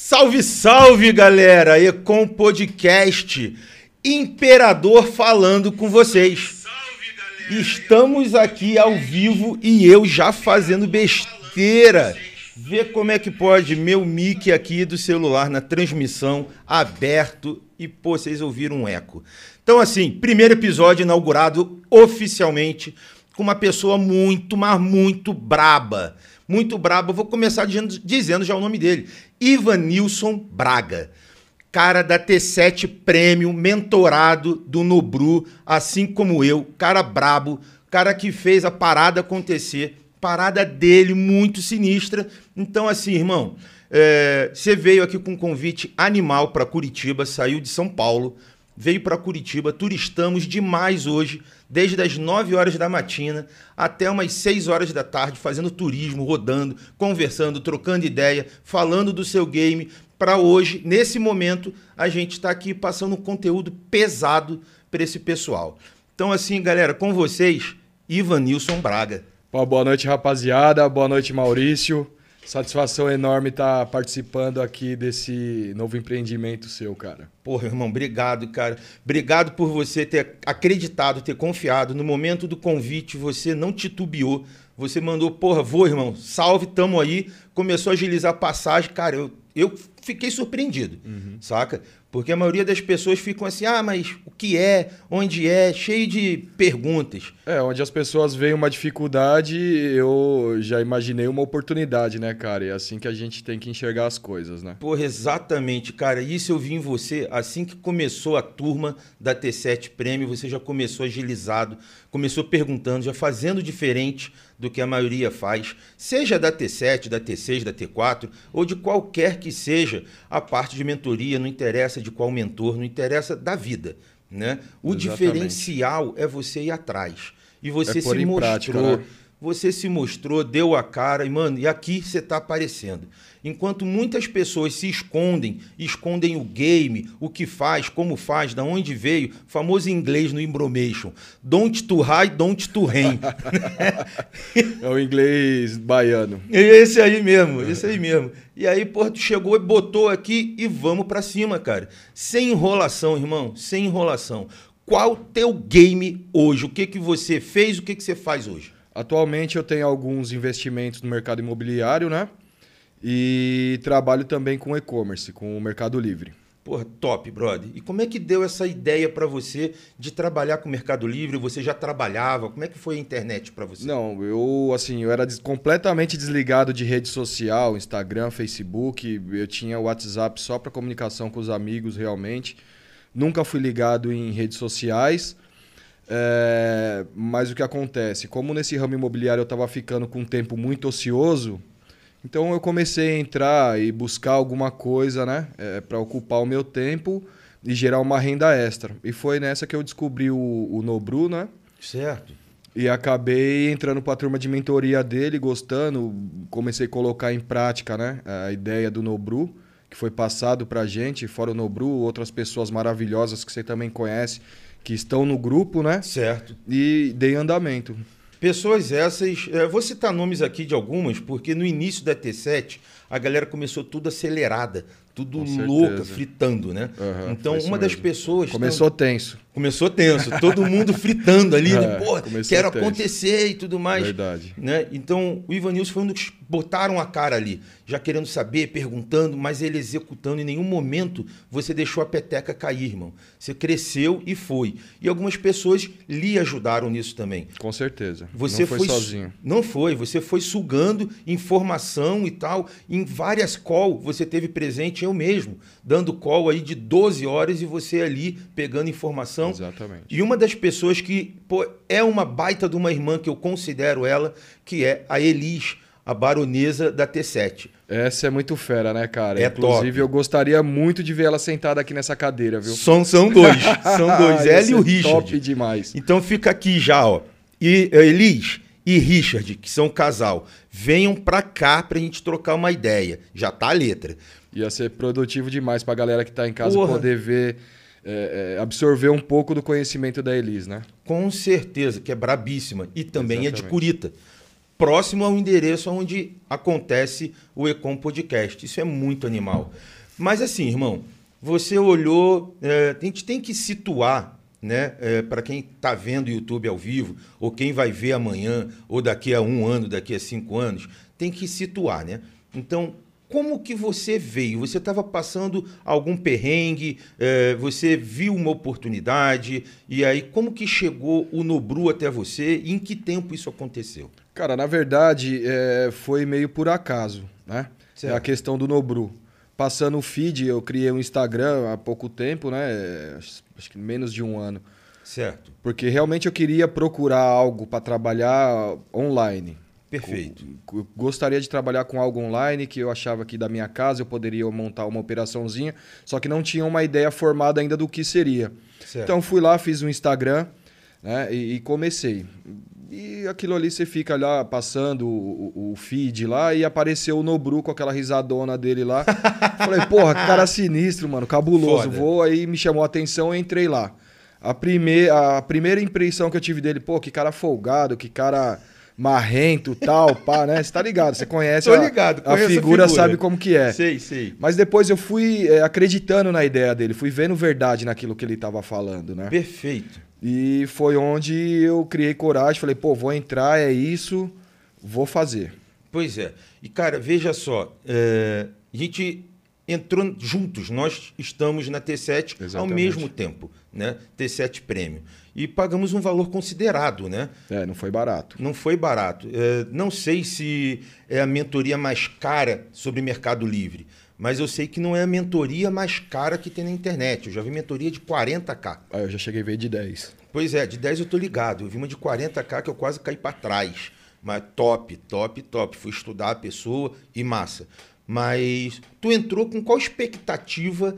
Salve, salve, galera! Ecom Podcast, Imperador falando com vocês. Salve, galera! Estamos aqui ao vivo e eu já fazendo besteira. Vê como é que pode, meu mic aqui do celular na transmissão, aberto, e pô, vocês ouviram um eco. Então assim, primeiro episódio inaugurado oficialmente com uma pessoa muito, mas muito braba. Muito brabo, vou começar dizendo já o nome dele. Ivanilson Braga, cara da T7 Premium, mentorado do Nobru, assim como eu, cara brabo, cara que fez a parada acontecer, parada dele muito sinistra. Então assim, irmão, você veio aqui com um convite animal para Curitiba, saiu de São Paulo, veio para Curitiba, turistamos demais hoje, desde as 9 horas da matina até umas 6 horas da tarde, fazendo turismo, rodando, conversando, trocando ideia, falando do seu game, para hoje, nesse momento, a gente está aqui passando um conteúdo pesado para esse pessoal. Então assim, galera, com vocês, Ivanilson Braga. Pô, boa noite, rapaziada, boa noite, Maurício. Satisfação enorme estar participando aqui desse novo empreendimento seu, cara. Porra, irmão, obrigado, cara. Obrigado por você ter acreditado, ter confiado. No momento do convite, você não titubeou. Você mandou, porra, vou, irmão, salve, tamo aí. Começou a agilizar a passagem. Cara, eu fiquei surpreendido, saca? Porque a maioria das pessoas ficam assim, mas o que é, onde é, cheio de perguntas. Onde as pessoas veem uma dificuldade, eu já imaginei uma oportunidade, né, cara? E é assim que a gente tem que enxergar as coisas, né? Porra, exatamente, cara. Isso eu vi em você, assim que começou a turma da T7 Premium, você já começou agilizado, começou perguntando, já fazendo diferente do que a maioria faz, seja da T7, da T6, da T4, ou de qualquer que seja a parte de mentoria, não interessa de qual mentor, não interessa da vida, né? O Exatamente. Diferencial é você ir atrás. E você se mostrou, prática, né? Você se mostrou, deu a cara, e mano, e aqui você está aparecendo. Enquanto muitas pessoas se escondem o game, o que faz, como faz, da onde veio, famoso em inglês no Imbromation, don't to hide, don't to rain. É o inglês baiano. Esse aí mesmo, esse aí mesmo. E aí, pô, tu chegou e botou aqui e vamos pra cima, cara. Sem enrolação, irmão, sem enrolação. Qual o teu game hoje? O que que você fez, o que que você faz hoje? Atualmente eu tenho alguns investimentos no mercado imobiliário, né? E trabalho também com e-commerce, com o Mercado Livre. Porra, top, brother. E como é que deu essa ideia para você de trabalhar com o Mercado Livre? Você já trabalhava? Como é que foi a internet para você? Não, eu era completamente desligado de rede social, Instagram, Facebook. Eu tinha o WhatsApp só para comunicação com os amigos, realmente. Nunca fui ligado em redes sociais. Mas o que acontece? Como nesse ramo imobiliário eu estava ficando com um tempo muito ocioso, então eu comecei a entrar e buscar alguma coisa, né, para ocupar o meu tempo e gerar uma renda extra. E foi nessa que eu descobri o Nobru, né? Certo. E acabei entrando para a turma de mentoria dele, gostando, comecei a colocar em prática, né, a ideia do Nobru, que foi passado para a gente, fora o Nobru, outras pessoas maravilhosas que você também conhece, que estão no grupo, né? Certo. E dei andamento. Pessoas essas, vou citar nomes aqui de algumas, porque no início da T7 a galera começou tudo acelerada, tudo louca, fritando, né? Então uma das pessoas... Começou tenso. Começou tenso, todo mundo fritando ali, né? Pô, quero tenso. Acontecer e tudo mais. Verdade. Né? Então o Ivanilson foi um dos que botaram a cara ali, já querendo saber, perguntando, mas ele executando. Em nenhum momento você deixou a peteca cair, irmão. Você cresceu e foi. E algumas pessoas lhe ajudaram nisso também. Com certeza. Você não foi sozinho. Não foi, você foi sugando informação e tal. Em várias calls você teve presente, eu mesmo, dando call aí de 12 horas e você ali pegando informação. Exatamente. E uma das pessoas que é uma baita de uma irmã que eu considero ela, que é a Elis, a baronesa da T7. Essa é muito fera, né, cara? Inclusive, top. Eu gostaria muito de ver ela sentada aqui nessa cadeira, viu? São dois. São dois, ela e o Richard. Top demais. Então fica aqui já, ó. E Elis e Richard, que são um casal, venham pra cá pra gente trocar uma ideia. Já tá a letra. Ia ser produtivo demais pra galera que tá em casa poder ver... absorver um pouco do conhecimento da Elis, né? Com certeza, que é brabíssima. E também é de Curita. próximo ao endereço onde acontece o Ecom Podcast. Isso é muito animal. Mas assim, irmão, você olhou... a gente tem que situar, né, para quem está vendo o YouTube ao vivo, ou quem vai ver amanhã, ou daqui a 1 ano, daqui a 5 anos, tem que situar, né? Então, como que você veio? Você estava passando algum perrengue, você viu uma oportunidade, e aí como que chegou o Nobru até você e em que tempo isso aconteceu? Cara, na verdade, foi meio por acaso, né? Certo. É a questão do Nobru. Passando o feed, eu criei um Instagram há pouco tempo, né? Acho que menos de 1 ano. Certo. Porque realmente eu queria procurar algo para trabalhar online. Perfeito. Eu gostaria de trabalhar com algo online que eu achava que da minha casa eu poderia montar uma operaçãozinha, só que não tinha uma ideia formada ainda do que seria. Certo. Então fui lá, fiz um Instagram, né, e comecei. E aquilo ali você fica lá passando o feed lá e apareceu o Nobru com aquela risadona dele lá. Falei, porra, que cara sinistro, mano, cabuloso. Foda. Aí me chamou a atenção e entrei lá. A primeira impressão que eu tive dele, pô, que cara folgado, que cara marrento, tal, pá, né? Você tá ligado, você conhece Tô ligado, a figura, sabe como que é. Sei. Mas depois eu fui acreditando na ideia dele, fui vendo verdade naquilo que ele tava falando, né? Perfeito. E foi onde eu criei coragem, falei, pô, vou entrar, é isso, vou fazer. Pois é. E, cara, veja só, a gente entrou juntos, nós estamos na T7 ao Exatamente. mesmo tempo, né? T7 Premium. E pagamos um valor considerado, né? Não foi barato. Não foi barato. Não sei se é a mentoria mais cara sobre Mercado Livre, mas eu sei que não é a mentoria mais cara que tem na internet. Eu já vi mentoria de 40k. Eu já cheguei a ver de 10. Pois é, de 10 eu tô ligado. Eu vi uma de 40k que eu quase caí para trás. Mas top. Fui estudar a pessoa e massa. Mas tu entrou com qual expectativa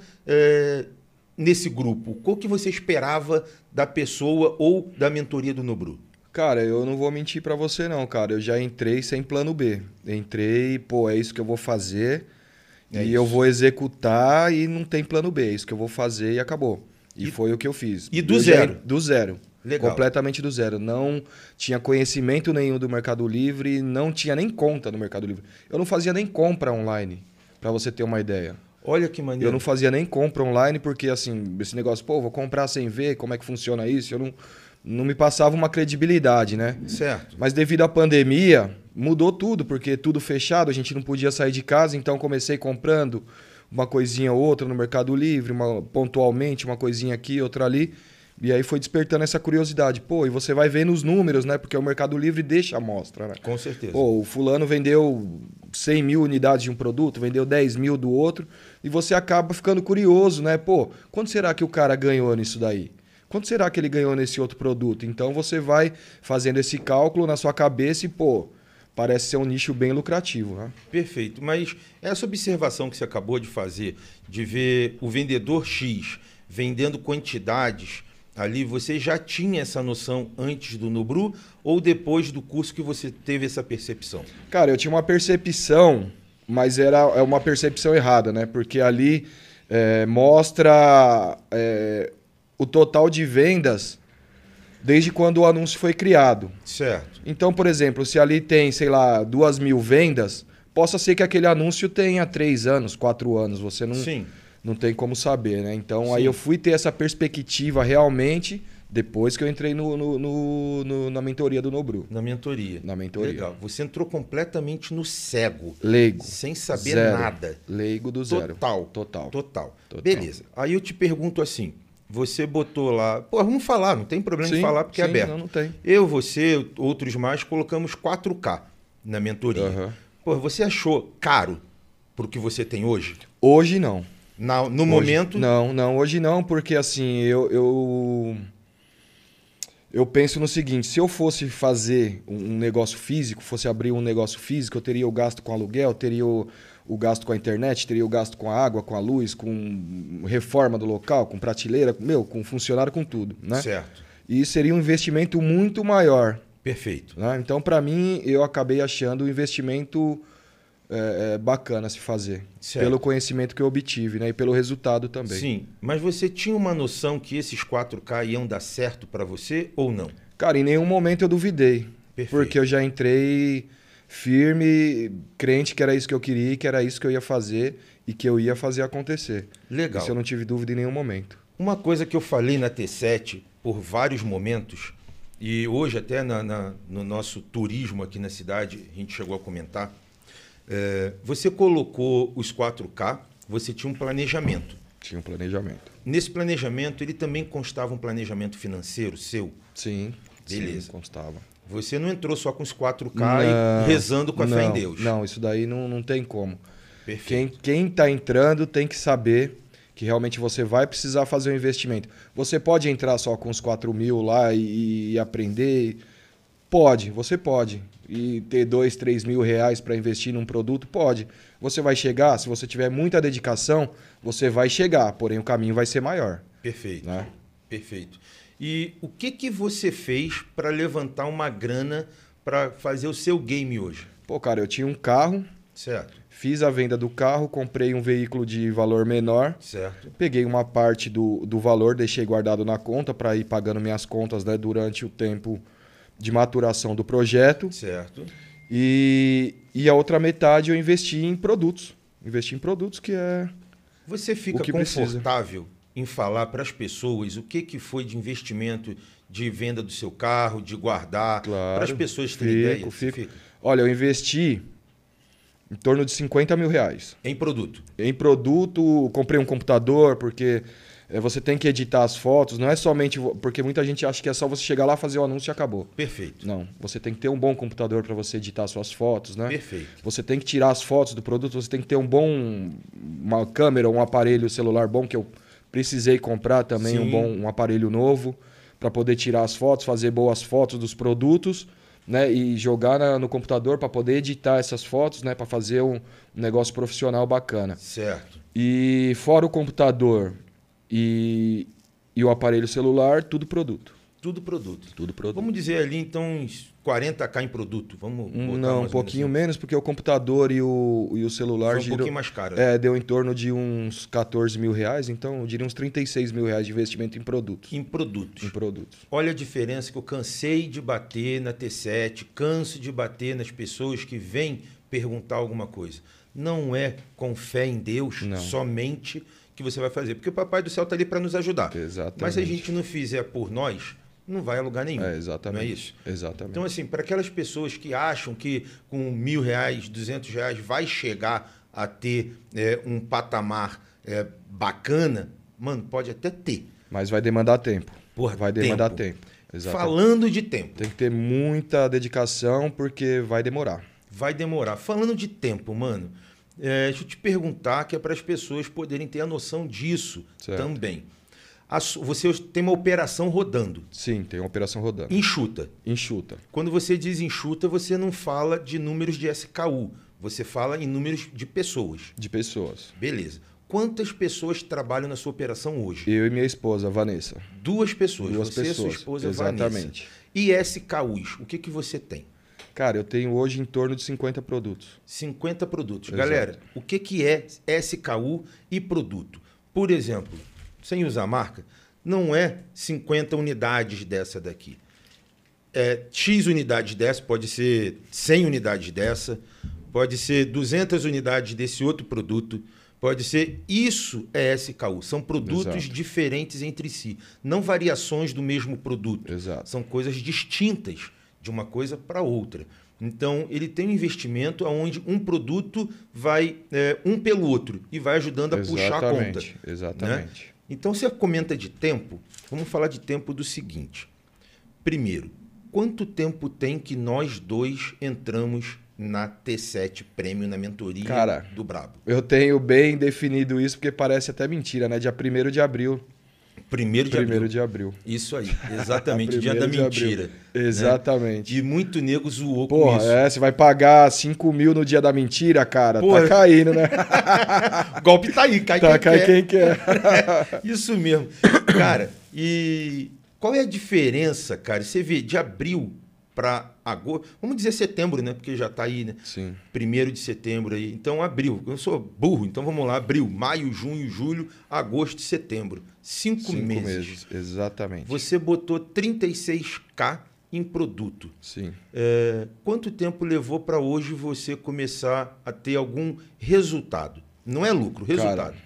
nesse grupo? Qual que você esperava da pessoa ou da mentoria do Nobru? Cara, eu não vou mentir pra você não, cara. Eu já entrei sem plano B. Entrei, pô, é isso que eu vou fazer. Eu vou executar e não tem plano B. É isso que eu vou fazer e acabou. E foi o que eu fiz. E do zero? Do zero. Legal. Completamente do zero. Não tinha conhecimento nenhum do Mercado Livre, não tinha nem conta no Mercado Livre. Eu não fazia nem compra online, pra você ter uma ideia. Olha que maneiro. Eu não fazia nem compra online porque, assim, esse negócio, pô, vou comprar sem ver como é que funciona isso. Eu não me passava uma credibilidade, né? Certo. Mas devido à pandemia, mudou tudo, porque tudo fechado, a gente não podia sair de casa, então comecei comprando uma coisinha ou outra no Mercado Livre, pontualmente, uma coisinha aqui, outra ali. E aí foi despertando essa curiosidade. Pô, e você vai vendo os números, né? Porque o Mercado Livre deixa a amostra, né? Com certeza. Pô, o fulano vendeu 100 mil unidades de um produto, vendeu 10 mil do outro, e você acaba ficando curioso, né? Pô, quanto será que o cara ganhou nisso daí? Quanto será que ele ganhou nesse outro produto? Então você vai fazendo esse cálculo na sua cabeça e, pô, parece ser um nicho bem lucrativo, né? Perfeito. Mas essa observação que você acabou de fazer, de ver o vendedor X vendendo quantidades ali, você já tinha essa noção antes do Nobru ou depois do curso que você teve essa percepção? Cara, eu tinha uma percepção, mas era uma percepção errada, né? Porque ali mostra o total de vendas desde quando o anúncio foi criado. Certo. Então, por exemplo, se ali tem, sei lá, 2.000 vendas, possa ser que aquele anúncio tenha 3 anos, 4 anos. Você não tem como saber, né? Então, Sim. Aí eu fui ter essa perspectiva realmente depois que eu entrei na mentoria do Nobru. Na mentoria. Legal. Você entrou completamente no cego. Leigo. Sem saber Zero. nada. Leigo do zero. Total. Beleza. Aí eu te pergunto assim, você botou lá... Pô, vamos falar, não tem problema de falar porque é aberto. Não tem. Eu, você, outros mais, colocamos 4K na mentoria. Uhum. Pô, você achou caro pro que você tem hoje? Hoje não. No momento? Não, hoje não, porque assim, eu penso no seguinte, se eu fosse fazer um negócio físico, fosse abrir um negócio físico, eu teria o gasto com aluguel, teria o gasto com a internet, teria o gasto com a água, com a luz, com reforma do local, com prateleira, com funcionário, com tudo, né? Certo. E seria um investimento muito maior. Perfeito. Né? Então, para mim, eu acabei achando um investimento bacana se fazer. Certo. Pelo conhecimento que eu obtive, né? E pelo resultado também. Sim, mas você tinha uma noção que esses 4K iam dar certo para você ou não? Cara, em nenhum momento eu duvidei. Perfeito. Porque eu já entrei firme, crente que era isso que eu queria, que era isso que eu ia fazer e que eu ia fazer acontecer. Legal. Isso eu não tive dúvida em nenhum momento. Uma coisa que eu falei na T7 por vários momentos, e hoje até no nosso turismo aqui na cidade, a gente chegou a comentar, você colocou os 4K, você tinha um planejamento. Tinha um planejamento. Nesse planejamento, ele também constava um planejamento financeiro seu? Sim. Beleza. Sim, constava. Você não entrou só com os 4K e rezando com a fé em Deus. Não, isso daí não tem como. Perfeito. Quem está entrando tem que saber que realmente você vai precisar fazer um investimento. Você pode entrar só com os 4 mil lá e aprender? Pode, você pode. E ter 2, 3 mil reais para investir num produto? Pode. Você vai chegar, se você tiver muita dedicação, você vai chegar, porém o caminho vai ser maior. Perfeito. Né? Perfeito. E o que você fez para levantar uma grana para fazer o seu game hoje? Pô, cara, eu tinha um carro. Certo. Fiz a venda do carro, comprei um veículo de valor menor. Certo. Peguei uma parte do valor, deixei guardado na conta para ir pagando minhas contas, né, durante o tempo de maturação do projeto. Certo. E a outra metade eu investi em produtos. Investi em produtos que é... Você fica confortável em falar para as pessoas o que foi de investimento de venda do seu carro, de guardar, Claro, para as pessoas terem ideia? Fico. Olha, eu investi em torno de 50 mil reais. Em produto? Em produto, comprei um computador, porque você tem que editar as fotos. Não é somente... Porque muita gente acha que é só você chegar lá, fazer o anúncio e acabou. Perfeito. Não, você tem que ter um bom computador para você editar suas fotos, né? Perfeito. Você tem que tirar as fotos do produto, você tem que ter uma câmera, um aparelho celular bom, que eu precisei comprar também. Sim. Um aparelho novo para poder tirar as fotos, fazer boas fotos dos produtos, né? E jogar no computador para poder editar essas fotos, né? Para fazer um negócio profissional bacana. Certo. E fora o computador e o aparelho celular, tudo produto. Tudo produto. Tudo produto. Vamos dizer ali, então, uns 40K em produto. Vamos botar Não, um mais pouquinho ou menos menos, porque o computador e o celular... Foi um pouquinho mais caro. Né? Deu em torno de uns 14 mil reais, então eu diria uns 36 mil reais de investimento em produtos. Em produtos. Em produtos. Olha a diferença que eu cansei de bater na T7, canso de bater nas pessoas que vêm perguntar alguma coisa. Não é com fé em Deus somente que você vai fazer, porque o Papai do Céu está ali para nos ajudar. Exatamente. Mas se a gente não fizer por nós, não vai a lugar nenhum. Exatamente. Não é isso? Exatamente. Então, assim, para aquelas pessoas que acham que com R$1.000, R$200 vai chegar a ter um patamar bacana, mano, pode até ter. Mas vai demandar tempo. Porra, vai demandar tempo. Exatamente. Falando de tempo. Tem que ter muita dedicação, porque vai demorar. Vai demorar. Falando de tempo, mano, deixa eu te perguntar, que é para as pessoas poderem ter a noção disso também. Você tem uma operação rodando. Sim, tem uma operação rodando. Enxuta. Enxuta. Quando você diz enxuta, você não fala de números de SKU. Você fala em números de pessoas. De pessoas. Beleza. Quantas pessoas trabalham na sua operação hoje? Eu e minha esposa, Vanessa. 2 pessoas. Duas você pessoas. E sua esposa, Exatamente. Vanessa. E SKUs, o que você tem? Cara, eu tenho hoje em torno de 50 produtos. 50 produtos. Exato. Galera, o que é SKU e produto? Por exemplo, sem usar marca, não é 50 unidades dessa daqui. X unidades dessa, pode ser 100 unidades dessa, pode ser 200 unidades desse outro produto, pode ser... Isso é SKU. São produtos diferentes entre si. Não variações do mesmo produto. Exato. São coisas distintas de uma coisa para outra. Então, ele tem um investimento onde um produto vai um pelo outro e vai ajudando a puxar a conta. Exatamente. Né? Então, você comenta de tempo, vamos falar de tempo do seguinte. Primeiro, quanto tempo tem que nós dois entramos na T7 Premium, na mentoria do Brabo? Eu tenho bem definido isso, porque parece até mentira, né? Dia 1º de abril. 1º de abril. Isso aí, exatamente, dia da mentira. Né? Exatamente. E muito nego zoou com Porra, isso. Você vai pagar 5 mil no dia da mentira, cara? Porra. Tá caindo, né? O golpe tá aí, cai quem quer. Isso mesmo. Cara, e qual é a diferença, cara? Você vê de abril para agosto, vamos dizer setembro, né? Porque já tá aí, né? Sim. 1º de setembro aí. Então, abril. Eu sou burro, então vamos lá. Abril, maio, junho, julho, agosto e setembro. 5 meses. Exatamente. Você botou 36K em produto. Sim. Quanto tempo levou para hoje você começar a ter algum resultado? Não é lucro, resultado. Cara,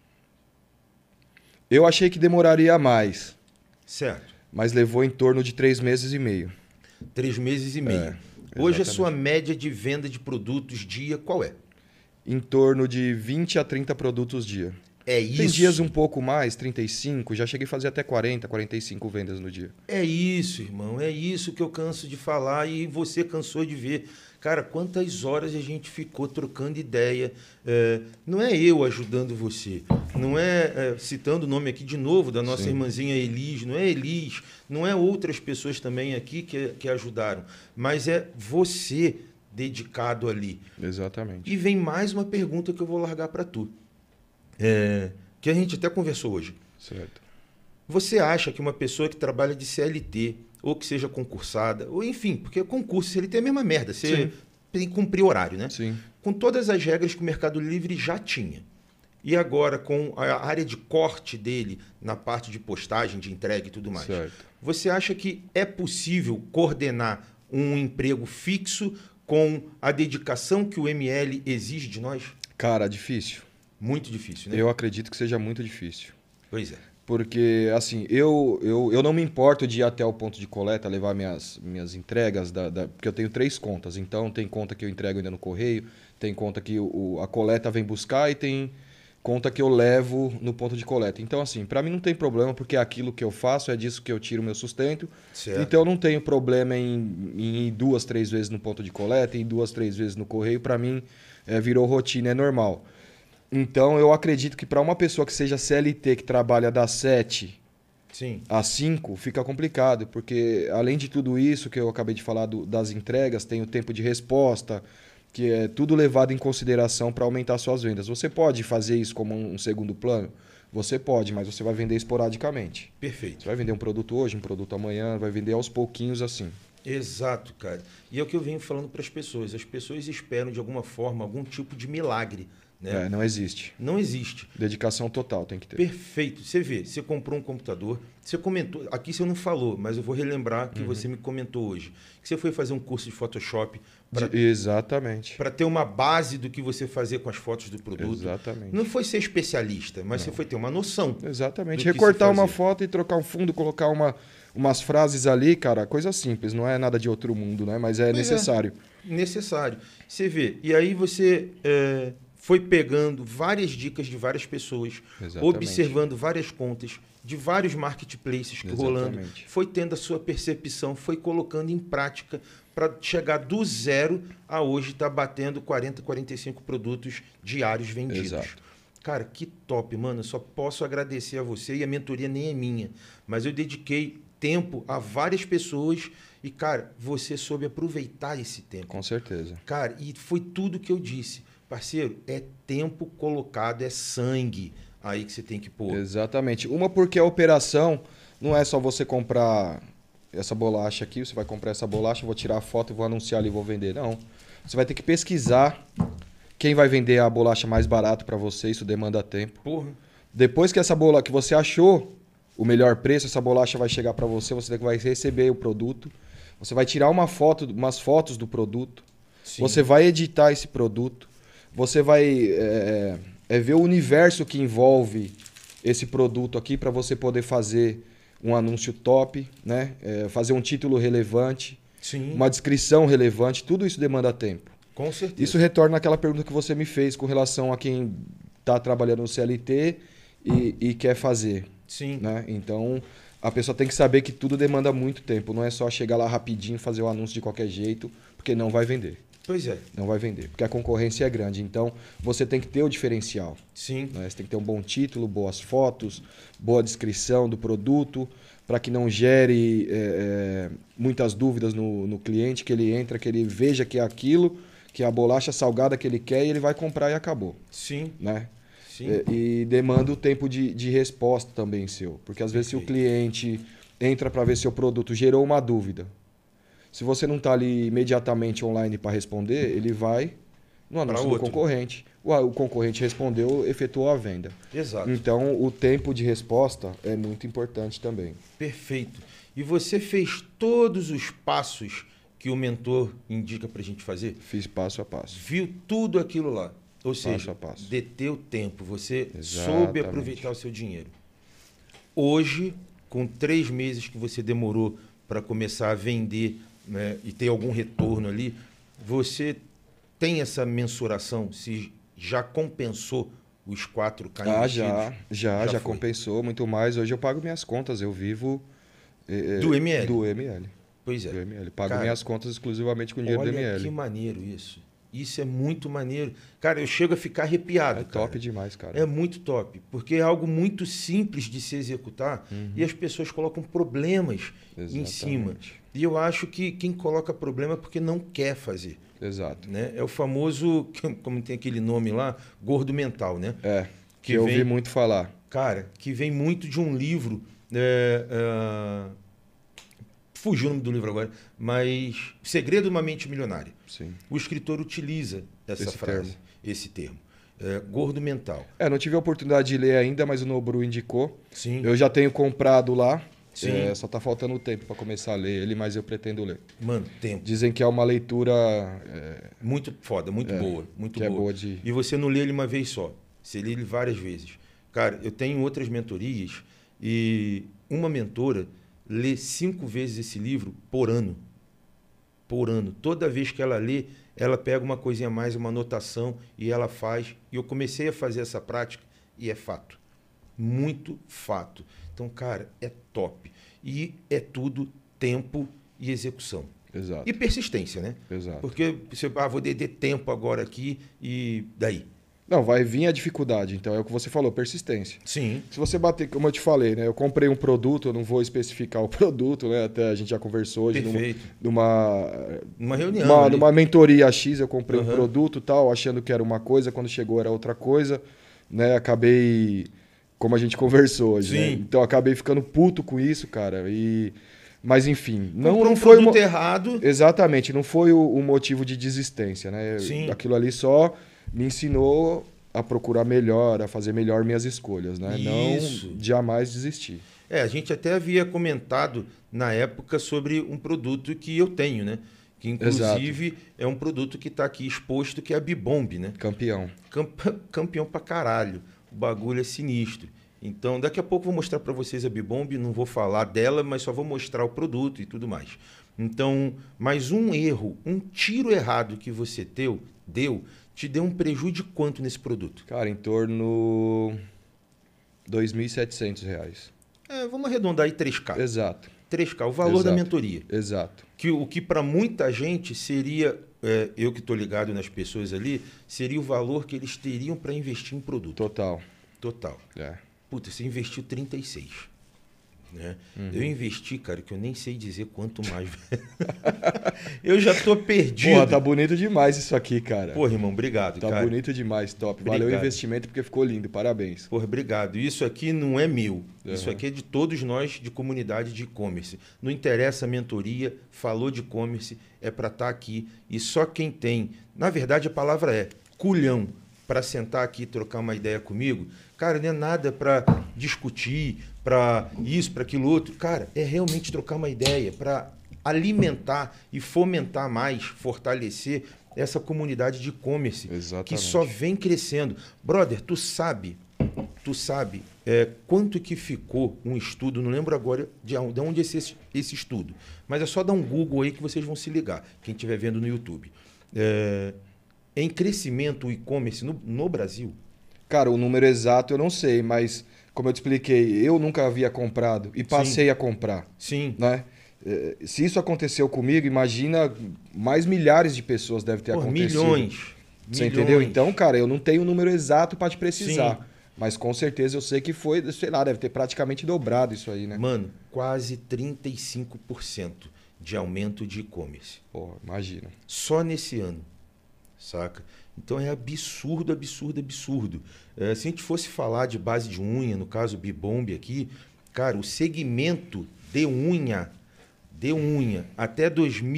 eu achei que demoraria mais. Certo. Mas levou em torno de 3 meses e meio. 3 meses e meio. Hoje a sua média de venda de produtos dia qual é? Em torno de 20 a 30 produtos dia. É isso. Tem dias um pouco mais, 35, já cheguei a fazer até 40, 45 vendas no dia. É isso, irmão. É isso que eu canso de falar e você cansou de ver. Cara, quantas horas a gente ficou trocando ideia. Não é eu ajudando você. Não citando o nome aqui de novo da nossa irmãzinha Elis. Não é Elis. Não é outras pessoas também aqui que ajudaram. Mas é você dedicado ali. Exatamente. E vem mais uma pergunta que eu vou largar para tu. Que a gente até conversou hoje. Certo. Você acha que uma pessoa que trabalha de CLT, ou que seja concursada, ou enfim, porque concurso CLT é a mesma merda, você tem que cumprir horário, né? Sim. Com todas as regras que o Mercado Livre já tinha. E agora, com a área de corte dele, na parte de postagem, de entrega e tudo mais. Certo. Você acha que é possível coordenar um emprego fixo com a dedicação que o ML exige de nós? Cara, difícil. Muito difícil, né? Eu acredito que seja muito difícil. Pois é. Porque, assim, eu não me importo de ir até o ponto de coleta, levar minhas entregas, porque eu tenho 3 contas. Então, tem conta que eu entrego ainda no correio, tem conta que a coleta vem buscar e tem conta que eu levo no ponto de coleta. Então, assim, para mim não tem problema, porque é aquilo que eu faço, é disso que eu tiro o meu sustento. Certo. Então, eu não tenho problema em ir 2, 3 vezes no ponto de coleta, em 2, 3 vezes no correio. Para mim, virou rotina, é normal. Então, eu acredito que para uma pessoa que seja CLT, que trabalha das 7 às 5, fica complicado, porque além de tudo isso que eu acabei de falar das entregas, tem o tempo de resposta, que é tudo levado em consideração para aumentar suas vendas. Você pode fazer isso como um segundo plano? Você pode, mas você vai vender esporadicamente. Perfeito. Você vai vender um produto hoje, um produto amanhã, vai vender aos pouquinhos assim. Exato, cara. E é o que eu venho falando para as pessoas. As pessoas esperam, de alguma forma, algum tipo de milagre. Né? Não existe. Não existe. Dedicação total tem que ter. Perfeito. Você vê, você comprou um computador, você comentou, aqui você não falou, mas eu vou relembrar que você me comentou hoje, que você foi fazer um curso de Photoshop Exatamente. Para ter uma base do que você fazia com as fotos do produto. Exatamente. Não foi ser especialista, mas você foi ter uma noção. Exatamente. Recortar uma foto e trocar um fundo, colocar umas frases ali, cara, coisa simples, não é nada de outro mundo, né? Mas é necessário. Necessário. Você vê, e aí você foi pegando várias dicas de várias pessoas, observando várias contas de vários marketplaces que rolando, foi tendo a sua percepção, foi colocando em prática para chegar do zero a hoje estar batendo 40, 45 produtos diários vendidos. Exato. Cara, que top, mano. Eu só posso agradecer a você, e a mentoria nem é minha, mas eu dediquei tempo a várias pessoas e, cara, você soube aproveitar esse tempo. Com certeza. Cara, e foi tudo que eu disse. Parceiro, é tempo colocado, é sangue aí que você tem que pôr. Exatamente. Uma porque a operação não é só você comprar essa bolacha aqui, você vai comprar essa bolacha, vou tirar a foto e vou anunciar ali e vou vender. Não. Você vai ter que pesquisar quem vai vender a bolacha mais barato para você, isso demanda tempo. Porra. Depois que essa bolacha que você achou o melhor preço, essa bolacha vai chegar para você, você vai receber o produto, você vai tirar umas fotos do produto, Sim. Você vai editar esse produto, você vai ver o universo que envolve esse produto aqui para você poder fazer um anúncio top, né? Fazer um título relevante, Sim. uma descrição relevante, tudo isso demanda tempo. Com certeza. Isso retorna àquela pergunta que você me fez com relação a quem está trabalhando no CLT e quer fazer. Sim. Né? Então, a pessoa tem que saber que tudo demanda muito tempo. Não é só chegar lá rapidinho, fazer o anúncio de qualquer jeito, porque não vai vender. Pois é. Não vai vender, porque a concorrência é grande. Então, você tem que ter o diferencial. Sim. Né? Você tem que ter um bom título, boas fotos, boa descrição do produto, para que não gere muitas dúvidas no cliente, que ele entra, que ele veja que é aquilo, que é a bolacha salgada que ele quer e ele vai comprar e acabou. Sim. Né? Sim. E demanda o tempo de resposta também seu. Porque às vezes se o cliente entra para ver seu produto, gerou uma dúvida. Se você não está ali imediatamente online para responder, ele vai no anúncio do concorrente. O concorrente respondeu, efetuou a venda. Exato. Então, o tempo de resposta é muito importante também. Perfeito. E você fez todos os passos que o mentor indica para a gente fazer? Fiz passo a passo. Viu tudo aquilo lá. Ou seja, a passo. deteu o tempo. Você Exatamente. soube aproveitar o seu dinheiro. Hoje, com 3 meses que você demorou para começar a vender, né, e ter algum retorno ali, você tem essa mensuração? Se já compensou os 4K investidos? Já foi. compensou muito mais. Hoje eu pago minhas contas, eu vivo Do ML? Do ML. Pois é. Do ML. Pago Cara, minhas contas exclusivamente com dinheiro do olha ML. que maneiro isso. Isso é muito maneiro. Cara, eu chego a ficar arrepiado. É cara. top demais, cara. É muito top. Porque é algo muito simples de se executar e as pessoas colocam problemas em cima. E eu acho que quem coloca problema é porque não quer fazer. Exato. Né? É o famoso, como tem aquele nome lá, gordo mental, né? Que eu ouvi muito falar. Cara, que vem muito de um livro... fugiu o nome do livro agora, mas Segredo de uma Mente Milionária. Sim. O escritor utiliza essa frase, esse termo. Gordo mental. Não tive a oportunidade de ler ainda, mas o Nobru indicou. Sim. Eu já tenho comprado lá. Sim. Só tá faltando tempo para começar a ler ele, mas eu pretendo ler. Mano, tempo. Dizem que é uma leitura... muito foda, muito boa. Muito que boa. É boa de... E você não lê ele uma vez só. Você lê ele várias vezes. Cara, eu tenho outras mentorias e uma mentora lê 5 vezes esse livro por ano. Por ano. Toda vez que ela lê, ela pega uma coisinha a mais, uma anotação, e ela faz. E eu comecei a fazer essa prática e é fato. Muito fato. Então, cara, é top. E é tudo tempo e execução. Exato. E persistência, né? Exato. Porque você, vou ter tempo agora aqui e daí? Não, vai vir a dificuldade. Então, é o que você falou, persistência. Sim. Se você bater, como eu te falei, né? Eu comprei um produto, eu não vou especificar o produto, né? Até a gente já conversou hoje. Perfeito. Numa reunião. Numa mentoria X, eu comprei um produto tal, achando que era uma coisa, quando chegou era outra coisa. Né? Acabei, como a gente conversou hoje. Sim. Né? Então, acabei ficando puto com isso, cara. Mas, enfim, não foi produto errado. Exatamente, não foi o motivo de desistência, né? Sim. Aquilo ali só me ensinou a procurar melhor, a fazer melhor minhas escolhas, né? Isso. Não jamais desistir. A gente até havia comentado na época sobre um produto que eu tenho, né? Que inclusive é um produto que está aqui exposto, que é a Bibomb, né? Campeão. Campeão pra caralho. O bagulho é sinistro. Então, daqui a pouco eu vou mostrar para vocês a Bibomb, não vou falar dela, mas só vou mostrar o produto e tudo mais. Então, mais um erro, um tiro errado que você deu, te deu um prejuízo de quanto nesse produto? Cara, em torno R$ 2.700. Vamos arredondar aí 3K. Exato. 3K, o valor da mentoria. Exato. O que para muita gente seria, eu que estou ligado nas pessoas ali, seria o valor que eles teriam para investir em produto. Total. Puta, você investiu 36. Né? Eu investi, cara, que eu nem sei dizer quanto mais. Eu já tô perdido. Porra, tá bonito demais isso aqui, cara. Porra, irmão, obrigado, cara. Tá bonito demais, top. Obrigado. Valeu o investimento porque ficou lindo, parabéns. Porra, obrigado. Isso aqui não é meu. Isso aqui é de todos nós de comunidade de e-commerce. Não interessa a mentoria, falou de e-commerce, é para estar aqui. E só quem tem, na verdade a palavra é culhão, para sentar aqui e trocar uma ideia comigo, cara, não é nada para discutir, para isso, para aquilo outro. Cara, é realmente trocar uma ideia, para alimentar e fomentar mais, fortalecer essa comunidade de e-commerce que só vem crescendo. Brother, tu sabe quanto que ficou um estudo, não lembro agora de onde é esse estudo, mas é só dar um Google aí que vocês vão se ligar, quem estiver vendo no YouTube. Em crescimento o e-commerce no Brasil? Cara, o número exato eu não sei, mas como eu te expliquei, eu nunca havia comprado e passei a comprar. Sim. Né? Se isso aconteceu comigo, imagina mais milhares de pessoas devem ter acontecido. Milhões. Você entendeu? Então, cara, eu não tenho o número exato para te precisar. Sim. Mas com certeza eu sei que foi, sei lá, deve ter praticamente dobrado isso aí, né? Mano, quase 35% de aumento de e-commerce. Porra, imagina. Só nesse ano. Saca? Então é absurdo, absurdo, absurdo. Se a gente fosse falar de base de unha, no caso Bibomb aqui, cara, o segmento de unha até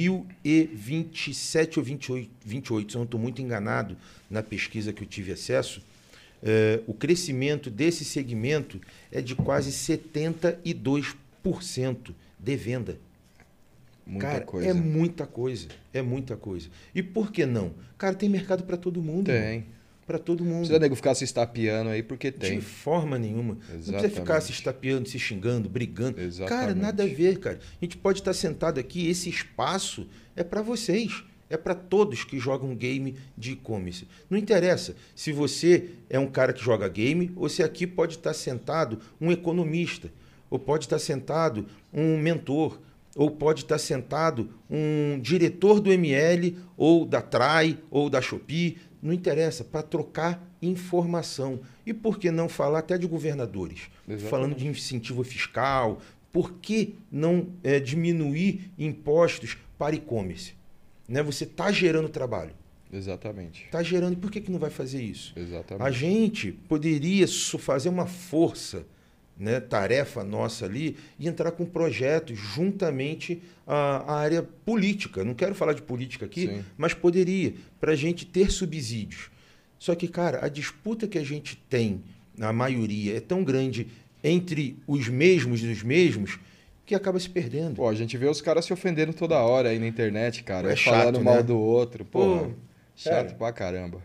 2027 ou 28, se eu não estou muito enganado na pesquisa que eu tive acesso, o crescimento desse segmento é de quase 72% de venda. Muita Cara, coisa. é muita coisa. É muita coisa. E por que não? Cara, tem mercado para todo mundo. Tem. Para todo mundo. Não precisa nego ficar se estapeando aí, porque tem. De forma nenhuma. Exatamente. Não precisa ficar se estapeando, se xingando, brigando. Exatamente. Cara, nada a ver, cara. A gente pode estar sentado aqui, esse espaço é para vocês. É para todos que jogam game de e-commerce. Não interessa se você é um cara que joga game ou se aqui pode estar sentado um economista, ou pode estar sentado um mentor, ou pode estar sentado um diretor do ML, ou da Trai, ou da Shopee. Não interessa, para trocar informação. E por que não falar até de governadores? Exatamente. Falando de incentivo fiscal, por que não diminuir impostos para e-commerce? Né? Você está gerando trabalho. Exatamente. Está gerando, por que não vai fazer isso? Exatamente. A gente poderia fazer uma força, né, tarefa nossa ali, e entrar com projetos juntamente à área política. Não quero falar de política aqui, Sim. mas poderia, para a gente ter subsídios. Só que, cara, a disputa que a gente tem, na maioria, é tão grande entre os mesmos e os mesmos, que acaba se perdendo. Pô, a gente vê os caras se ofendendo toda hora aí na internet, cara. É falando chato, mal né? do outro. Pô, chato cara, pra caramba.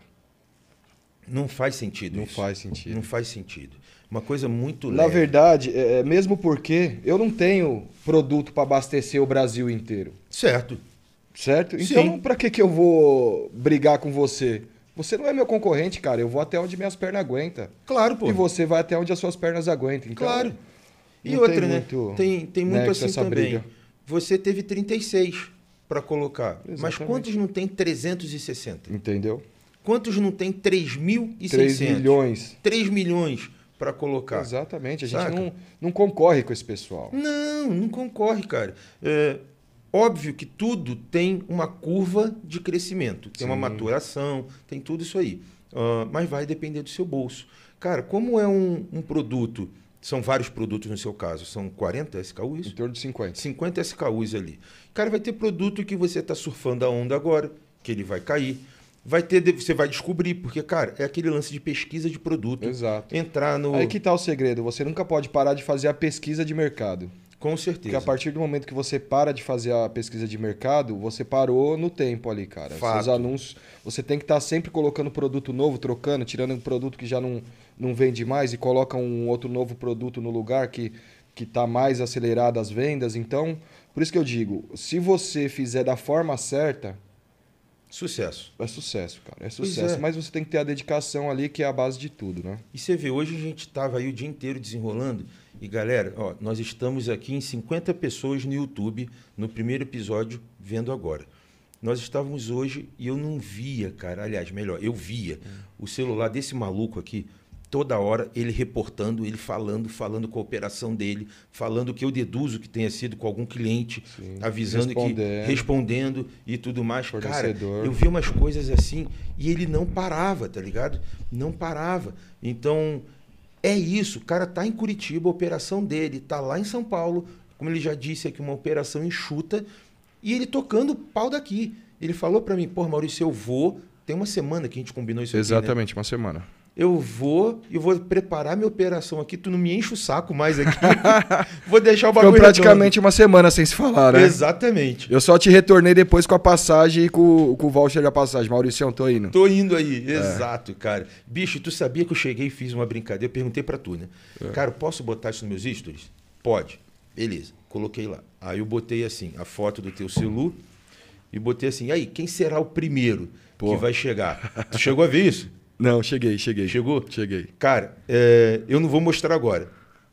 Não faz sentido Não isso. faz sentido. Não faz sentido. Uma coisa muito Na leve. verdade, mesmo porque eu não tenho produto para abastecer o Brasil inteiro. Certo. Certo? Sim. Então, pra que eu vou brigar com você? Você não é meu concorrente, cara. Eu vou até onde minhas pernas aguentam. Claro, pô. E você vai até onde as suas pernas aguentam. Então, Claro. E não outra, tem né? muito Tem muito nexo assim essa também. briga. Você teve 36 para colocar. Mas Exatamente. quantos não tem 360? Entendeu? Quantos não tem 3.600? 3 milhões. 3 milhões para colocar. Exatamente. A Saca? gente não concorre com esse pessoal. Não concorre, cara. É óbvio que tudo tem uma curva de crescimento. Tem uma Sim. maturação, tem tudo isso aí. Mas vai depender do seu bolso. Cara, como é um produto, são vários produtos no seu caso, são 40 SKUs? Em torno de 50. 50 SKUs ali. Cara, vai ter produto que você está surfando a onda agora, que ele vai cair. Você vai descobrir, porque, cara, é aquele lance de pesquisa de produto. Exato. Entrar no... Aí que tá o segredo. Você nunca pode parar de fazer a pesquisa de mercado. Com Porque certeza. a partir do momento que você para de fazer a pesquisa de mercado, você parou no tempo ali, cara. Fato. Seus anúncios, você tem que estar sempre colocando produto novo, trocando, tirando um produto que já não vende mais e coloca um outro novo produto no lugar que tá mais acelerado as vendas. Então, por isso que eu digo, se você fizer da forma certa, Sucesso. é sucesso, cara. É Pois sucesso. é. Mas você tem que ter a dedicação ali, que é a base de tudo, né? E você vê, hoje a gente estava aí o dia inteiro desenrolando. E, galera, ó, nós estamos aqui em 50 pessoas no YouTube, no primeiro episódio, vendo agora. Nós estávamos hoje e eu não via, cara. Aliás, melhor, eu via o celular desse maluco aqui, toda hora, ele reportando, ele falando com a operação dele, falando que eu deduzo que tenha sido com algum cliente, Sim. avisando respondendo e tudo mais. Cara, Fornecedor. eu vi umas coisas assim e ele não parava, tá ligado? Não parava. Então, é isso. O cara tá em Curitiba, a operação dele tá lá em São Paulo, como ele já disse aqui, uma operação enxuta, e ele tocando o pau daqui. Ele falou para mim, pô, Maurício, eu vou... Tem uma semana que a gente combinou isso aqui, né? Exatamente, uma semana. Eu vou preparar minha operação aqui, tu não me enche o saco mais aqui. Vou deixar o bagulho Ficou praticamente uma semana sem se falar, né? Exatamente. Eu só te retornei depois com a passagem e com o voucher da passagem. Mauricião, tô indo. Tô indo aí, exato, cara. Bicho, tu sabia que eu cheguei e fiz uma brincadeira? Eu perguntei pra tu, né? Cara, posso botar isso nos meus stories? Pode. Beleza, coloquei lá. Aí eu botei assim, a foto do teu celu e botei assim, aí, quem será o primeiro que vai chegar? Tu chegou a ver isso? Não, cheguei. Chegou? Cheguei. Cara, eu não vou mostrar agora,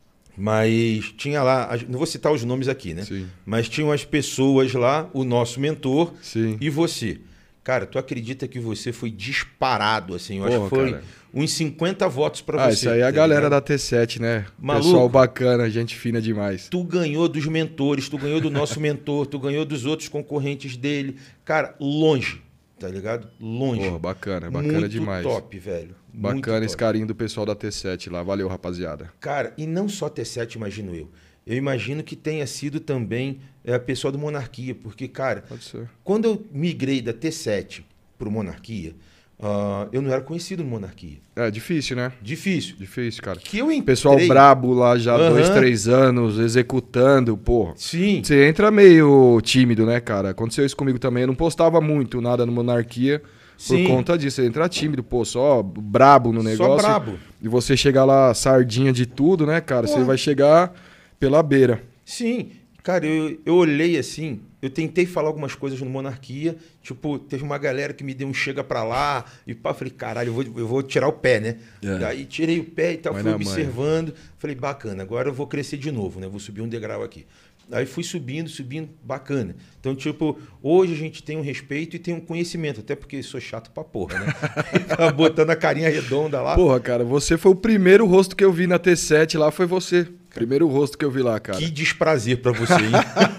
mas tinha lá, não vou citar os nomes aqui, né? Sim. Mas tinham as pessoas lá, o nosso mentor Sim. e você. Cara, tu acredita que você foi disparado, assim, eu acho Porra, que foi cara. uns 50 votos pra você. Isso aí é a tá galera ligado? da T7, né? Maluco. Pessoal bacana, gente fina demais. Tu ganhou dos mentores, tu ganhou do nosso mentor, tu ganhou dos outros concorrentes dele. Cara, longe, tá ligado? Longe. Porra, bacana Muito demais. top, velho. Muito Bacana esse top. carinho do pessoal da T7 lá. Valeu, rapaziada. Cara, e não só T7, imagino eu. Eu imagino que tenha sido também a pessoa do Monarquia, porque, cara, Pode ser. quando eu migrei da T7 pro Monarquia, eu não era conhecido no Monarquia. É difícil, né? Difícil. Difícil, cara. Que eu entrei... Pessoal brabo lá já, 2, 3 anos, executando, pô. Sim. Você entra meio tímido, né, cara? Aconteceu isso comigo também. Eu não postava muito nada no Monarquia por conta disso. Você entra tímido, pô, só brabo no negócio. Só brabo. E você chegar lá sardinha de tudo, né, cara? Você vai chegar pela beira. Sim. Cara, eu olhei assim, eu tentei falar algumas coisas no Monarquia, tipo, teve uma galera que me deu um chega pra lá, e pá, falei, caralho, eu vou tirar o pé, né? Daí tirei o pé e tal, fui observando, falei, bacana, agora eu vou crescer de novo, né? Vou subir um degrau aqui. Aí fui subindo, bacana. Então, tipo, hoje a gente tem um respeito e tem um conhecimento, até porque sou chato pra porra, né? Ficar botando a carinha redonda lá. Porra, cara, você foi o primeiro rosto que eu vi na T7 lá, foi você. Primeiro rosto que eu vi lá, cara. Que desprazer pra você, hein?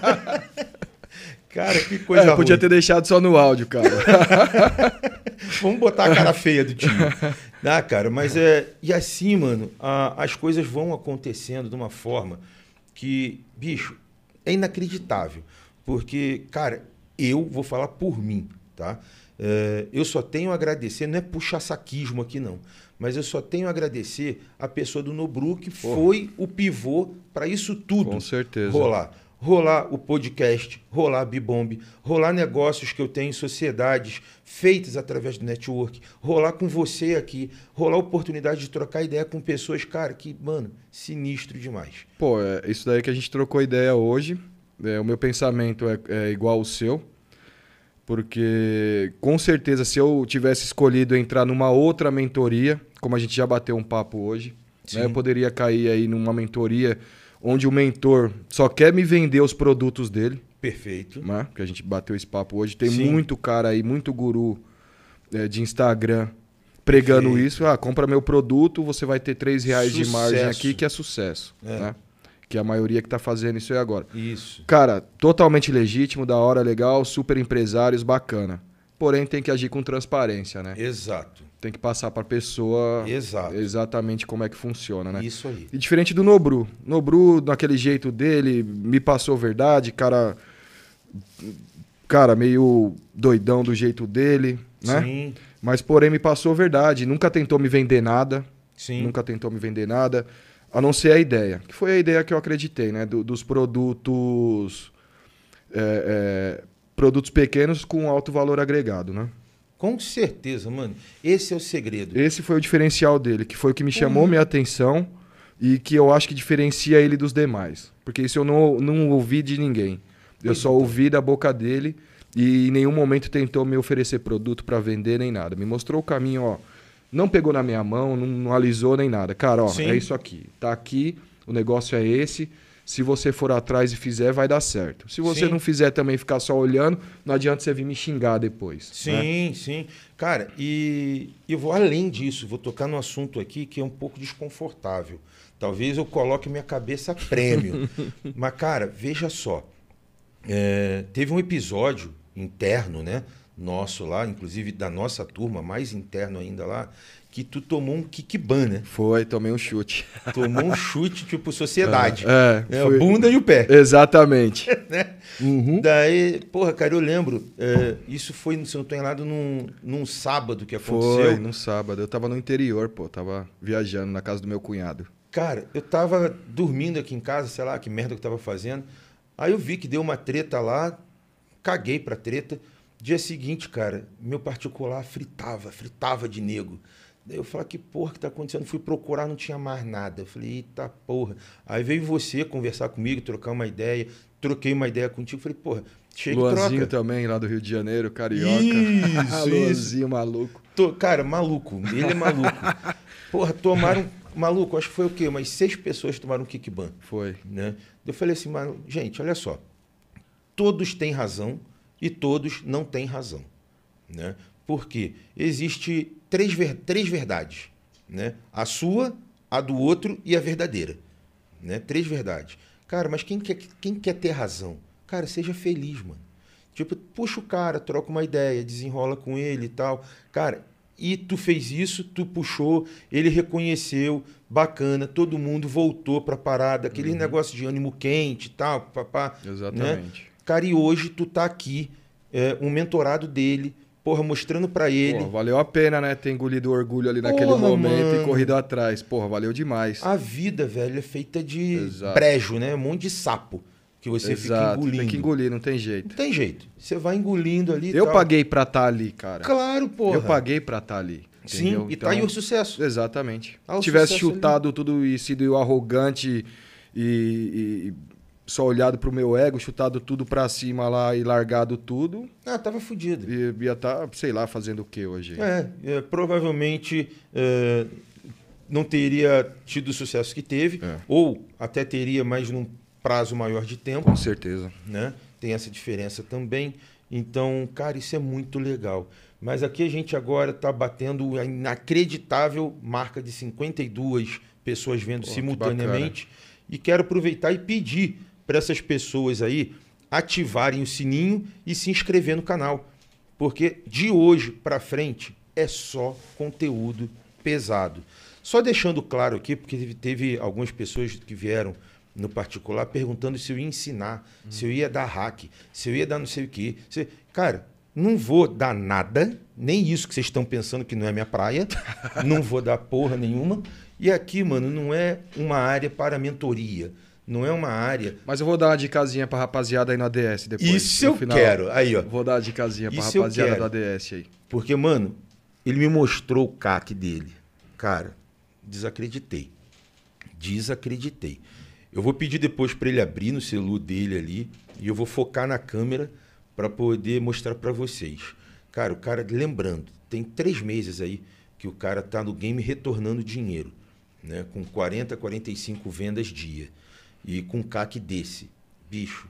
Cara, que coisa ruim. Podia ter deixado só no áudio, cara. Vamos botar a cara feia do time. Ah, cara, mas e assim, mano, as coisas vão acontecendo de uma forma que, bicho, é inacreditável. Porque, cara, eu vou falar por mim, tá? Eu só tenho a agradecer, não é puxa-saquismo aqui, não. Mas eu só tenho a agradecer a pessoa do Nobru, que foi o pivô para isso tudo. Com certeza. Rolar o podcast, rolar a Bibomb, rolar negócios que eu tenho em sociedades feitas através do network, rolar com você aqui, rolar a oportunidade de trocar ideia com pessoas, cara, que, mano, sinistro demais. Pô, isso daí que a gente trocou ideia hoje, o meu pensamento é igual ao seu, porque com certeza se eu tivesse escolhido entrar numa outra mentoria, como a gente já bateu um papo hoje, né, eu poderia cair aí numa mentoria onde o mentor só quer me vender os produtos dele. Perfeito. Né? Porque a gente bateu esse papo hoje. Tem muito cara aí, muito guru de Instagram pregando isso. Compra meu produto, você vai ter R$3 de margem aqui, que é sucesso. Né? Que é a maioria que tá fazendo isso aí agora. Isso. Cara, totalmente legítimo, da hora, legal, super empresários, bacana. Porém, tem que agir com transparência, né? Exato. Tem que passar para a pessoa exatamente como é que funciona, né? Isso aí. E diferente do Nobru. Nobru, daquele jeito dele, me passou verdade, cara meio doidão do jeito dele, né? Sim. Mas, porém, me passou verdade. Nunca tentou me vender nada. Sim. Nunca tentou me vender nada. A não ser a ideia. Que foi a ideia que eu acreditei, né? Dos produtos... produtos pequenos com alto valor agregado, né? Com certeza, mano. Esse é o segredo. Esse foi o diferencial dele, que foi o que me chamou minha atenção e que eu acho que diferencia ele dos demais. Porque isso eu não ouvi de ninguém. Eu só ouvi da boca dele e em nenhum momento tentou me oferecer produto para vender nem nada. Me mostrou o caminho, ó. Não pegou na minha mão, não alisou nem nada. Cara, ó, é isso aqui. Tá aqui, o negócio é esse. Se você for atrás e fizer, vai dar certo. Se você não fizer também, ficar só olhando, não adianta você vir me xingar depois. Sim, sim. Cara, e eu vou além disso, vou tocar num assunto aqui que é um pouco desconfortável. Talvez eu coloque minha cabeça a prêmio. Mas, cara, veja só. Teve um episódio interno, né? Nosso lá, inclusive da nossa turma, mais interno ainda lá, que tu tomou um kickban, né? Foi, tomei um chute. Tomou um chute tipo sociedade. Foi... A bunda e o pé. Exatamente. Né? Daí, porra, cara, eu lembro, isso foi, se eu não estou enganado, num sábado que aconteceu. Foi, num sábado. Eu tava no interior, pô, tava viajando na casa do meu cunhado. Cara, eu tava dormindo aqui em casa, sei lá, que merda que eu tava fazendo. Aí eu vi que deu uma treta lá, caguei pra treta. Dia seguinte, cara, meu particular fritava de nego. Daí eu falei, que porra que tá acontecendo? Fui procurar, não tinha mais nada. Eu falei, eita porra. Aí veio você conversar comigo, trocar uma ideia. Troquei uma ideia contigo. Falei, porra, chega e troca. Luanzinho também, lá do Rio de Janeiro, carioca. Isso. Luanzinho maluco. Cara, maluco. Ele é maluco. Porra, tomaram... Maluco, acho que foi o quê? Umas 6 pessoas tomaram kickban. Foi. Né? Eu falei assim, gente, olha só. Todos têm razão e todos não têm razão. Né? Por quê? Existe três verdades. Né? A sua, a do outro e a verdadeira. Né? 3 verdades. Cara, mas quem quer ter razão? Cara, seja feliz, mano. Tipo, puxa o cara, troca uma ideia, desenrola com ele e tal. Cara, e tu fez isso, tu puxou, ele reconheceu, bacana, todo mundo voltou pra parada, aquele negócio de ânimo quente e tal, papá. Exatamente. Né? Cara, e hoje tu tá aqui, um mentorado dele, porra, mostrando pra ele. Porra, valeu a pena, né? Ter engolido o orgulho ali naquele Porra, momento mano. e corrido atrás. Porra, valeu demais. A vida, velho, é feita de Exato. brejo, né? Um monte de sapo que você fica Exato, engolindo. tem que engolir, não tem jeito. Não tem jeito. Você vai engolindo ali e Eu tal. paguei pra estar ali, cara. Claro, porra. Eu paguei pra estar ali. Sim, Entendeu? e tá aí o sucesso. Exatamente. Ah, o Se tivesse sucesso chutado tudo e sido arrogante e só olhado pro meu ego, chutado tudo pra cima lá e largado tudo, Ah, tava fudido. ia estar, sei lá, fazendo o que hoje? Provavelmente não teria tido o sucesso que teve, ou até teria, mas num prazo maior de tempo. Com certeza. Né? Tem essa diferença também. Então, cara, isso é muito legal. Mas aqui a gente agora está batendo a inacreditável marca de 52 pessoas vendo simultaneamente. E quero aproveitar e pedir para essas pessoas aí ativarem o sininho e se inscrever no canal. Porque de hoje para frente é só conteúdo pesado. Só deixando claro aqui, porque teve algumas pessoas que vieram no particular perguntando se eu ia ensinar, se eu ia dar hack, se eu ia dar não sei o quê. Cara, não vou dar nada, nem isso que vocês estão pensando que não é minha praia. Não vou dar porra nenhuma. E aqui, mano, não é uma área para mentoria. Não é uma área... Mas eu vou dar uma dicasinha pra rapaziada aí no ADS depois. Isso eu quero. Aí, ó. Vou dar uma dicasinha pra Isso eu rapaziada quero. do ADS aí. Porque, mano, ele me mostrou o CAC dele. Cara, desacreditei. Desacreditei. Eu vou pedir depois para ele abrir no celular dele ali e eu vou focar na câmera para poder mostrar para vocês. Cara, o cara, lembrando, tem 3 meses aí que o cara tá no game retornando dinheiro, né? Com 40, 45 vendas dia. E com CAC desse, bicho,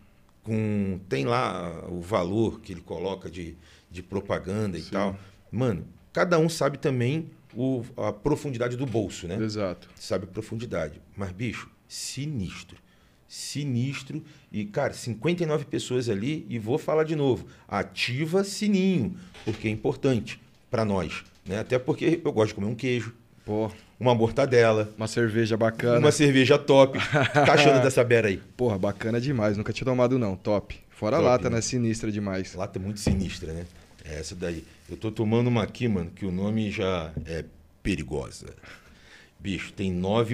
tem lá o valor que ele coloca de propaganda e tal. Mano, cada um sabe também a profundidade do bolso, né? Exato. Sabe a profundidade. Mas, bicho, sinistro. Sinistro. E, cara, 59 pessoas ali. E vou falar de novo. Ativa sininho, porque é importante para nós, né? Até porque eu gosto de comer um queijo. Pô. Uma mortadela. Uma cerveja bacana. Uma cerveja top. Tá achando dessa beira aí? Porra, bacana demais. Nunca tinha tomado, não. Top. Fora Top, a lata, né? Sinistra demais. Lata é muito sinistra, né? É essa daí. Eu tô tomando uma aqui, mano, que o nome já é perigosa. Bicho, tem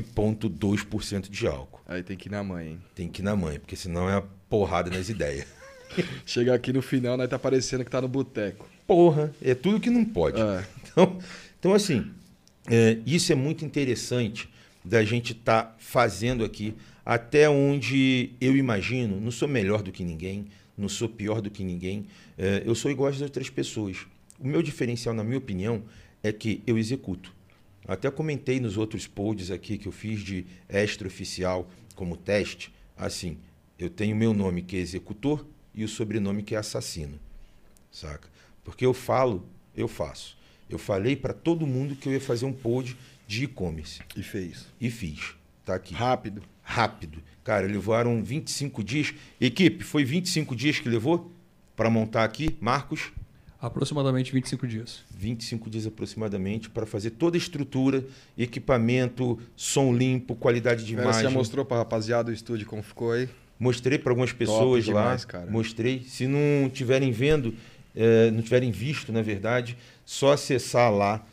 9,2% de álcool. Aí tem que ir na mãe, hein? Tem que ir na mãe, porque senão é uma porrada nas ideias. Chega aqui no final, nós tá parecendo que tá no boteco. Porra, é tudo que não pode. É. Então assim, isso é muito interessante da gente estar fazendo aqui, até onde eu imagino, não sou melhor do que ninguém, não sou pior do que ninguém, eu sou igual às outras pessoas. O meu diferencial, na minha opinião, é que eu executo. Até comentei nos outros posts aqui que eu fiz de extraoficial como teste, assim, eu tenho meu nome que é executor e o sobrenome que é assassino, saca? Porque eu falo, eu faço. Eu falei para todo mundo que eu ia fazer um pod de e-commerce. E fez. E fiz. Tá aqui. Rápido. Rápido. Cara, levaram 25 dias. Equipe, foi 25 dias que levou para montar aqui, Marcos? Aproximadamente 25 dias. 25 dias aproximadamente para fazer toda a estrutura, equipamento, som limpo, qualidade de imagem. Você já mostrou pra rapaziada o estúdio como ficou aí? Mostrei para algumas pessoas demais, lá. cara. Mostrei. Se não tiverem vendo, não tiverem visto, na verdade, só acessar lá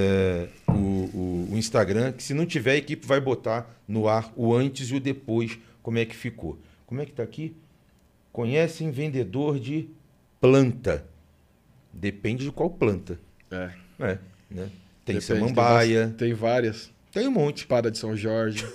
o Instagram, que se não tiver, a equipe vai botar no ar o antes e o depois, como é que ficou. Como é que está aqui? Conhecem vendedor de planta. Depende de qual planta. É. Né? Tem Depende, samambaia. Tem várias. Tem um monte. Espada de São Jorge.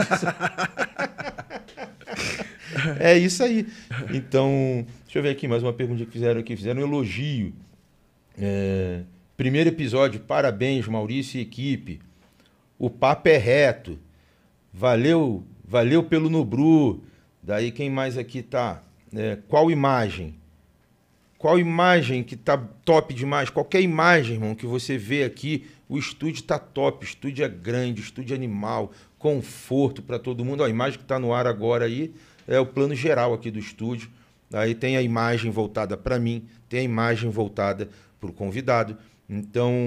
É isso aí. Então, deixa eu ver aqui mais uma pergunta que fizeram aqui. Fizeram um elogio. Primeiro episódio, parabéns, Maurício e equipe. O papo é reto. Valeu pelo Nubru. Daí quem mais aqui tá? Qual imagem? Qual imagem que tá top demais? Qualquer imagem, irmão, que você vê aqui, o estúdio tá top, o estúdio é grande, o estúdio é animal, conforto para todo mundo. A imagem que está no ar agora aí é o plano geral aqui do estúdio. Aí tem a imagem voltada para mim, tem a imagem voltada para o convidado. Então,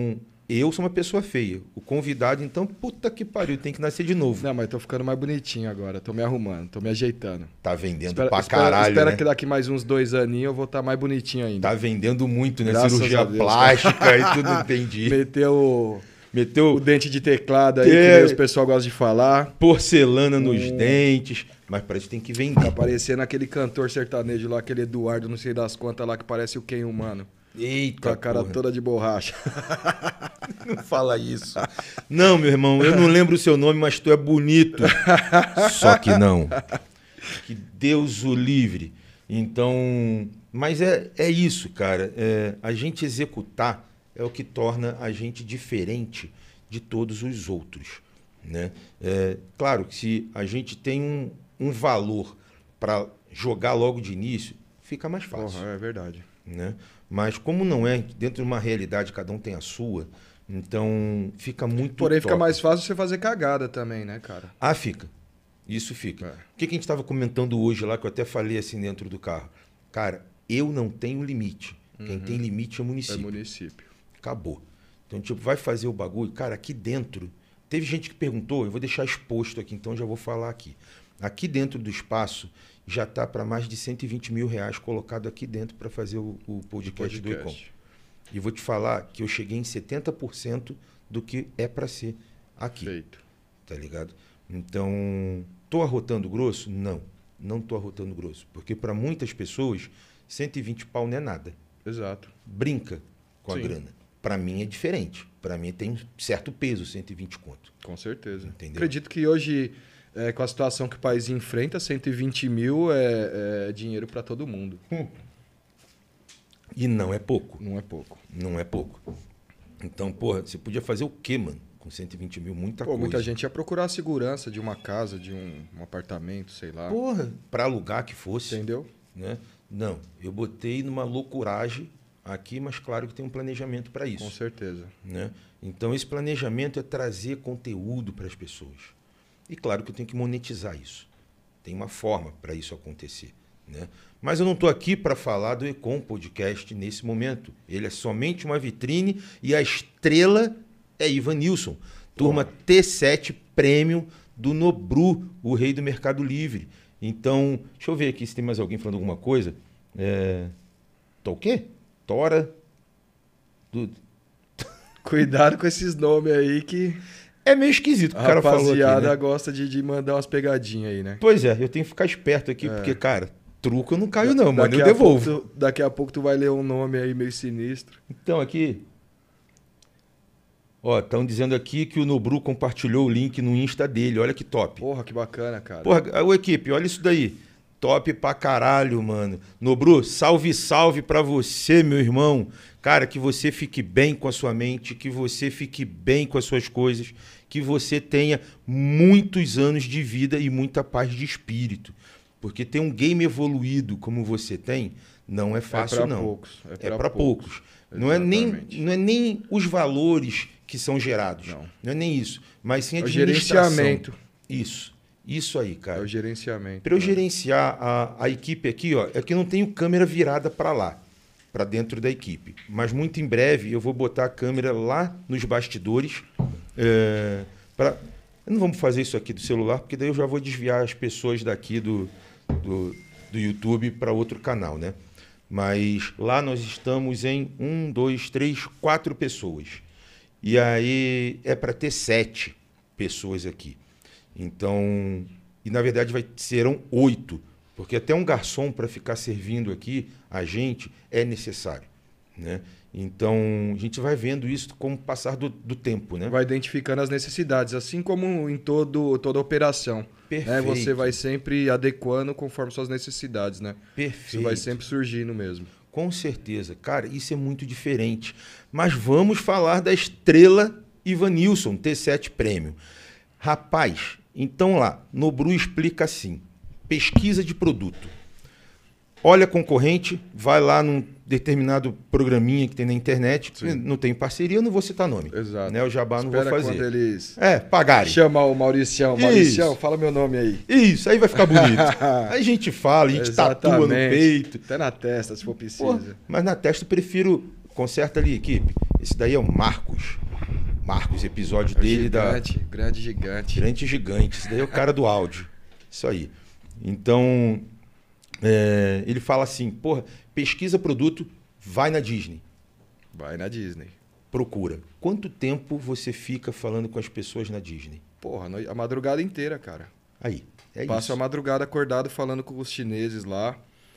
eu sou uma pessoa feia. O convidado, então, puta que pariu, tem que nascer de novo. Não, mas tô ficando mais bonitinho agora. Tô me arrumando, tô me ajeitando. Tá vendendo pra caralho, espera né? que daqui mais uns 2 aninhos eu vou estar mais bonitinho ainda. Tá vendendo muito, né? Graças Cirurgia a Deus, plástica e tudo, entendi. Meteu Meteu o dente de teclado aí, que nem os pessoal gosta de falar. porcelana nos dentes. Mas pra isso tem que vender. Tá parecendo aquele cantor sertanejo lá, aquele Eduardo, não sei das quantas lá, que parece o Ken humano. Eita, Com a cara porra. toda de borracha. Não fala isso. Não, meu irmão, eu não lembro o seu nome, mas tu é bonito. Só que não. Que Deus o livre. Então, mas é isso, cara. A gente executar é o que torna a gente diferente de todos os outros, né? Claro que se a gente tem um valor para jogar logo de início, fica mais fácil. Porra, é verdade. Né? Mas como não é, dentro de uma realidade cada um tem a sua, então fica muito Porém, fica top. mais fácil você fazer cagada também, né, cara? Ah, fica. Isso fica. O que a gente estava comentando hoje lá, que eu até falei assim dentro do carro? Cara, eu não tenho limite. Quem tem limite é o município. É município. Acabou. Então, tipo, vai fazer o bagulho. Cara, aqui dentro... Teve gente que perguntou, eu vou deixar exposto aqui, então já vou falar aqui. Aqui dentro do espaço, já está para mais de 120 mil reais colocado aqui dentro para fazer o podcast do Ecom. E vou te falar que eu cheguei em 70% do que é para ser aqui. Feito. Tá ligado? Então, tô arrotando grosso? Não, não tô arrotando grosso. Porque para muitas pessoas, 120 pau não é nada. Exato. Brinca com a Sim. grana. Para mim é diferente. Para mim tem um certo peso, 120 conto. Com certeza. Entendeu? Acredito que hoje, com a situação que o país enfrenta, 120 mil é dinheiro para todo mundo. E não é pouco. Não é pouco. Não é pouco. Então, porra, você podia fazer o quê, mano? Com 120 mil, muita coisa. Muita gente ia procurar a segurança de uma casa, de um apartamento, sei lá. Porra, para alugar que fosse. Entendeu? Né? Não, eu botei numa loucuragem aqui, mas claro que tem um planejamento para isso. Com certeza. Né? Então, esse planejamento é trazer conteúdo para as pessoas. E claro que eu tenho que monetizar isso. Tem uma forma para isso acontecer. Né? Mas eu não estou aqui para falar do Ecom Podcast nesse momento. Ele é somente uma vitrine e a estrela é Ivanilson, turma T7 Premium do Nobru, o rei do Mercado Livre. Então, deixa eu ver aqui se tem mais alguém falando alguma coisa. Tá o quê? Tora. Cuidado com esses nomes aí que É meio esquisito o a cara falou aqui, rapaziada né? gosta de mandar umas pegadinhas aí, né? Pois é, eu tenho que ficar esperto aqui, porque, cara, truco eu não caio não, mano, eu a devolvo. daqui a pouco tu vai ler um nome aí meio sinistro. Então, aqui... Ó, estão dizendo aqui que o Nobru compartilhou o link no Insta dele, olha que top. Porra, que bacana, cara. Porra, ô equipe, olha isso daí. Top pra caralho, mano. Nobru, salve, salve pra você, meu irmão. Cara, que você fique bem com a sua mente, que você fique bem com as suas coisas, que você tenha muitos anos de vida e muita paz de espírito. Porque ter um game evoluído como você tem, não é fácil, não. Poucos. É pra poucos. Não é nem os valores que são gerados. Não é nem isso. Mas sim a administração. Gerenciamento. Isso aí, cara. É o gerenciamento. Para eu gerenciar a equipe aqui, ó, é que eu não tenho câmera virada para lá, para dentro da equipe. Mas muito em breve eu vou botar a câmera lá nos bastidores. Não vamos fazer isso aqui do celular, porque daí eu já vou desviar as pessoas daqui do YouTube para outro canal, né? Mas lá nós estamos em 1, 2, 3, 4 pessoas. E aí é para ter 7 pessoas aqui. Então, e na verdade serão 8, porque até um garçom para ficar servindo aqui a gente é necessário, né? Então, a gente vai vendo isso com o passar do tempo, né? Vai identificando as necessidades, assim como em toda operação. Perfeito. Né? Você vai sempre adequando conforme suas necessidades, né? Perfeito. Isso vai sempre surgindo mesmo. Com certeza. Cara, isso é muito diferente. Mas vamos falar da estrela Ivanilson, T7 Premium. Rapaz, então lá, Nobru explica assim, pesquisa de produto. Olha a concorrente, vai lá num determinado programinha que tem na internet, não tem parceria, eu não vou citar nome. Exato. Né? O jabá não vou fazer. Quando eles pagarem. Chama o Mauricião. Mauricião, fala meu nome aí. Isso, aí vai ficar bonito. Aí a gente fala, a gente tatua no peito. Até na testa, se for preciso. Pô, mas na testa eu prefiro... Conserta ali, equipe. Esse daí é o Marcos. Marcos, episódio É o dele gigante, grande gigante. Grande Gigante. Esse daí é o cara do áudio. Isso aí. Então, ele fala assim, porra, pesquisa produto, vai na Disney. Vai na Disney. Procura. Quanto tempo você fica falando com as pessoas na Disney? Porra, a madrugada inteira, cara. Aí, Passo isso. a madrugada acordado falando com os chineses lá.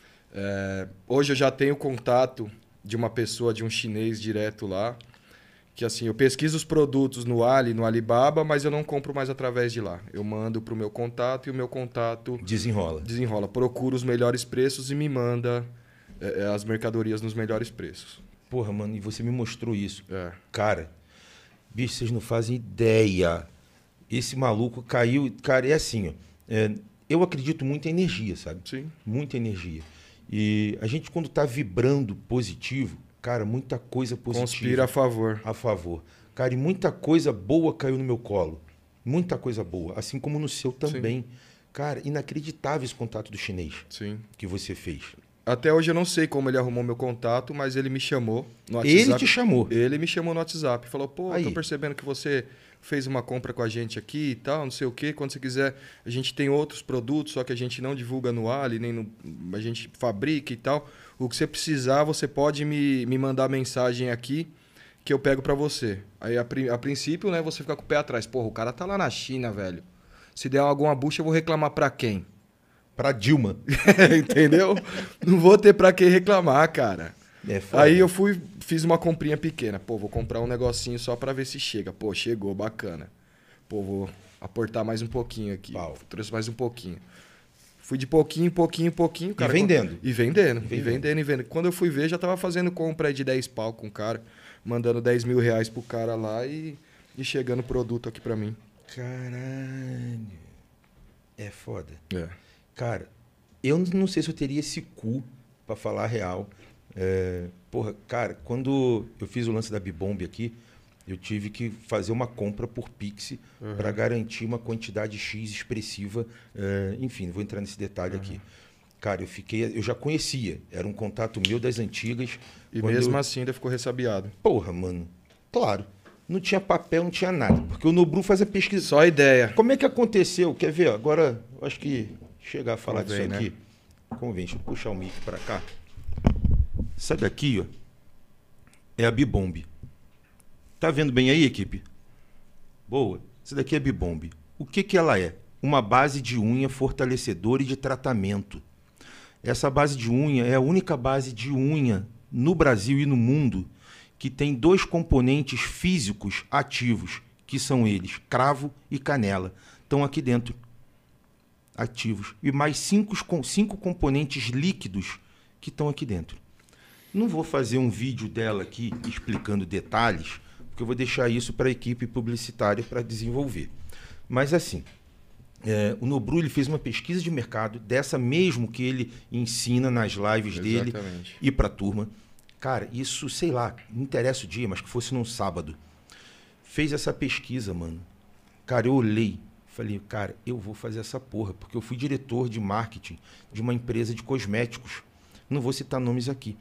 Hoje eu já tenho contato de uma pessoa, de um chinês direto lá. Que assim, eu pesquiso os produtos no Alibaba, mas eu não compro mais através de lá. Eu mando pro meu contato e o meu contato Desenrola. Procura os melhores preços e me manda as mercadorias nos melhores preços. Porra, mano, e você me mostrou isso. É. Cara, bicho, vocês não fazem ideia. Esse maluco caiu... Cara, é assim, ó. Eu acredito muito em energia, sabe? Sim. Muita energia. E a gente, quando tá vibrando positivo, cara, muita coisa positiva. Conspira a favor. A favor. Cara, e muita coisa boa caiu no meu colo. Muita coisa boa. Assim como no seu também. Sim. Cara, inacreditável esse contato do chinês. Sim. Que você fez. Até hoje eu não sei como ele arrumou meu contato, mas ele me chamou no WhatsApp. Ele te chamou? Ele me chamou no WhatsApp. Falou, pô, Aí. tô percebendo que você fez uma compra com a gente aqui e tal, não sei o quê. Quando você quiser, a gente tem outros produtos, só que a gente não divulga no Ali, a gente fabrica e tal. O que você precisar, você pode me mandar mensagem aqui que eu pego pra você. Aí, a princípio, né, você fica com o pé atrás. Porra, o cara tá lá na China, velho. Se der alguma bucha, eu vou reclamar pra quem? Pra Dilma. Entendeu? Não vou ter pra quem reclamar, cara. Foda. Aí eu fiz uma comprinha pequena. Pô, vou comprar um negocinho só pra ver se chega. Pô, chegou, bacana. Pô, vou aportar mais um pouquinho aqui. Pau. Trouxe mais um pouquinho. Fui de pouquinho. Cara, E vendendo. E vendendo. Quando eu fui ver, já tava fazendo compra aí de 10 pau com o cara. Mandando 10 mil reais pro cara lá e chegando o produto aqui pra mim. Caralho. É foda. É. Cara, eu não sei se eu teria esse cu pra falar a real. Porra, cara, quando eu fiz o lance da Bibomb aqui, eu tive que fazer uma compra por Pix para garantir uma quantidade X expressiva. Enfim, não vou entrar nesse detalhe aqui. Cara, eu já conhecia, era um contato meu das antigas. E mesmo assim ainda ficou ressabiado. Porra, mano, claro. Não tinha papel, não tinha nada. Porque o Nobru faz a pesquisa. Só ideia. Como é que aconteceu? Quer ver? Agora, eu acho que chegar a falar Convém, disso aqui. né? Convém, deixa eu puxar o mic pra cá. Essa daqui, ó, é a Bibomb. Tá vendo bem aí, equipe? Boa. Essa daqui é a Bibomb. O que ela é? Uma base de unha fortalecedora e de tratamento. Essa base de unha é a única base de unha no Brasil e no mundo que tem 2 componentes físicos ativos, que são eles, cravo e canela. Estão aqui dentro, ativos. E mais 5 componentes líquidos que estão aqui dentro. Não vou fazer um vídeo dela aqui explicando detalhes, porque eu vou deixar isso para a equipe publicitária para desenvolver. Mas assim, o Nobru ele fez uma pesquisa de mercado, dessa mesmo que ele ensina nas lives dele e para a turma. Cara, isso, sei lá, não interessa o dia, mas que fosse num sábado. Fez essa pesquisa, mano. Cara, eu olhei, falei, cara, eu vou fazer essa porra, porque eu fui diretor de marketing de uma empresa de cosméticos. Não vou citar nomes aqui.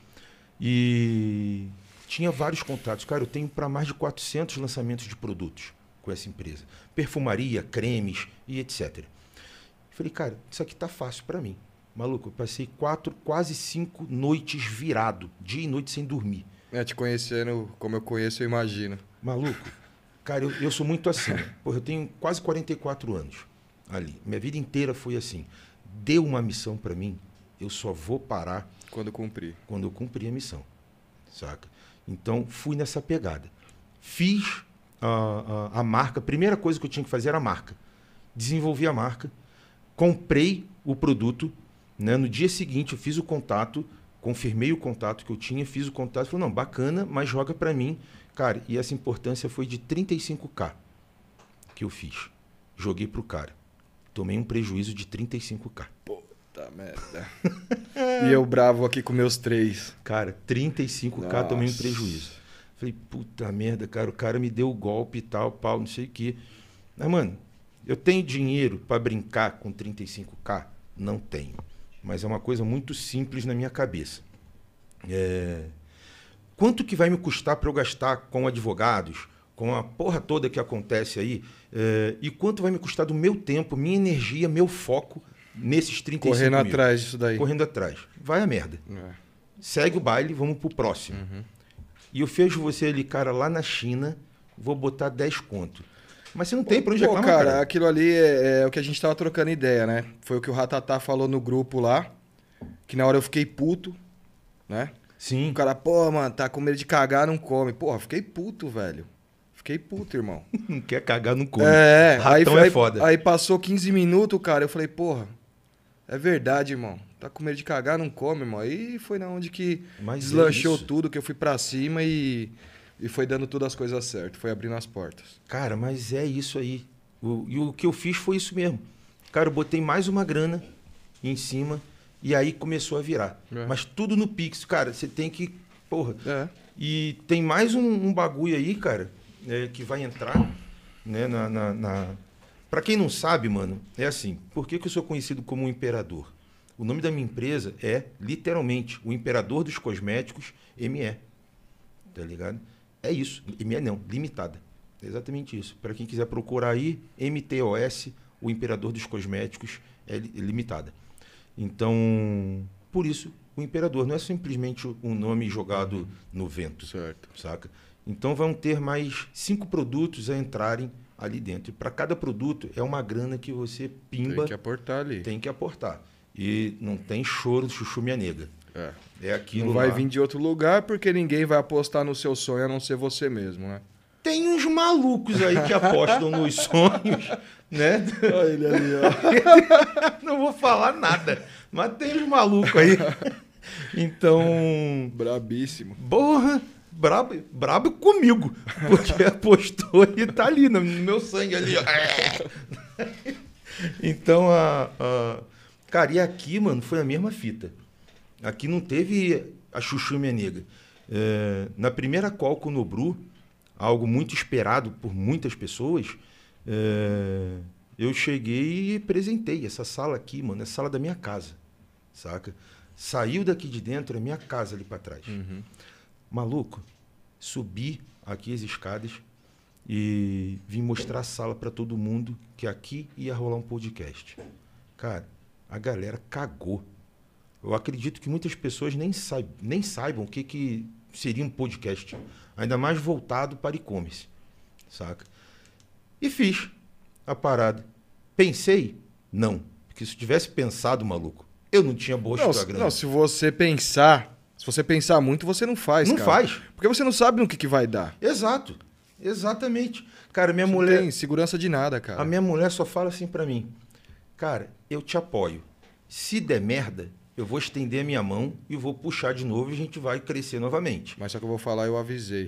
E tinha vários contatos. Cara, eu tenho para mais de 400 lançamentos de produtos com essa empresa. Perfumaria, cremes e etc. Falei, cara, isso aqui tá fácil para mim. Maluco, eu passei 4, quase 5 noites virado, dia e noite sem dormir. Te conhecendo como eu conheço, eu imagino. Maluco, cara, eu sou muito assim. Porra, eu tenho quase 44 anos ali. Minha vida inteira foi assim. Deu uma missão para mim, eu só vou parar quando cumprir. Quando eu cumprir a missão, saca? Então, fui nessa pegada. Fiz a marca. A primeira coisa que eu tinha que fazer era a marca. Desenvolvi a marca. Comprei o produto. Né? No dia seguinte, eu fiz o contato. Confirmei o contato que eu tinha. Fiz o contato. Falei, não, bacana, mas joga para mim. Cara, e essa importância foi de 35K que eu fiz. Joguei pro cara. Tomei um prejuízo de 35K. Puta merda. E eu bravo aqui com meus 3. Cara, 35K. Nossa. Tomei um prejuízo. Falei, puta merda, cara, o cara me deu o golpe e tal, pau, não sei o quê. Mas, mano, eu tenho dinheiro para brincar com 35K? Não tenho. Mas é uma coisa muito simples na minha cabeça. Quanto que vai me custar para eu gastar com advogados, com a porra toda que acontece aí, e quanto vai me custar do meu tempo, minha energia, meu foco nesses 35 Correndo mil? atrás disso daí. Correndo atrás. Vai a merda. Segue o baile, vamos pro próximo. E eu fecho você ali, cara, lá na China, vou botar 10 conto. Mas você não tem pra onde reclamar, cara, aquilo ali é o que a gente tava trocando ideia, né? Foi o que o Ratatá falou no grupo lá, que na hora eu fiquei puto, né? Sim. O cara, pô, mano, tá com medo de cagar, não come. Porra, fiquei puto, velho. Fiquei puto, irmão. Não quer cagar, não come. Ratão é foda. Aí passou 15 minutos, cara, eu falei, porra, é verdade, irmão. Tá com medo de cagar, não come, irmão. Aí foi na onde que deslanchou tudo, que eu fui pra cima e foi dando tudo as coisas certas. Foi abrindo as portas. Cara, mas é isso aí. E o que eu fiz foi isso mesmo. Cara, eu botei mais uma grana em cima e aí começou a virar. Mas tudo no Pix, cara, você tem que... Porra. E tem mais um bagulho aí, cara, que vai entrar, né, Pra quem não sabe, mano, é assim. Por que eu sou conhecido como um imperador? O nome da minha empresa é, literalmente, o Imperador dos Cosméticos ME. Tá ligado? É isso. ME não, limitada. É exatamente isso. Para quem quiser procurar aí, MTOS, o Imperador dos Cosméticos, é limitada. Então, por isso, o Imperador não é simplesmente um nome jogado no vento. Certo. Saca? Então, vão ter mais 5 produtos a entrarem ali dentro. E para cada produto, é uma grana que você pimba. Tem que aportar ali. Tem que aportar. E não tem choro de chuchu minha nega. É aquilo. Não vai lá. vir de outro lugar porque ninguém vai apostar no seu sonho a não ser você mesmo, né? Tem uns malucos aí que apostam nos sonhos, né? Olha ele ali, ó. Não vou falar nada, mas tem uns malucos aí. Então... Brabíssimo. Porra, brabo comigo, porque apostou e tá ali no meu sangue ali, ó. Então, cara, e aqui, mano, foi a mesma fita. Aqui não teve a chuchu minha nega. Na primeira call com o Nobru, algo muito esperado por muitas pessoas, eu cheguei e apresentei essa sala aqui, mano, é a sala da minha casa, saca? Saiu daqui de dentro, é minha casa ali para trás. Maluco, subi aqui as escadas e vim mostrar a sala para todo mundo que aqui ia rolar um podcast. Cara, a galera cagou. Eu acredito que muitas pessoas nem saibam o que seria um podcast. Ainda mais voltado para e-commerce. Saca? E fiz a parada. Pensei? Não. Porque se eu tivesse pensado, maluco, eu não tinha bolsa da grana. Não, se você pensar muito, você não faz, não cara. Não faz. Porque você não sabe no que vai dar. Exato. Exatamente. Cara, minha você mulher... não tem segurança de nada, cara. A minha mulher só fala assim pra mim. Cara, eu te apoio. Se der merda, eu vou estender a minha mão e vou puxar de novo e a gente vai crescer novamente. Mas só que eu vou falar, eu avisei.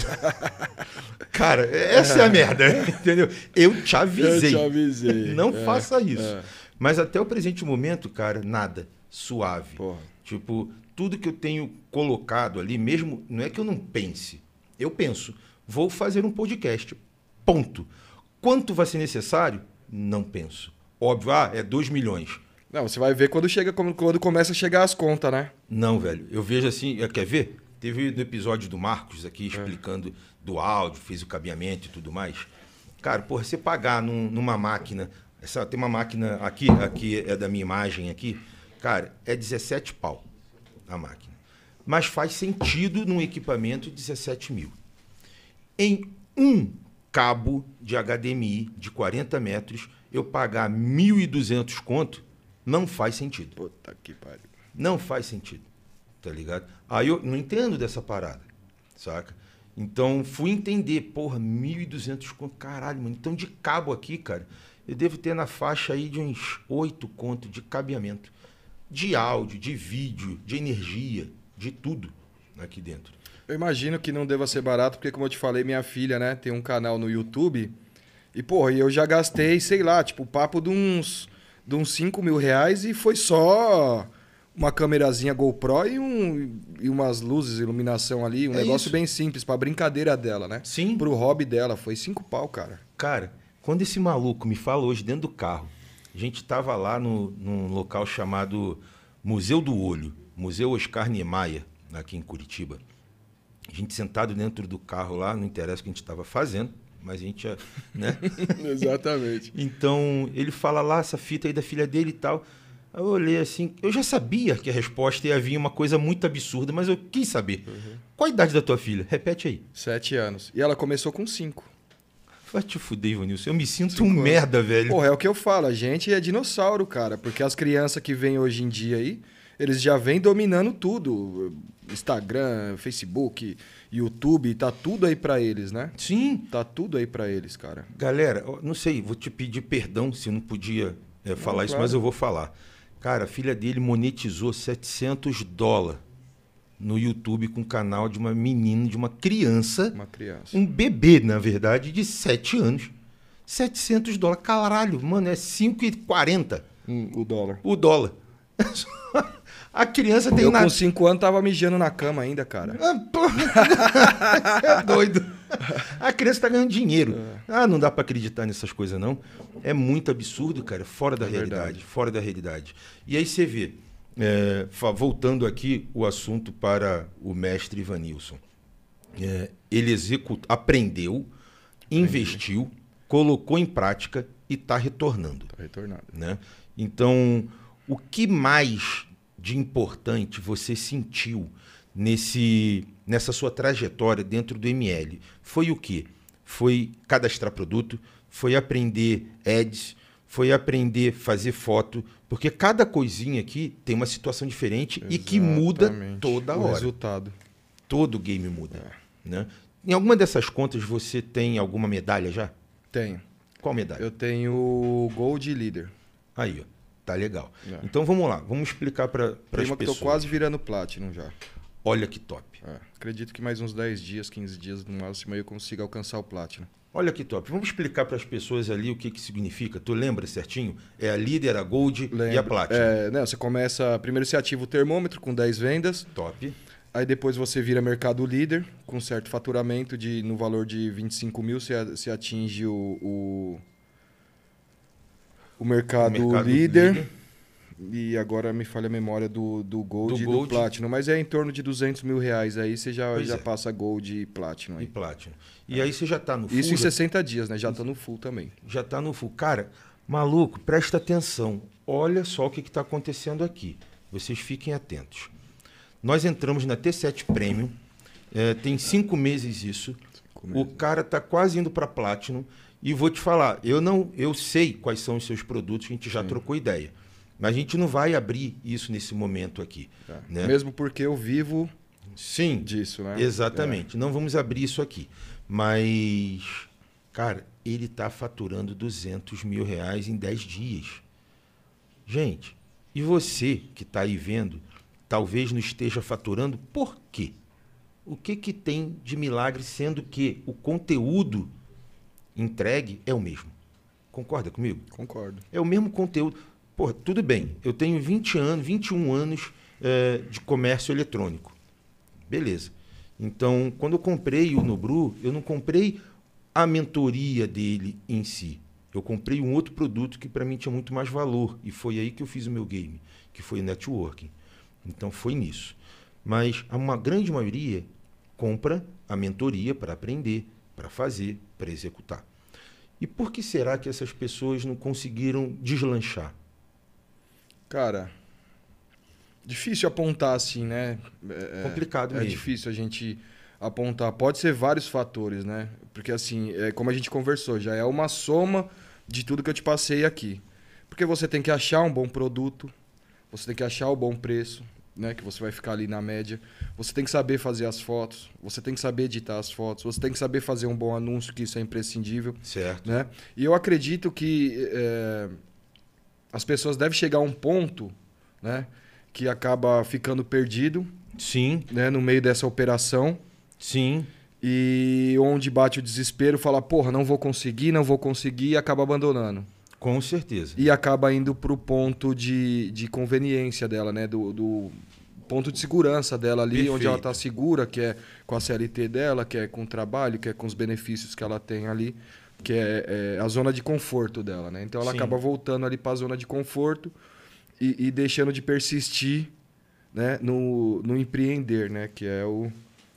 Cara, essa é a merda, entendeu? Eu te avisei. Eu te avisei. Não faça isso. Mas até o presente momento, cara, nada. Suave. Porra. Tipo, tudo que eu tenho colocado ali, mesmo, não é que eu não pense. Eu penso, vou fazer um podcast. Ponto. Quanto vai ser necessário? Não penso. Óbvio, é 2 milhões. Não, você vai ver quando começa a chegar as contas, né? Não, velho. Eu vejo assim, quer ver? Teve no episódio do Marcos aqui, explicando do áudio, fez o cabeamento e tudo mais. Cara, porra, você pagar numa máquina, tem uma máquina aqui é da minha imagem aqui, cara, é 17 pau a máquina. Mas faz sentido num equipamento de 17 mil. Em um cabo de HDMI de 40 metros, eu pagar 1.200 conto, não faz sentido. Puta que pariu. Não faz sentido, tá ligado? Aí eu não entendo dessa parada, saca? Então fui entender, porra, 1.200 conto, caralho, mano. Então de cabo aqui, cara, eu devo ter na faixa aí de uns 8 conto de cabeamento. De áudio, de vídeo, de energia, de tudo aqui dentro. Eu imagino que não deva ser barato, porque como eu te falei, minha filha, né, tem um canal no YouTube. E, porra, eu já gastei, sei lá, tipo, papo de uns 5 mil reais e foi só uma câmerazinha GoPro e umas luzes, iluminação ali, um negócio bem simples, pra brincadeira dela, né? Sim. Pro hobby dela, foi 5 pau, cara. Cara, quando esse maluco me fala hoje dentro do carro, a gente tava lá num local chamado Museu do Olho, Museu Oscar Niemeyer, aqui em Curitiba. A gente sentado dentro do carro lá, não interessa o que a gente estava fazendo, mas a gente, né? Exatamente. Então, ele fala lá, essa fita aí da filha dele e tal. Aí eu olhei assim, eu já sabia que a resposta ia vir uma coisa muito absurda, mas eu quis saber. Qual a idade da tua filha? Repete aí. 7 anos. E ela começou com 5. Vai te fuder, Ivanilson. Eu me sinto um merda, velho. Porra, é o que eu falo. A gente é dinossauro, cara. Porque as crianças que vêm hoje em dia aí, eles já vêm dominando tudo. Instagram, Facebook, YouTube, tá tudo aí pra eles, né? Sim. Tá tudo aí pra eles, cara. Galera, não sei, vou te pedir perdão se eu não podia falar isso, claro. mas eu vou falar. Cara, a filha dele monetizou $700 no YouTube com o canal de uma menina, de uma criança. Uma criança. Um bebê, na verdade, de 7 anos. $700. Caralho, mano, é 5,40 O dólar. o dólar. A criança tem Eu com 5 anos tava mijando na cama ainda, cara. É doido. A criança tá ganhando dinheiro. Não dá pra acreditar nessas coisas, não. É muito absurdo, cara. Fora da realidade. Verdade. Fora da realidade. E aí você vê, voltando aqui o assunto para o mestre Ivanilson. Ele aprendeu, investiu, colocou em prática e está retornando. Tá retornado. Né? Então, o que mais de importante você sentiu nessa sua trajetória dentro do ML? Foi o quê? Foi cadastrar produto, foi aprender ads, foi aprender a fazer foto, porque cada coisinha aqui tem uma situação diferente. Exatamente. E que muda toda hora. O resultado. Todo game muda. Né? Em alguma dessas contas você tem alguma medalha já? Tenho. Qual medalha? Eu tenho Gold Leader. Aí, ó. Tá legal. Então vamos lá, vamos explicar para as pessoas. Tem uma que eu tô quase virando Platinum já. Olha que top. Acredito que mais uns 10 dias, 15 dias no máximo eu consigo alcançar o Platinum. Olha que top. Vamos explicar para as pessoas ali o que significa. Tu lembra certinho? É a Líder, a Gold e a Platinum. Você começa... Primeiro você ativa o termômetro com 10 vendas. Top. Aí depois você vira Mercado Líder com certo faturamento no valor de 25 mil. Você atinge o mercado líder. E agora me falha a memória do Gold e do Platinum. Mas é em torno de R$200 mil. Aí você já passa Gold e Platinum. Aí. E Platinum. E aí você já tá no full. Isso em 60 dias, né? Já tá no full também. Já tá no full. Cara, maluco, presta atenção. Olha só o que está acontecendo aqui. Vocês fiquem atentos. Nós entramos na T7 Premium. Tem 5 meses isso. 5 meses. O cara tá quase indo para Platinum. E vou te falar, eu sei quais são os seus produtos, a gente já trocou ideia. Mas a gente não vai abrir isso nesse momento aqui. Né? Mesmo porque eu vivo disso, né? Exatamente. Não vamos abrir isso aqui. Mas, cara, ele está faturando R$200 mil em 10 dias. Gente, e você que está aí vendo, talvez não esteja faturando, por quê? O que tem de milagre, sendo que o conteúdo entregue é o mesmo? Concorda comigo? Concordo. É o mesmo conteúdo. Porra, tudo bem, eu tenho 21 anos de comércio eletrônico. Beleza. Então, quando eu comprei o Nubru, eu não comprei a mentoria dele em si. Eu comprei um outro produto que para mim tinha muito mais valor. E foi aí que eu fiz o meu game, que foi o networking. Então, foi nisso. Mas uma grande maioria compra a mentoria para aprender, para fazer, para executar. E por que será que essas pessoas não conseguiram deslanchar? Cara, difícil apontar assim, né? Complicado mesmo. É difícil a gente apontar. Pode ser vários fatores, né? Porque assim, como a gente conversou, já é uma soma de tudo que eu te passei aqui. Porque você tem que achar um bom produto, você tem que achar o bom preço, né? Que você vai ficar ali na média. Você tem que saber fazer as fotos, você tem que saber editar as fotos, você tem que saber fazer um bom anúncio, que isso é imprescindível. Certo. Né? E eu acredito que as pessoas devem chegar a um ponto, né, que acaba ficando perdido. Sim. Né, no meio dessa operação. Sim. E onde bate o desespero, fala, porra, não vou conseguir, e acaba abandonando. Com certeza. E acaba indo para o ponto de conveniência dela, né, do ponto de segurança dela ali. Perfeito. Onde ela está segura, que é com a CLT dela, que é com o trabalho, que é com os benefícios que ela tem ali, que é a zona de conforto dela, né? Então ela acaba voltando ali para a zona de conforto e deixando de persistir, né, no empreender, né? Que é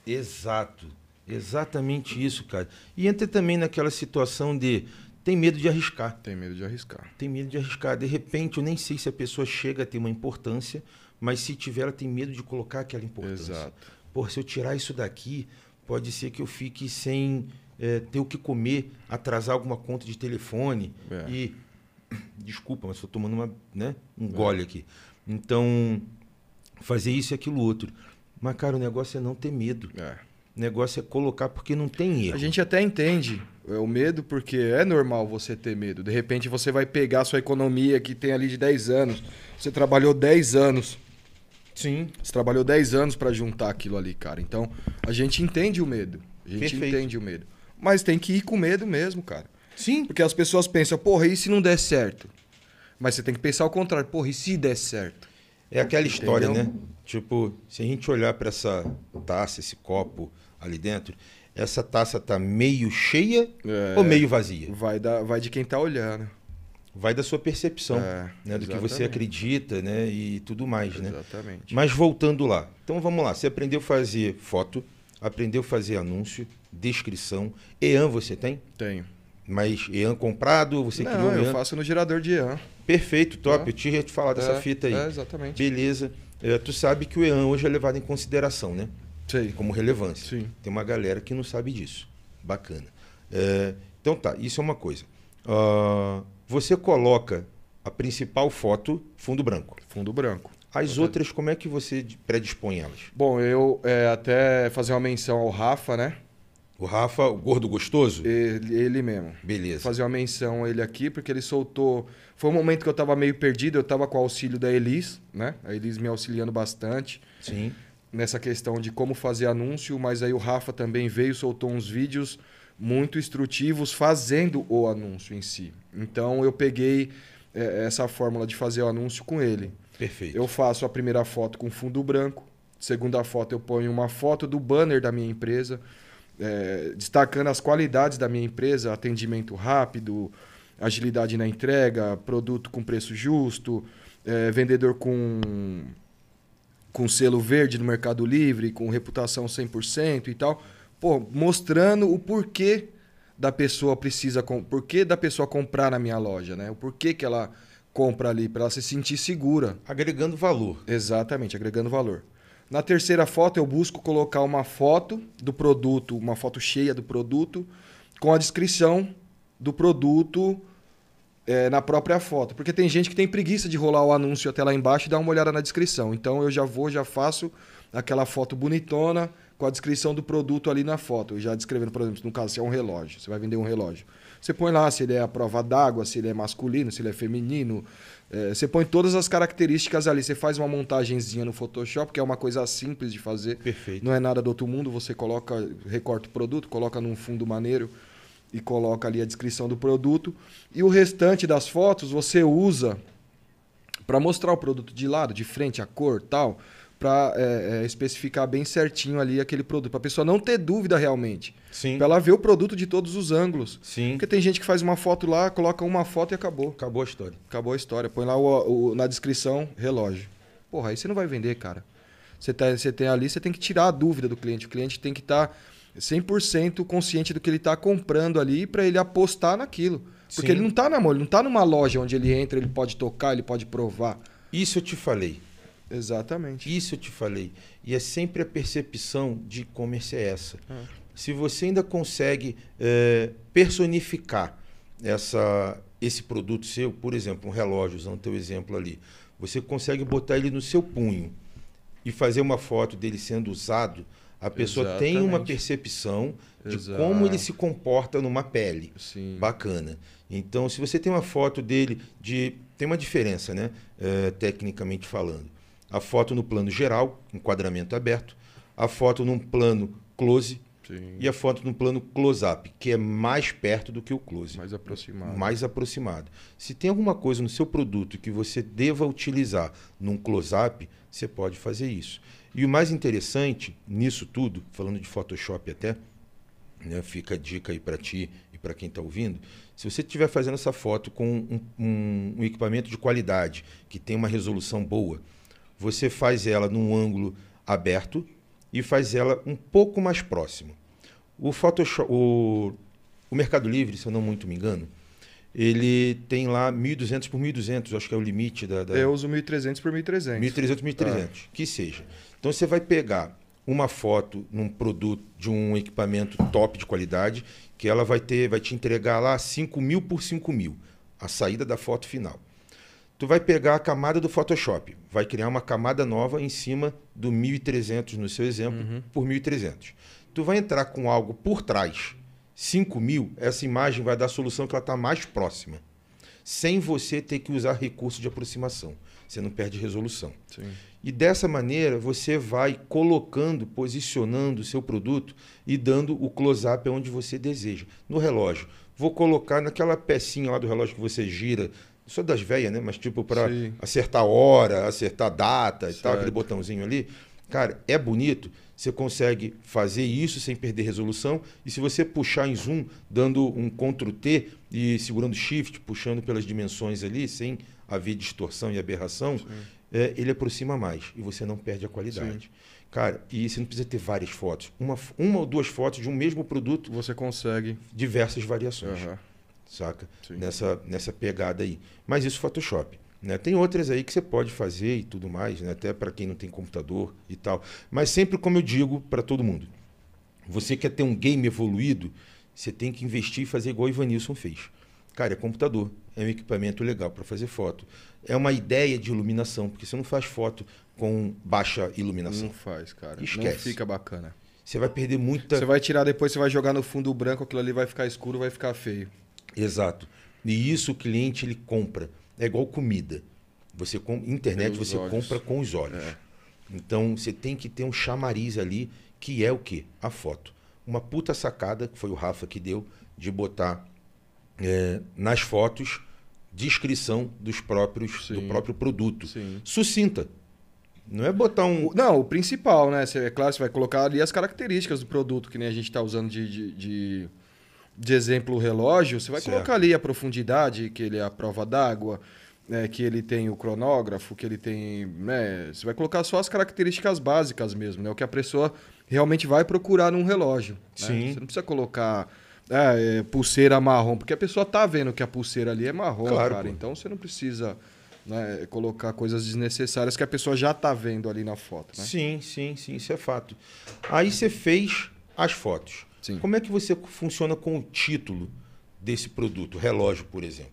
Exato. Exatamente isso, cara. E entra também naquela situação de tem medo de arriscar. Tem medo de arriscar. Tem medo de arriscar. De repente, eu nem sei se a pessoa chega a ter uma importância, mas se tiver, ela tem medo de colocar aquela importância. Exato. Pô, se eu tirar isso daqui, pode ser que eu fique sem ter o que comer, atrasar alguma conta de telefone. E, desculpa, mas estou tomando um gole aqui. Então, fazer isso e aquilo outro. Mas, cara, o negócio é não ter medo. O negócio é colocar porque não tem erro. A gente até entende o medo porque é normal você ter medo. De repente você vai pegar a sua economia que tem ali de 10 anos. Você trabalhou 10 anos. Sim. Você trabalhou 10 anos para juntar aquilo ali, cara. Então, a gente entende o medo. A gente Perfeito. entende o medo. Mas tem que ir com medo mesmo, cara. Sim. Porque as pessoas pensam, porra, e se não der certo? Mas você tem que pensar ao contrário. Porra, e se der certo? É aquela história, Entendeu? né? Tipo, se a gente olhar para essa taça, esse copo ali dentro, essa taça tá meio cheia ou meio vazia? Vai de quem tá olhando. Vai da sua percepção, né? Do que você exatamente. acredita, né? E tudo mais, né? Exatamente. Mas voltando lá. Então vamos lá. Você aprendeu a fazer foto, aprendeu a fazer anúncio, descrição. EAN você tem? Tenho. Mas EAN comprado, você criou Não, um eu EAN? faço no gerador de EAN. Perfeito, top. Eu tinha te falar dessa fita aí. Exatamente. Beleza. Tu sabe que o EAN hoje é levado em consideração, né? Sei. Como relevância. Sim. Tem uma galera que não sabe disso. Bacana. Então tá, isso é uma coisa. Você coloca a principal foto, fundo branco. Fundo branco. As outras, como é que você predispõe elas? Bom, eu até fazer uma menção ao Rafa, né? O Rafa, o gordo gostoso? Ele mesmo. Beleza. Fazer uma menção a ele aqui, porque ele soltou... Foi um momento que eu tava meio perdido, eu tava com o auxílio da Elis, né? A Elis me auxiliando bastante Sim. nessa questão de como fazer anúncio, mas aí o Rafa também veio, soltou uns vídeos muito instrutivos fazendo o anúncio em si. Então eu peguei essa fórmula de fazer o anúncio com ele. Perfeito. Eu faço a primeira foto com fundo branco, segunda foto eu ponho uma foto do banner da minha empresa, destacando as qualidades da minha empresa, atendimento rápido, agilidade na entrega, produto com preço justo, vendedor com selo verde no Mercado Livre, com reputação 100% e tal. Pô, mostrando o porquê da pessoa porquê da pessoa comprar na minha loja, né? O porquê que ela compra ali, para ela se sentir segura. Agregando valor. Exatamente, agregando valor. Na terceira foto, eu busco colocar uma foto do produto, uma foto cheia do produto, com a descrição do produto na própria foto. Porque tem gente que tem preguiça de rolar o anúncio até lá embaixo e dar uma olhada na descrição. Então, eu já faço aquela foto bonitona com a descrição do produto ali na foto. Já descrevendo, por exemplo, no caso, se é um relógio, você vai vender um relógio. Você põe lá se ele é à prova d'água, se ele é masculino, se ele é feminino. Você põe todas as características ali. Você faz uma montagenzinha no Photoshop, que é uma coisa simples de fazer. Perfeito. Não é nada do outro mundo. Você recorta o produto, coloca num fundo maneiro e coloca ali a descrição do produto. E o restante das fotos você usa para mostrar o produto de lado, de frente, a cor e tal, para especificar bem certinho ali aquele produto, para a pessoa não ter dúvida realmente. Sim. Para ela ver o produto de todos os ângulos. Sim. Porque tem gente que faz uma foto lá, coloca uma foto e acabou. Acabou a história. Acabou a história. Põe lá na descrição, relógio. Porra, aí você não vai vender, cara. Você tem ali, você tem que tirar a dúvida do cliente. O cliente tem que estar 100% consciente do que ele está comprando ali para ele apostar naquilo. Porque Sim. ele não está na mão, ele não está numa loja onde ele entra, ele pode tocar, ele pode provar. Isso eu te falei. Exatamente. Isso eu te falei. E é sempre a percepção de e-commerce é essa. Se você ainda consegue personificar esse produto seu, por exemplo, um relógio, usando o teu exemplo ali, você consegue botar ele no seu punho e fazer uma foto dele sendo usado, a pessoa tem uma percepção de como ele se comporta numa pele. Sim. Bacana. Então, se você tem uma foto dele tem uma diferença, né? Tecnicamente falando. A foto no plano geral, enquadramento aberto, a foto num plano close. Sim. E a foto no plano close-up, que é mais perto do que o close. Mais aproximado. Mais aproximado. Se tem alguma coisa no seu produto que você deva utilizar num close-up, você pode fazer isso. E o mais interessante nisso tudo, falando de Photoshop até, né, fica a dica aí para ti e para quem está ouvindo, se você estiver fazendo essa foto com um equipamento de qualidade, que tem uma resolução boa, você faz ela num ângulo aberto e faz ela um pouco mais próxima. O Photoshop, o Mercado Livre, se eu não muito me engano, ele tem lá 1.200 por 1.200, acho que é o limite da... Eu uso 1.300 por 1.300. 1.300 por 1.300, que seja. Então você vai pegar uma foto num produto de um equipamento top de qualidade, que ela vai te entregar lá 5.000 por 5.000, a saída da foto final. Tu vai pegar a camada do Photoshop, vai criar uma camada nova em cima do 1.300, no seu exemplo, por 1.300. Tu vai entrar com algo por trás, 5.000, essa imagem vai dar a solução que ela está mais próxima, sem você ter que usar recurso de aproximação. Você não perde resolução. Sim. E dessa maneira você vai colocando, posicionando o seu produto e dando o close-up onde você deseja. No relógio, vou colocar naquela pecinha lá do relógio que você gira, só das velhas, né? Mas tipo para acertar hora, acertar data e tal, aquele botãozinho ali. Cara, é bonito, você consegue fazer isso sem perder resolução, e se você puxar em zoom, dando um Ctrl+T e segurando Shift, puxando pelas dimensões ali, sem haver distorção e aberração, ele aproxima mais e você não perde a qualidade. Sim. Cara, e você não precisa ter várias fotos. Uma ou duas fotos de um mesmo produto, você consegue diversas variações. Saca? Nessa pegada aí. Mas isso Photoshop. Né? Tem outras aí que você pode fazer e tudo mais, né? Até para quem não tem computador e tal. Mas sempre, como eu digo para todo mundo, você quer ter um game evoluído, você tem que investir e fazer igual o Ivanilson fez. Cara, é computador, é um equipamento legal para fazer foto. É uma ideia de iluminação, porque você não faz foto com baixa iluminação. Não faz, cara. Esquece. Não fica bacana. Você vai perder muita... Você vai tirar depois, você vai jogar no fundo branco, aquilo ali vai ficar escuro, vai ficar feio. Exato. E isso o cliente ele compra. É igual comida. Você internet você compra com os olhos. Então você tem que ter um chamariz ali, que é o quê? A foto. Uma puta sacada, que foi o Rafa que deu, de botar nas fotos descrição do próprio produto. Sim. Sucinta. Não é botar um... Não, o principal, né? É claro, você vai colocar ali as características do produto, que nem a gente está usando de exemplo o relógio. Você vai colocar ali a profundidade, que ele é a prova d'água, que ele tem o cronógrafo, que ele tem... Né? Você vai colocar só as características básicas mesmo, né? O que a pessoa realmente vai procurar num relógio. Sim. Né? Você não precisa colocar pulseira marrom, porque a pessoa tá vendo que a pulseira ali é marrom, claro, cara. Então você não precisa... Né, colocar coisas desnecessárias que a pessoa já está vendo ali na foto. Né? Sim, isso é fato. Aí você fez as fotos. Sim. Como é que você funciona com o título desse produto? Relógio, por exemplo.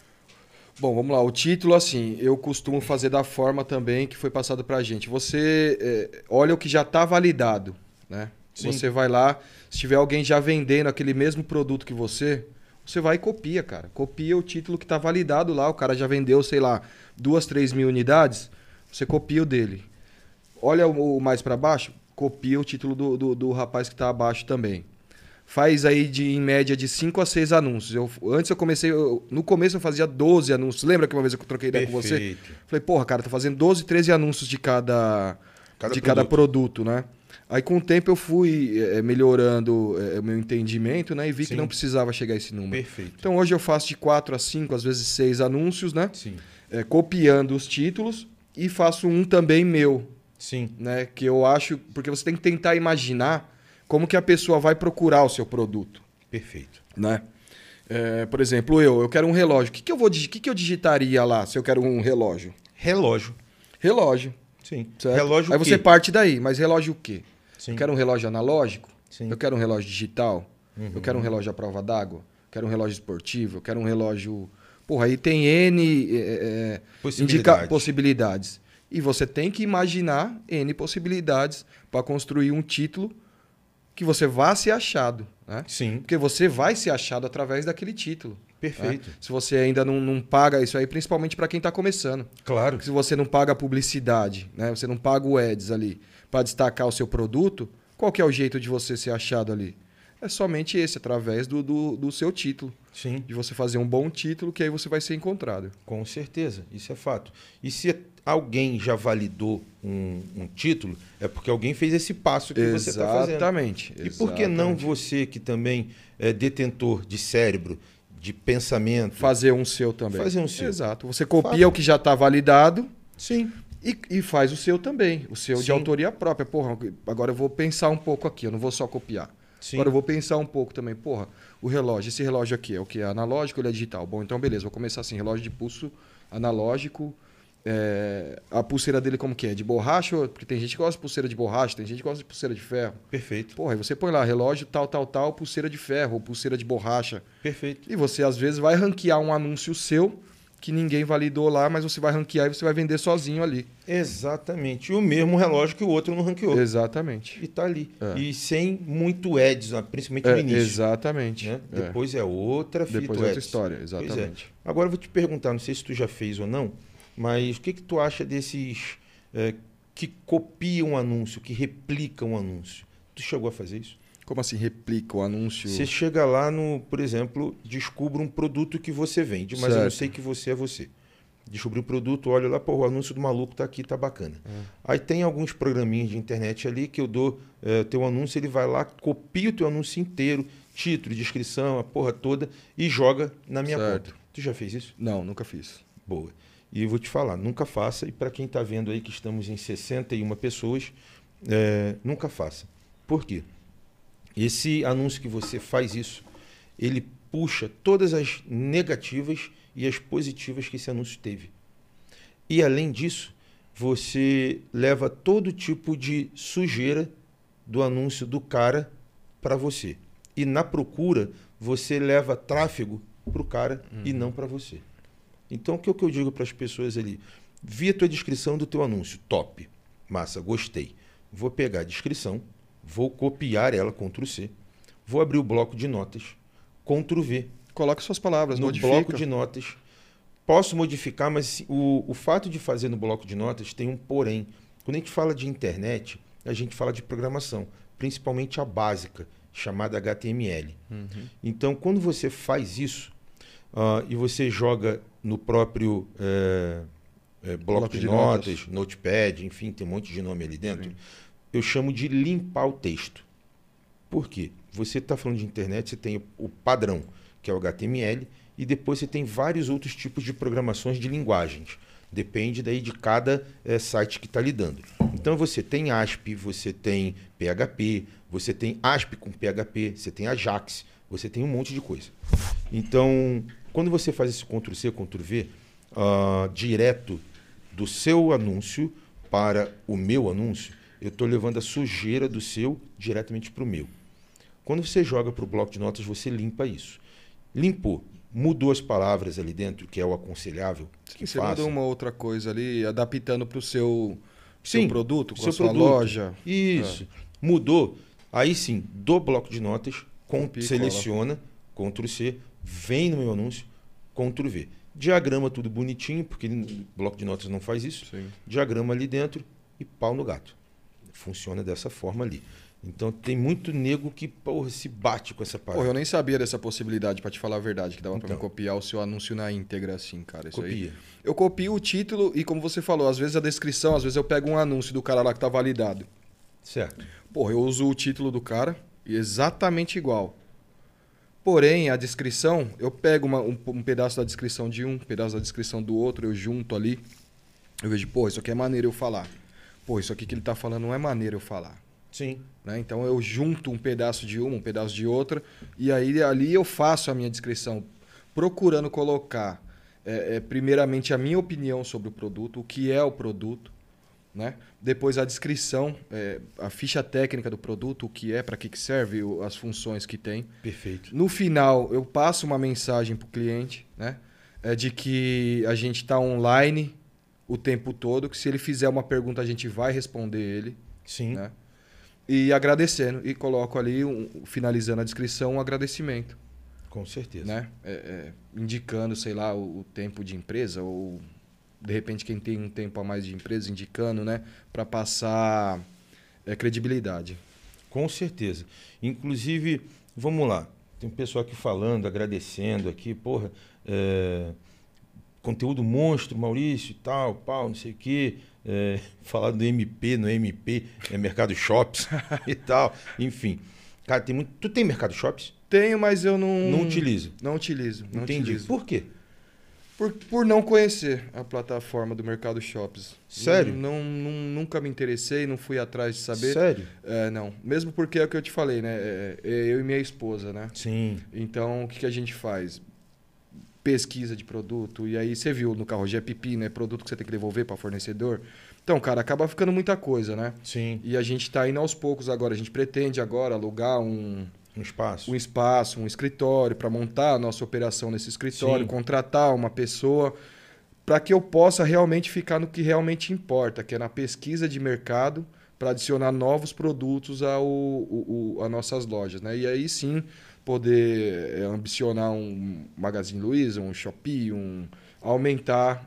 Bom, vamos lá. O título, assim, eu costumo fazer da forma também que foi passado para a gente. Você olha o que já está validado. Né? Você vai lá, se tiver alguém já vendendo aquele mesmo produto que você vai e copia, cara. Copia o título que está validado lá. O cara já vendeu, sei lá, 2, 3 mil unidades. Você copia o dele. Olha o mais para baixo, copia o título do rapaz que está abaixo também. Faz aí em média de 5 a 6 anúncios. No começo eu fazia 12 anúncios. Lembra que uma vez eu troquei ideia com você? Falei, porra, cara, tô fazendo 12, 13 anúncios de cada produto, né? Aí, com o tempo, eu fui melhorando o meu entendimento, né? E vi que não precisava chegar a esse número. Perfeito. Então, hoje eu faço de 4 a 5, às vezes 6 anúncios, né? Sim. Copiando os títulos e faço um também meu. Sim. Né? Que eu acho... Porque você tem que tentar imaginar como que a pessoa vai procurar o seu produto. Perfeito. Né? Por exemplo, eu quero um relógio. O que eu digitaria lá se eu quero um relógio? Relógio. Sim. Certo? Relógio Aí você parte daí. Mas relógio o quê? Sim. Eu quero um relógio analógico? Sim. Eu quero um relógio digital? Eu quero um relógio à prova d'água? Eu quero um relógio esportivo? Eu quero um relógio... Porra, aí tem N possibilidades. E você tem que imaginar N possibilidades para construir um título que você vá ser achado. Né? Sim. Porque você vai ser achado através daquele título. Perfeito. Né? Se você ainda não paga isso aí, principalmente para quem está começando. Claro. Porque se você não paga a publicidade, né? Você não paga o ads ali para destacar o seu produto, qual que é o jeito de você ser achado ali? É somente esse, através do seu título. Sim. De você fazer um bom título, que aí você vai ser encontrado. Com certeza, isso é fato. E se alguém já validou um título, é porque alguém fez esse passo que você está fazendo. Exatamente. E por que não você, que também é detentor de cérebro, de pensamento... Fazer um seu também. Fazer um seu. Exato. Você copia o que já está validado. Sim. E faz o seu também, o seu de Sim. autoria própria. Porra, agora eu vou pensar um pouco aqui, eu não vou só copiar. Sim. Agora eu vou pensar um pouco também. Porra, o relógio, esse relógio aqui é o que? É analógico ou ele é digital? Bom, então beleza, vou começar assim, relógio de pulso analógico. A pulseira dele como que é? De borracha? Porque tem gente que gosta de pulseira de borracha, tem gente que gosta de pulseira de ferro. Perfeito. Porra, aí você põe lá relógio tal, pulseira de ferro ou pulseira de borracha. Perfeito. E você às vezes vai ranquear um anúncio seu que ninguém validou lá, mas você vai ranquear e você vai vender sozinho ali. Exatamente. E o mesmo relógio que o outro não ranqueou. Exatamente. E tá ali. É. E sem muito ads, principalmente no início. Exatamente. Né? Depois é outra fita. Depois é outra história, exatamente. Pois é. Agora eu vou te perguntar, não sei se tu já fez ou não, mas o que tu acha desses que copiam o anúncio, que replicam o anúncio? Tu chegou a fazer isso? Como assim replica o anúncio? Você chega lá no, por exemplo, descubra um produto que você vende, mas eu não sei que você é você. Descobri um produto, olha lá, pô, o anúncio do maluco tá aqui, tá bacana. Aí tem alguns programinhas de internet ali que eu dou teu anúncio, ele vai lá, copia o teu anúncio inteiro, título, descrição, a porra toda, e joga na minha conta. Tu já fez isso? Não, nunca fiz. Boa. E eu vou te falar, nunca faça, e para quem está vendo aí que estamos em 61 pessoas, nunca faça. Por quê? Esse anúncio que você faz isso, ele puxa todas as negativas e as positivas que esse anúncio teve. E além disso, você leva todo tipo de sujeira do anúncio do cara para você. E na procura, você leva tráfego para o cara e não para você. Então, o que eu digo para as pessoas ali? Vi a tua descrição do teu anúncio, top, massa, gostei. Vou pegar a descrição, vou copiar ela, Ctrl+C, vou abrir o bloco de notas, Ctrl+V. Coloque suas palavras, no modifica. bloco de notas. Posso modificar, mas o fato de fazer no bloco de notas tem um porém. Quando a gente fala de internet, a gente fala de programação, principalmente a básica, chamada HTML. Então, quando você faz isso e você joga no próprio bloco de notas, Notepad, enfim, tem um monte de nome ali dentro, sim, eu chamo de limpar o texto. Por quê? Você está falando de internet, você tem o padrão, que é o HTML, e depois você tem vários outros tipos de programações de linguagens. Depende daí de cada site que está lidando. Então você tem ASP, você tem PHP, você tem ASP com PHP, você tem Ajax, você tem um monte de coisa. Então, quando você faz esse Ctrl+C, Ctrl+V, direto do seu anúncio para o meu anúncio, eu estou levando a sujeira do seu diretamente para o meu. Quando você joga para o bloco de notas, você limpa isso. Limpou, mudou as palavras ali dentro, que é o aconselhável. Sim, você mudou uma outra coisa ali, adaptando para o seu produto, com seu a sua produto. loja. Isso. Mudou. Aí sim, do bloco de notas, seleciona, Ctrl+C, vem no meu anúncio, Ctrl+V. Diagrama tudo bonitinho, porque o bloco de notas não faz isso. Sim. Diagrama ali dentro e pau no gato. Funciona dessa forma ali. Então tem muito nego que se bate com essa parada. Porra, eu nem sabia dessa possibilidade, pra te falar a verdade, que dava pra me copiar o seu anúncio na íntegra, assim, cara. Isso Copia. Aí. Eu copio o título e, como você falou, às vezes a descrição, às vezes eu pego um anúncio do cara lá que tá validado. Certo. Porra, eu uso o título do cara exatamente igual. Porém, a descrição, eu pego um pedaço da descrição de um pedaço da descrição do outro, eu junto ali. Eu vejo, pô, isso aqui é maneiro eu falar. Pô, isso aqui que ele tá falando não é maneiro eu falar. Sim. Né? Então eu junto um pedaço de uma, um pedaço de outra, e aí ali eu faço a minha descrição, procurando colocar primeiramente a minha opinião sobre o produto, o que é o produto, né? Depois a descrição, a ficha técnica do produto, o que é, para que serve, as funções que tem. Perfeito. No final eu passo uma mensagem para o cliente, né? De que a gente está online o tempo todo, que se ele fizer uma pergunta a gente vai responder ele. Sim. Né? E agradecendo. E coloco ali, finalizando a descrição, um agradecimento. Com certeza. Né? Indicando, sei lá, o tempo de empresa, ou de repente quem tem um tempo a mais de empresa, indicando, né? Para passar credibilidade. Com certeza. Inclusive, vamos lá, tem um pessoal aqui falando, agradecendo aqui, porra, conteúdo monstro, Maurício e tal, pau, não sei o quê. Falar do MP, no MP, Mercado Shops e tal, enfim. Cara, tem muito. Tu tem Mercado Shops? Tenho, mas eu não... Não utilizo. Não utilizo. Não Entendi. utilizo. Por quê? Por não conhecer a plataforma do Mercado Shops. Sério? Nunca me interessei, não fui atrás de saber. Sério? Não. Mesmo porque é o que eu te falei, né? Eu e minha esposa, né? Sim. Então, o que a gente faz? Pesquisa de produto. E aí você viu no carro GPP, né? Produto que você tem que devolver para fornecedor. Então, cara, acaba ficando muita coisa, né? Sim. E a gente tá indo aos poucos agora. A gente pretende agora alugar um espaço, um escritório para montar a nossa operação nesse escritório, Sim. contratar uma pessoa para que eu possa realmente ficar no que realmente importa, que é na pesquisa de mercado para adicionar novos produtos a nossas lojas, né? E aí sim poder ambicionar um Magazine Luiza, um Shopee, aumentar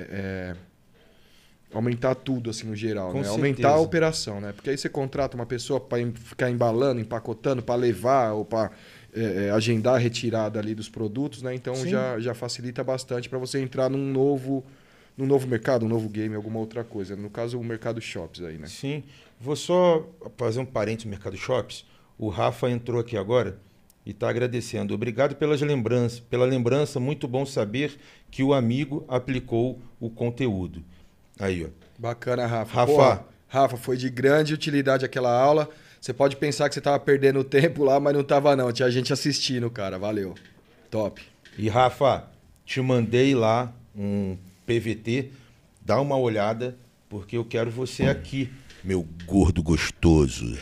tudo assim no geral, Com né? certeza. Aumentar a operação, né? Porque aí você contrata uma pessoa para ficar embalando, empacotando, para levar ou para agendar a retirada ali dos produtos, né? Então já facilita bastante para você entrar num novo mercado, um novo game, alguma outra coisa. No caso, o Mercado Shops aí, né? Sim. Vou só fazer um parênteses no Mercado Shops. O Rafa entrou aqui agora e está agradecendo. Obrigado pela lembrança. Muito bom saber que o amigo aplicou o conteúdo. Aí, ó. Bacana, Rafa. Rafa. Pô, Rafa, foi de grande utilidade aquela aula. Você pode pensar que você estava perdendo tempo lá, mas não estava não. Tinha gente assistindo, cara. Valeu. Top. E, Rafa, te mandei lá um PVT. Dá uma olhada, porque eu quero você aqui, meu gordo gostoso.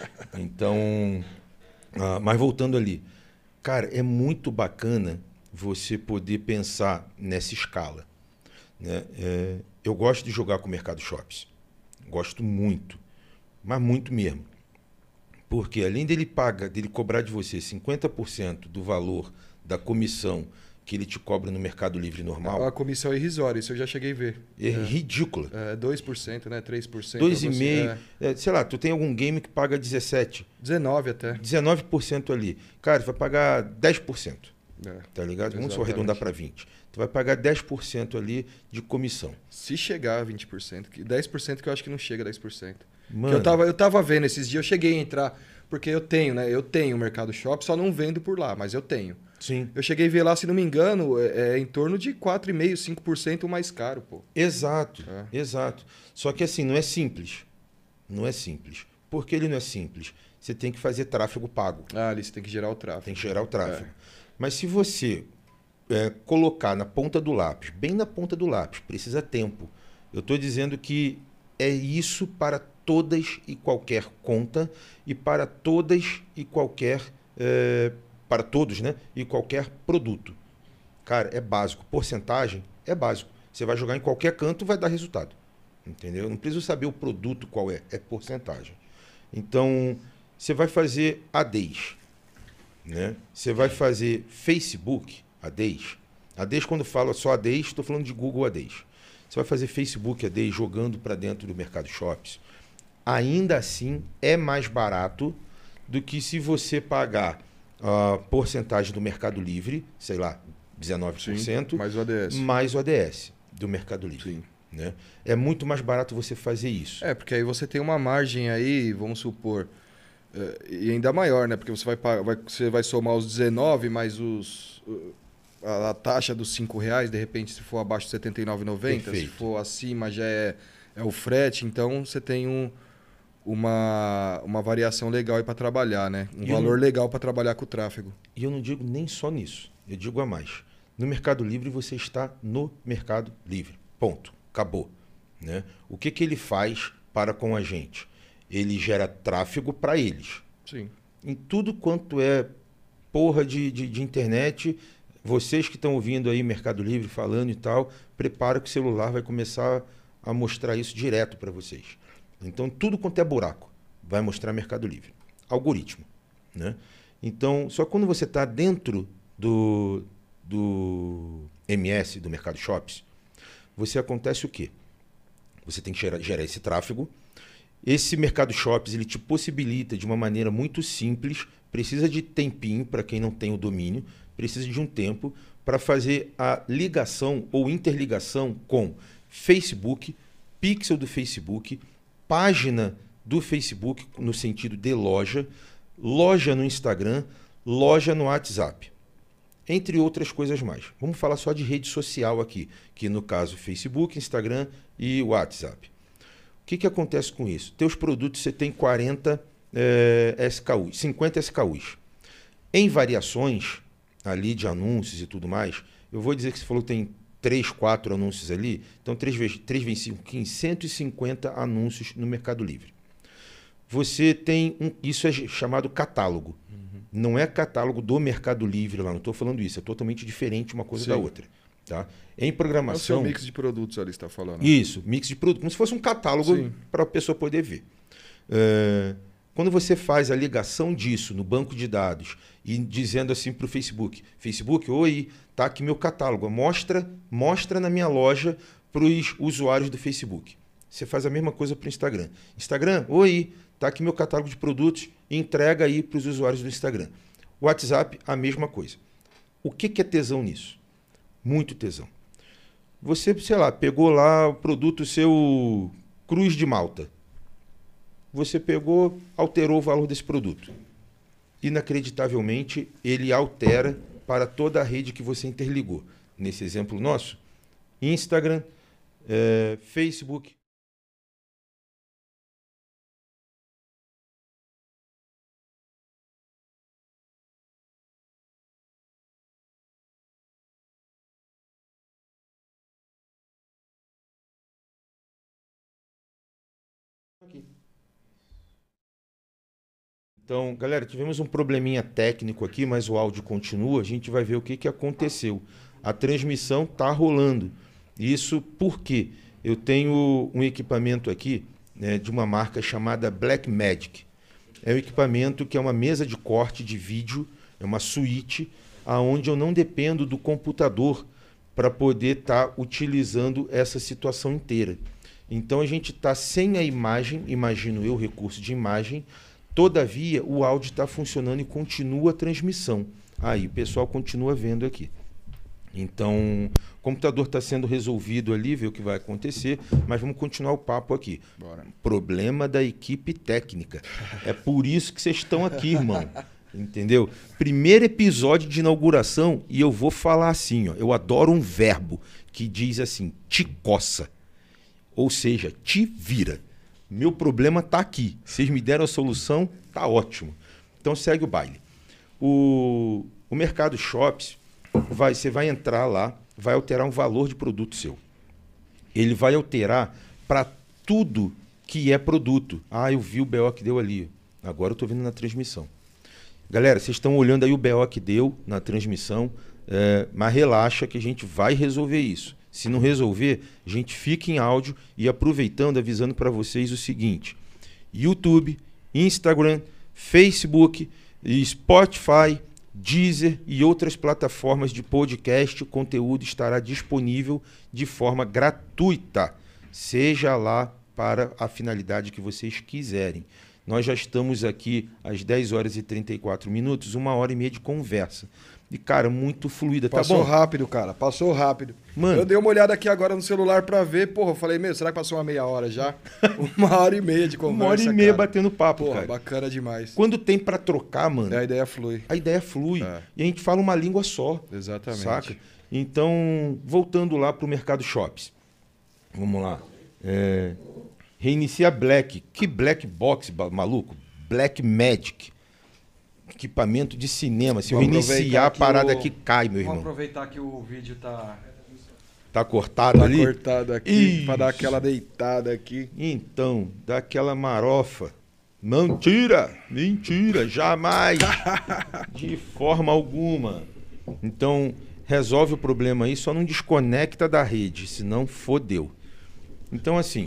Então, mas voltando ali. Cara, é muito bacana você poder pensar nessa escala, né? Eu gosto de jogar com o Mercado Shops. Gosto muito. Mas muito mesmo. Porque além dele cobrar de você 50% do valor da comissão que ele te cobra no Mercado Livre normal... A comissão é irrisória, isso eu já cheguei a ver. É ridícula. 2%, né? 3%. 2,5%. Sei lá, tu tem algum game que paga 17%. 19% até. 19% ali. Cara, tu vai pagar 10%. Tá ligado? Vamos só Exatamente. arredondar para 20%. Tu vai pagar 10% ali de comissão. Se chegar a 20%, 10% que eu acho que não chega a 10%. Mano, Eu tava vendo esses dias, eu cheguei a entrar, porque eu tenho, né? Eu tenho o Mercado Shop, só não vendo por lá, mas eu tenho. sim. Eu cheguei a ver lá, se não me engano, em torno de 4,5%, 5% mais caro, pô. Exato, exato. Só que assim, não é simples. Não é simples. Por que ele não é simples? Você tem que fazer tráfego pago. Ali você tem que gerar o tráfego. Tem que gerar o tráfego. Mas se você colocar na ponta do lápis, bem na ponta do lápis, precisa tempo. Eu estou dizendo que é isso para todas e qualquer conta e para todas e qualquer... para todos, né? E qualquer produto. Cara, é básico. Porcentagem é básico. Você vai jogar em qualquer canto, vai dar resultado. Entendeu? Não precisa saber o produto qual é porcentagem. Então, você vai fazer ADs, né? Você vai fazer Facebook ADs. ADs, quando falo só ADs, estou falando de Google ADs. Você vai fazer Facebook ADs jogando para dentro do Mercado Shops. Ainda assim, é mais barato do que se você pagar a porcentagem do Mercado Livre, sei lá, 19%, Sim, mais o ADS do Mercado Livre. Sim. Né? É muito mais barato você fazer isso. Porque aí você tem uma margem aí, vamos supor, e ainda maior, né? Porque você vai somar os 19 mais a taxa dos R$5, de repente, se for abaixo de R$ 79,90, se for acima já é o frete, então você tem uma variação legal aí para trabalhar, né? Valor legal para trabalhar com o tráfego. E eu não digo nem só nisso, eu digo a mais. No Mercado Livre você está no Mercado Livre. Ponto. Acabou. Né? O que ele faz para com a gente? Ele gera tráfego para eles. Sim. Em tudo quanto é porra de internet, vocês que estão ouvindo aí Mercado Livre falando e tal, prepara que o celular vai começar a mostrar isso direto para vocês. Então, tudo quanto é buraco vai mostrar Mercado Livre. Algoritmo. Né? Então, só quando você está dentro do MS, do Mercado Shops, acontece o quê? Você tem que gerar esse tráfego. Esse Mercado Shops ele te possibilita de uma maneira muito simples, precisa de tempinho para quem não tem o domínio, precisa de um tempo para fazer a ligação ou interligação com Facebook, pixel do Facebook, página do Facebook no sentido de loja, loja no Instagram, loja no WhatsApp. entre outras coisas mais. Vamos falar só de rede social aqui, que no caso Facebook, Instagram e WhatsApp. O que acontece com isso? Teus produtos você tem 40 SKUs, 50 SKUs. Em variações ali de anúncios e tudo mais, eu vou dizer que você falou que tem 3, 4 anúncios ali, então 3 vezes 5, 150 anúncios no Mercado Livre. Você tem isso é chamado catálogo. Não é catálogo do Mercado Livre lá, não estou falando isso, é totalmente diferente uma coisa da outra. Tá? Em programação... É o seu mix de produtos ali, você está falando. Isso, mix de produtos, como se fosse um catálogo para a pessoa poder ver. Quando você faz a ligação disso no banco de dados e dizendo assim para o Facebook, oi, tá aqui meu catálogo, mostra na minha loja para os usuários do Facebook. Você faz a mesma coisa para o Instagram. Instagram, oi, tá aqui meu catálogo de produtos, entrega aí para os usuários do Instagram. WhatsApp, a mesma coisa. O que é tesão nisso? Muito tesão. Você, sei lá, pegou lá o produto seu Cruz de Malta. Você pegou, alterou o valor desse produto. Inacreditavelmente, ele altera para toda a rede que você interligou. Nesse exemplo nosso, Instagram, Facebook. Aqui. Então, galera, tivemos um probleminha técnico aqui, mas o áudio continua. A gente vai ver o que aconteceu. A transmissão está rolando. Isso porque eu tenho um equipamento aqui, né, de uma marca chamada Blackmagic. É um equipamento que é uma mesa de corte de vídeo, é uma suíte, onde eu não dependo do computador para poder estar utilizando essa situação inteira. Então a gente está sem a imagem, imagino eu, recurso de imagem, todavia o áudio está funcionando e continua a transmissão. Aí o pessoal continua vendo aqui. Então o computador está sendo resolvido ali, ver o que vai acontecer, mas vamos continuar o papo aqui. Bora. Problema da equipe técnica. É por isso que vocês estão aqui, irmão. Entendeu? Primeiro episódio de inauguração e eu vou falar assim, ó, eu adoro um verbo que diz assim, te coça. Ou seja, te vira. Meu problema está aqui. Vocês me deram a solução, tá ótimo. Então segue o baile. O Mercado Shops, você vai entrar lá, vai alterar um valor de produto seu. Ele vai alterar para tudo que é produto. Ah, eu vi o BO que deu ali. Agora eu estou vendo na transmissão. Galera, vocês estão olhando aí o BO que deu na transmissão, mas relaxa que a gente vai resolver isso. Se não resolver, a gente fica em áudio e aproveitando, avisando para vocês o seguinte. YouTube, Instagram, Facebook, Spotify, Deezer e outras plataformas de podcast, o conteúdo estará disponível de forma gratuita. Seja lá para a finalidade que vocês quiserem. Nós já estamos aqui às 10 horas e 34 minutos, 1h30 de conversa. E, cara, muito fluida. Passou tá bom? rápido, cara. Passou rápido. Mano, eu dei uma olhada aqui agora no celular pra ver. Porra, eu falei, será que passou uma meia hora já? 1h30 de conversa, 1h30 cara. Batendo papo, porra, cara. Bacana demais. Quando tem pra trocar, mano... A ideia flui. A ideia flui. E a gente fala uma língua só. Exatamente. Saca? Então, voltando lá pro Mercado Shops. Vamos lá. Reinicia Black. Que Black Box, maluco? Blackmagic. Equipamento de cinema. Se eu reiniciar, a parada aqui cai, meu irmão. Vamos aproveitar que o vídeo tá cortado ali? Tá cortado aqui, pra dar aquela deitada aqui. Então, dá aquela marofa. Mentira! Mentira! Jamais! De forma alguma. Então, resolve o problema aí, só não desconecta da rede, senão fodeu. Então, assim...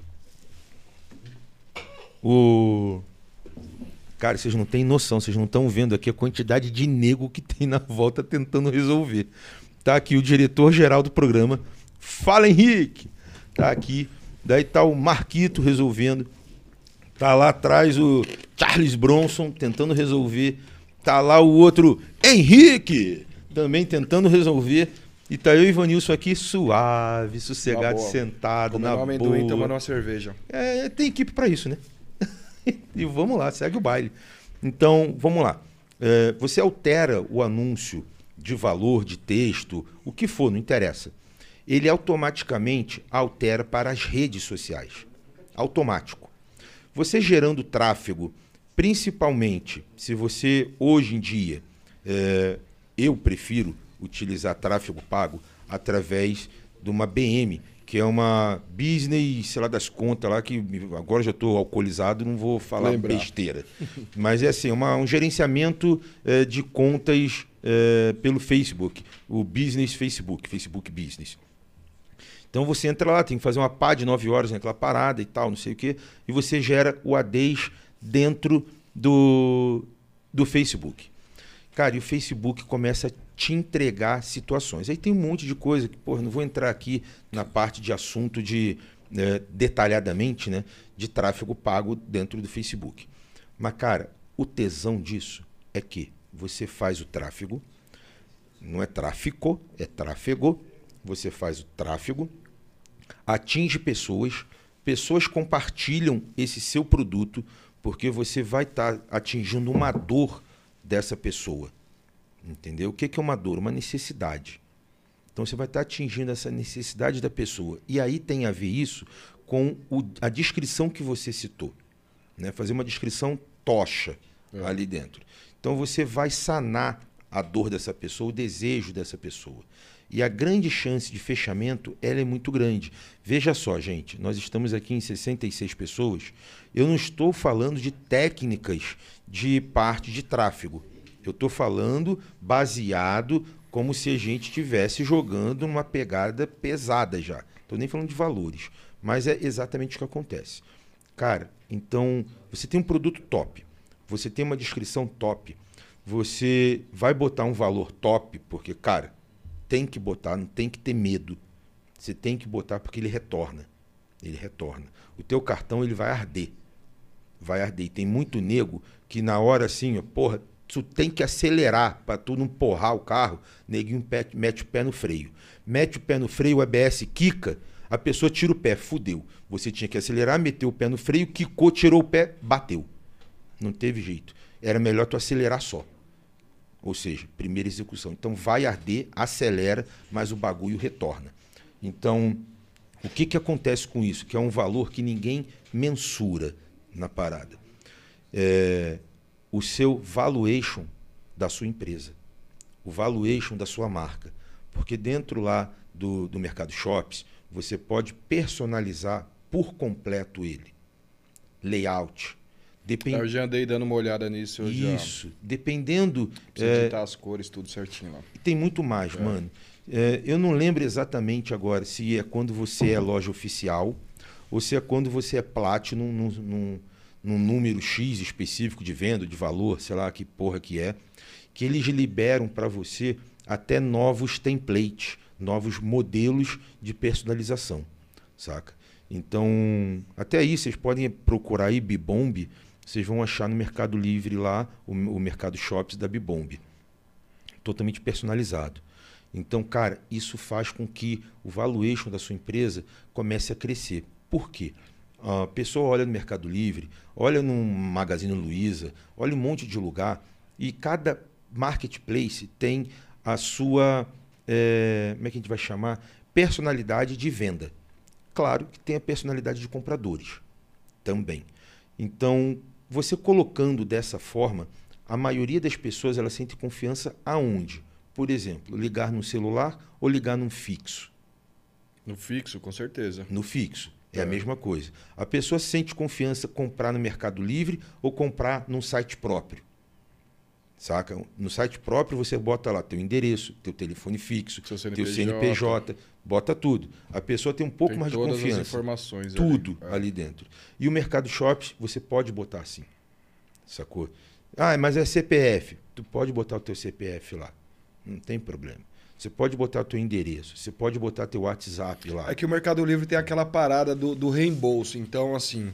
Cara, vocês não têm noção, vocês não estão vendo aqui a quantidade de nego que tem na volta tentando resolver. Tá aqui o diretor-geral do programa, Fala Henrique, tá aqui. Daí tá o Marquito resolvendo. Tá lá atrás o Charles Bronson tentando resolver. Tá lá o outro Henrique também tentando resolver. E tá eu e Ivanilson aqui suave, sossegado, sentado, na boa. Amendoim tomando uma cerveja. Tem equipe para isso, né? E vamos lá, segue o baile. Então, vamos lá. Você altera o anúncio de valor, de texto, o que for, não interessa. Ele automaticamente altera para as redes sociais. Automático. Você gerando tráfego, principalmente se você, hoje em dia, eu prefiro utilizar tráfego pago através de uma BM, que é uma business, sei lá, das contas lá, que agora já estou alcoolizado, não vou falar besteira. Mas é assim, um gerenciamento de contas pelo Facebook, o Business Facebook, Facebook Business. Então você entra lá, tem que fazer uma pá de 9 horas naquela parada e tal, não sei o quê, e você gera o ADs dentro do Facebook. Cara, e o Facebook começa a te entregar situações. Aí tem um monte de coisa que, não vou entrar aqui na parte de assunto detalhadamente, né, de tráfego pago dentro do Facebook. Mas, cara, o tesão disso é que você faz o tráfego, não é tráfico, é tráfego. Você faz o tráfego, atinge pessoas, pessoas compartilham esse seu produto, porque você vai estar atingindo uma dor dessa pessoa. Entendeu? O que é uma dor? Uma necessidade. Então você vai estar atingindo essa necessidade da pessoa. E aí tem a ver isso com a descrição que você citou. Né? Fazer uma descrição tocha ali dentro. Então você vai sanar a dor dessa pessoa, o desejo dessa pessoa. E a grande chance de fechamento, ela é muito grande. Veja só, gente, nós estamos aqui em 66 pessoas. Eu não estou falando de técnicas de parte de tráfego. Eu estou falando baseado como se a gente estivesse jogando numa pegada pesada já. Estou nem falando de valores, mas é exatamente o que acontece. Cara, então, você tem um produto top, você tem uma descrição top, você vai botar um valor top, porque, cara, tem que botar, não tem que ter medo. Você tem que botar porque ele retorna. Ele retorna. O teu cartão, ele vai arder. Vai arder. E tem muito nego que na hora assim, tu tem que acelerar para tu não porrar o carro, neguinho mete o pé no freio. Mete o pé no freio, o ABS quica, a pessoa tira o pé, fudeu. Você tinha que acelerar, meteu o pé no freio, quicou, tirou o pé, bateu. Não teve jeito. Era melhor tu acelerar só. Ou seja, primeira execução. Então vai arder, acelera, mas o bagulho retorna. Então, o que acontece com isso? Que é um valor que ninguém mensura na parada. O seu valuation da sua empresa. O valuation da sua marca. Porque dentro lá do Mercado Shops, você pode personalizar por completo ele. Layout. Eu já andei dando uma olhada nisso. Isso. Dependendo... Precisa editar as cores, tudo certinho lá. Tem muito mais, mano. Eu não lembro exatamente agora se é quando você é loja oficial ou se é quando você é Platinum num número X específico de venda, de valor, sei lá que porra que é, que eles liberam para você até novos templates, novos modelos de personalização, saca? Então, até aí vocês podem procurar aí Bibomb, vocês vão achar no Mercado Livre lá, o Mercado Shops da Bibomb. Totalmente personalizado. Então, cara, isso faz com que o valuation da sua empresa comece a crescer. Por quê? A pessoa olha no Mercado Livre, olha no Magazine Luiza, olha um monte de lugar e cada marketplace tem a sua, como é que a gente vai chamar? Personalidade de venda. Claro que tem a personalidade de compradores também. Então, você colocando dessa forma, a maioria das pessoas ela sente confiança aonde? Por exemplo, ligar no celular ou ligar num fixo? No fixo, com certeza. No fixo. É a mesma coisa. A pessoa sente confiança comprar no Mercado Livre ou comprar num site próprio. Saca? No site próprio você bota lá teu endereço, teu telefone fixo, teu CNPJ, bota tudo. A pessoa tem um pouco mais de confiança. Todas as informações tudo ali dentro. E o Mercado Shops você pode botar assim. Sacou? Ah, mas é CPF. Tu pode botar o teu CPF lá. Não tem problema. Você pode botar o teu endereço, você pode botar teu WhatsApp lá. É que o Mercado Livre tem aquela parada do reembolso. Então, assim,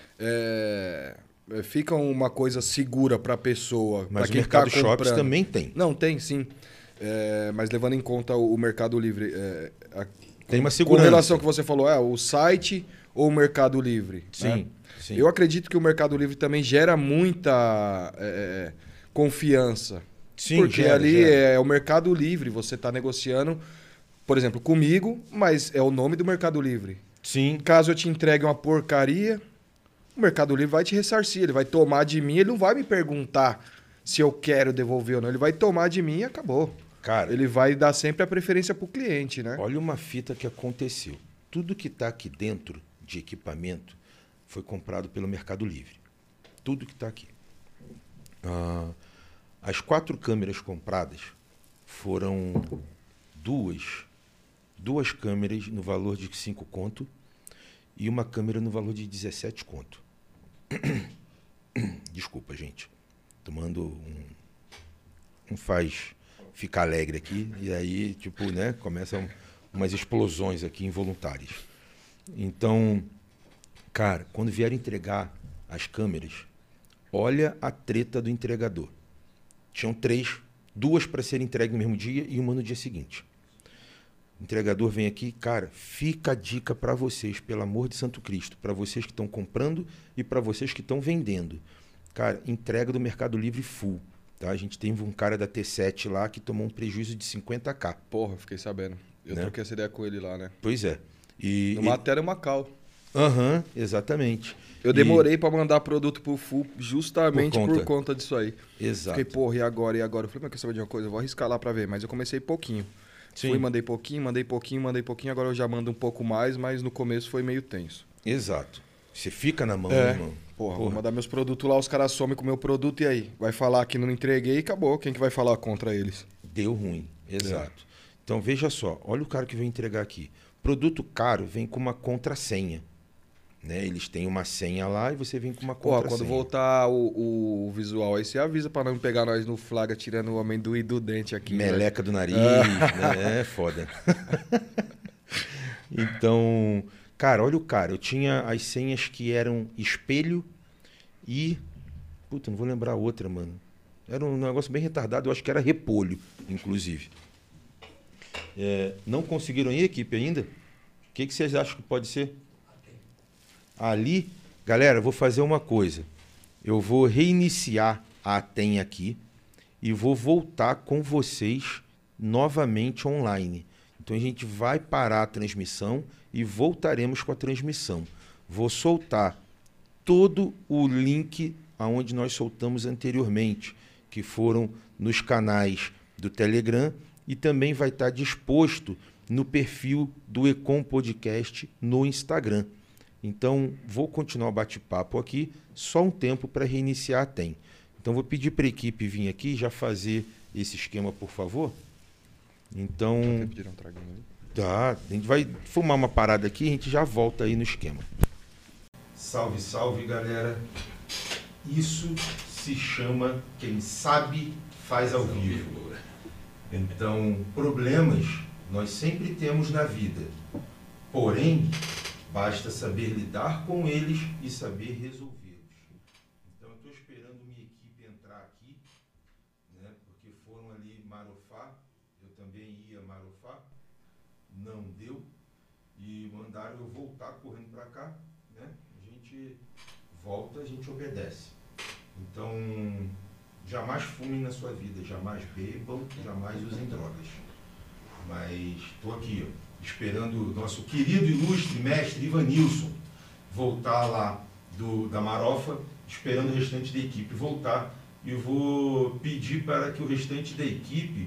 fica uma coisa segura para a pessoa. Mas o Mercado Shops também tem. Não, tem sim. Mas levando em conta o Mercado Livre... tem uma segurança. Com relação ao que você falou, o site ou o Mercado Livre? Sim, né? sim. Eu acredito que o Mercado Livre também gera muita confiança. Sim, porque ali é o Mercado Livre, você está negociando, por exemplo, comigo, mas é o nome do Mercado Livre. Sim. Caso eu te entregue uma porcaria, o Mercado Livre vai te ressarcir, ele vai tomar de mim, ele não vai me perguntar se eu quero devolver ou não, ele vai tomar de mim e acabou. Cara, ele vai dar sempre a preferência para o cliente, né? Olha uma fita que aconteceu. Tudo que está aqui dentro de equipamento foi comprado pelo Mercado Livre. Tudo que está aqui. As 4 câmeras compradas foram duas câmeras no valor de 5 conto e uma câmera no valor de 17 conto. Desculpa, gente. Tomando um faz ficar alegre aqui e aí, tipo, né, começam umas explosões aqui involuntárias. Então, cara, quando vier entregar as câmeras, olha a treta do entregador. Tinham 3, 2 para serem entregues no mesmo dia e uma no dia seguinte. O entregador vem aqui, cara, fica a dica para vocês, pelo amor de Santo Cristo, para vocês que estão comprando e para vocês que estão vendendo. Cara, entrega do Mercado Livre full. Tá? A gente teve um cara da T7 lá que tomou um prejuízo de 50k. Porra, fiquei sabendo. Eu troquei essa ideia com ele lá, né? Pois é. No Matéria Macau. Aham, exatamente. Eu demorei para mandar produto pro Full justamente por conta disso aí. Exato. Fiquei, porra, e agora? Eu falei, mas quer saber de uma coisa? Eu vou arriscar lá para ver. Mas eu comecei pouquinho. Sim. Fui, mandei pouquinho. Agora eu já mando um pouco mais, mas no começo foi meio tenso. Exato. Você fica na mão, né, irmão? Porra, vou mandar meus produtos lá, os caras somem com o meu produto e aí? Vai falar que não entreguei e acabou. Quem que vai falar contra eles? Deu ruim, exato. Então, veja só. Olha o cara que vem entregar aqui. Produto caro vem com uma contrassenha. Né? Eles têm uma senha lá e você vem com uma contrassenha. Quando voltar o visual aí, você avisa pra não pegar nós no flagra tirando o amendoim do dente aqui. Meleca do nariz, né? É foda. Então, cara, olha o cara. Eu tinha as senhas que eram espelho e... Puta, não vou lembrar a outra, mano. Era um negócio bem retardado. Eu acho que era repolho, inclusive. Não conseguiram ir, equipe, ainda? O que vocês acham que pode ser? Ali, galera, eu vou fazer uma coisa. Eu vou reiniciar a ATEM aqui e vou voltar com vocês novamente online. Então, a gente vai parar a transmissão e voltaremos com a transmissão. Vou soltar todo o link aonde nós soltamos anteriormente, que foram nos canais do Telegram e também vai estar disposto no perfil do Ecom Podcast no Instagram. Então, vou continuar o bate-papo aqui, só um tempo para reiniciar a TEM. Então, vou pedir para a equipe vir aqui já fazer esse esquema, por favor. Então, tá, a gente vai fumar uma parada aqui e a gente já volta aí no esquema. Salve, salve, galera. Isso se chama quem sabe faz ao vivo. Então, problemas nós sempre temos na vida. Porém, basta saber lidar com eles e saber resolvê-los. Então, eu estou esperando minha equipe entrar aqui, né, porque foram ali marofar. Eu também ia marofar. Não deu. E mandaram eu voltar correndo para cá. Né? A gente volta, a gente obedece. Então, jamais fumem na sua vida, jamais bebam, jamais usem drogas. Mas estou aqui, ó, esperando o nosso querido, ilustre mestre Ivanilson voltar lá da Marofa, esperando o restante da equipe voltar. E vou pedir para que o restante da equipe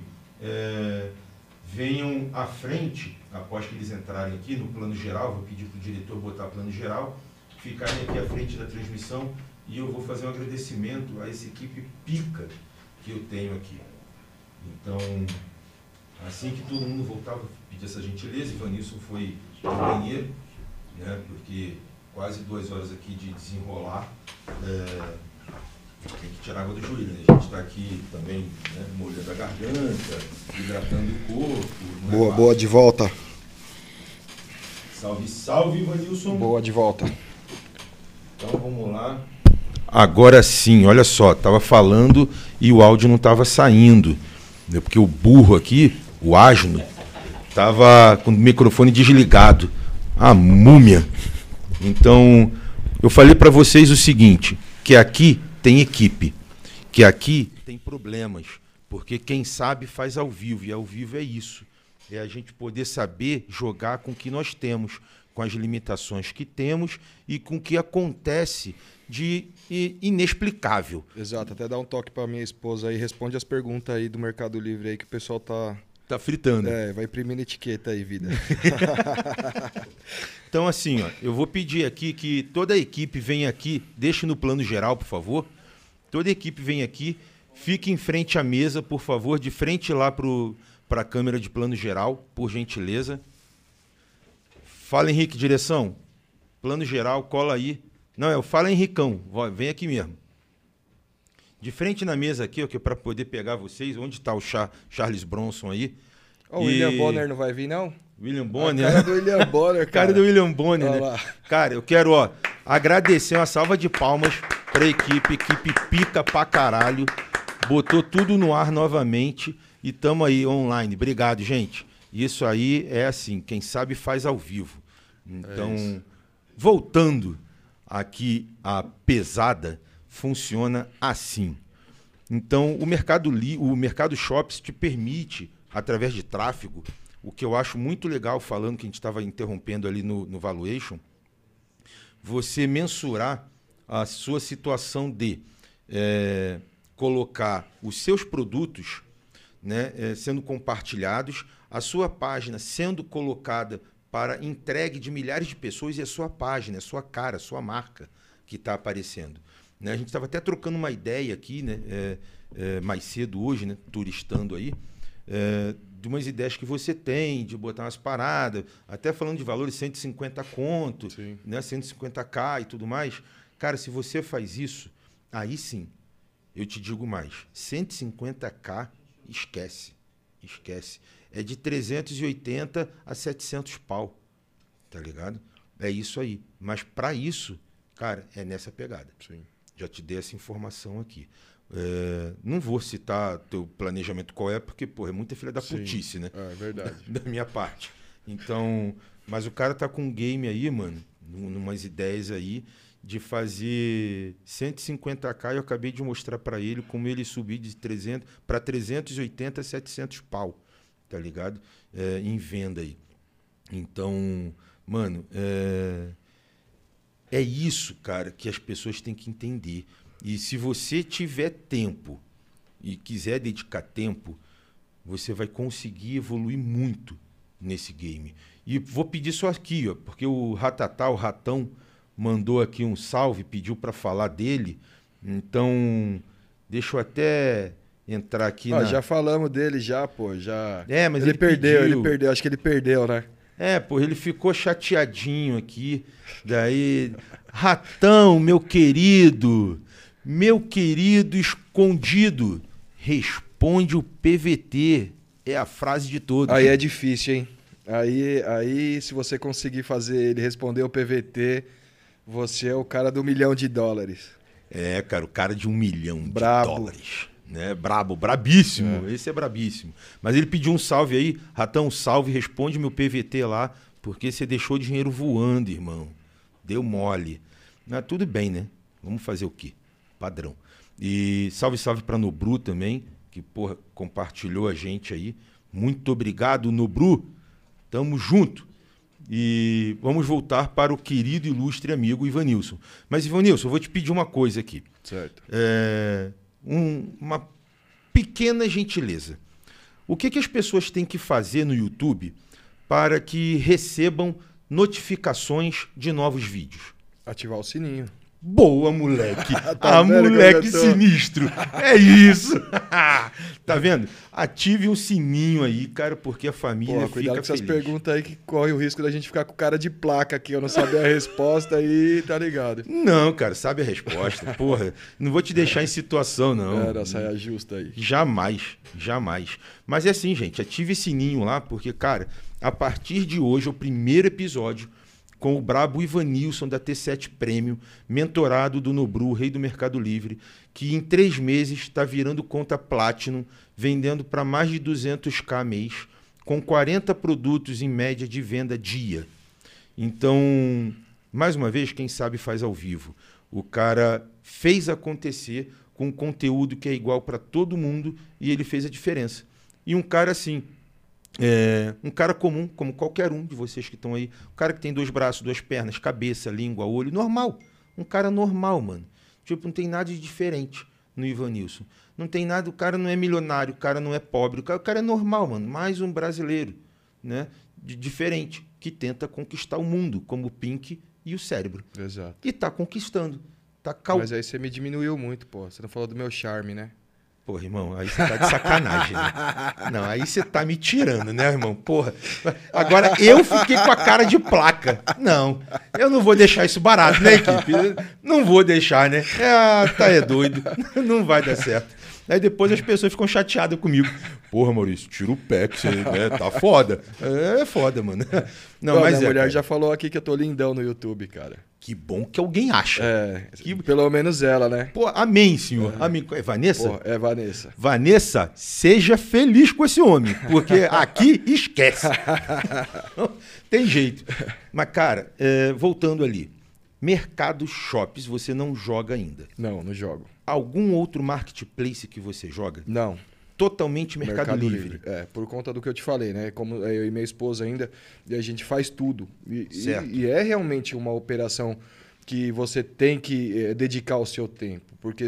venham à frente, após que eles entrarem aqui no plano geral. Vou pedir para o diretor botar plano geral, ficarem aqui à frente da transmissão. E eu vou fazer um agradecimento a essa equipe pica que eu tenho aqui. Então, assim que todo mundo voltar, vou pedir essa gentileza. Ivanilson foi ao banheiro, né, porque quase 2 horas aqui de desenrolar. Tem que tirar água do joelho, né? A gente está aqui também, né, molhando a garganta, hidratando o corpo. Boa, de volta. Salve, salve, Ivanilson. Boa, de volta. Então, vamos lá. Agora sim, olha só, estava falando e o áudio não estava saindo, né, porque o burro aqui, o asno, estava com o microfone desligado, a múmia. Então, eu falei para vocês o seguinte, que aqui tem equipe, que aqui tem problemas, Porque quem sabe faz ao vivo, e ao vivo é isso. É a gente poder saber jogar com o que nós temos, com as limitações que temos e com o que acontece de inexplicável. Exato, até dá um toque para minha esposa aí, responde as perguntas aí do Mercado Livre aí que o pessoal tá fritando. Vai imprimindo etiqueta aí, vida. Então, assim, ó, eu vou pedir aqui que toda a equipe venha aqui, deixe no plano geral, por favor. Toda a equipe venha aqui, fique em frente à mesa, por favor, de frente lá para a câmera de plano geral, por gentileza. Fala, Henrique, direção. Plano geral, cola aí. Não, fala, Henricão, vem aqui mesmo. De frente na mesa aqui, que é para poder pegar vocês. Onde está o Charles Bronson aí? O William Bonner não vai vir, não? William Bonner. A cara do William Bonner, cara. Cara do William Bonner, né? Cara, eu quero, agradecer uma salva de palmas pra equipe pica pra caralho. Botou tudo no ar novamente e tamo aí online. Obrigado, gente. Isso aí é assim, quem sabe faz ao vivo. Então, voltando aqui a pesada, funciona assim. Então, o Mercado Shops te permite, através de tráfego, o que eu acho muito legal, falando que a gente estava interrompendo ali no Valuation, você mensurar a sua situação de colocar os seus produtos, né, sendo compartilhados, a sua página sendo colocada para entregue de milhares de pessoas e a sua página, a sua cara, a sua marca que está aparecendo. Né? A gente estava até trocando uma ideia aqui, né, mais cedo hoje, né, turistando aí, de umas ideias que você tem, de botar umas paradas, até falando de valores 150 conto, né, 150k e tudo mais. Cara, se você faz isso, aí sim, eu te digo mais, 150k, esquece. É de 380 a 700 pau, tá ligado? É isso aí. Mas para isso, cara, é nessa pegada. Sim. Já te dei essa informação aqui. Não vou citar teu planejamento qual é, porque, pô, é muita filha da putice, né? É verdade. Da minha parte. Então, mas o cara tá com um game aí, mano, numas ideias aí, de fazer 150k, eu acabei de mostrar para ele como ele subir de 300 para 380 a 700 pau, tá ligado? Em venda aí. Então, mano, é isso, cara, que as pessoas têm que entender. E se você tiver tempo e quiser dedicar tempo, você vai conseguir evoluir muito nesse game. E vou pedir só aqui, porque o Ratatá, o Ratão, mandou aqui um salve, pediu para falar dele. Então, deixa eu até entrar aqui Já falamos dele já, pô, já. Mas ele perdeu, acho que ele perdeu, né? Pô, ele ficou chateadinho aqui. Daí, Ratão, meu querido escondido, responde o PVT. É a frase de todos. Aí é difícil, hein? Aí se você conseguir fazer ele responder o PVT, você é o cara do $1 milhão. Cara, o cara de $1 milhão de dólares. Né? Brabíssimo. Esse é brabíssimo. Mas ele pediu um salve aí. Ratão, salve, responde meu PVT lá, porque você deixou dinheiro voando, irmão. Deu mole. Mas tudo bem, né? Vamos fazer o quê? Padrão. E salve para Nobru também, que, porra, compartilhou a gente aí. Muito obrigado, Nobru. Tamo junto. E vamos voltar para o querido e ilustre amigo Ivanilson. Mas, Ivanilson, eu vou te pedir uma coisa aqui. Certo. Uma pequena gentileza. O que as pessoas têm que fazer no YouTube para que recebam notificações de novos vídeos? Ativar o sininho. Boa, moleque. Moleque sinistro. É isso. Tá vendo? Ative um sininho aí, cara, porque a família fica cuidado com essas feliz. perguntas aí que corre o risco da gente ficar com cara de placa aqui. Eu não saber a resposta aí, tá ligado? Não, cara, sabe a resposta. Porra, não vou te deixar em situação, não. Era saia justa aí. Jamais. Mas é assim, gente, ative sininho lá, porque, cara, a partir de hoje é o primeiro episódio com o brabo Ivanilson da T7 Premium, mentorado do Nobru, rei do Mercado Livre, que em 3 meses está virando conta Platinum, vendendo para mais de 200k mês, com 40 produtos em média de venda dia. Então, mais uma vez, quem sabe faz ao vivo. O cara fez acontecer com conteúdo que é igual para todo mundo e ele fez a diferença. E um cara assim, um cara comum, como qualquer um de vocês que estão aí, um cara que tem 2 braços, 2 pernas, cabeça, língua, olho, normal. Um cara normal, mano. Tipo, não tem nada de diferente no Ivanilson. Não tem nada, o cara não é milionário, o cara não é pobre, o cara é normal, mano. Mais um brasileiro, né? Diferente, que tenta conquistar o mundo, como o Pink e o Cérebro. Exato. E tá conquistando. Mas aí você me diminuiu muito, pô. Você não falou do meu charme, né? Porra, irmão, aí você tá de sacanagem, né? Não, aí você tá me tirando, né, irmão? Porra, agora eu fiquei com a cara de placa. Não, eu não vou deixar isso barato, né, equipe? Não vou deixar, né? Tá doido. Não vai dar certo. Aí depois as pessoas ficam chateadas comigo. Porra, Maurício, tira o pé que você, né, tá foda. É foda, mano. Não, mas minha mulher cara, já falou aqui que eu tô lindão no YouTube, cara. que bom que alguém acha. Pelo menos ela, né? Pô, amém, senhor. Amém. É Vanessa? Pô, é Vanessa. Vanessa, seja feliz com esse homem, porque aqui esquece. Não tem jeito. Mas, cara, voltando ali. Mercado Shops você não joga ainda. Não jogo. Algum outro marketplace que você joga? Não. Totalmente Mercado Livre. Por conta do que eu te falei, né? Como eu e minha esposa ainda, e a gente faz tudo. Certo. E é realmente uma operação que você tem que dedicar o seu tempo, porque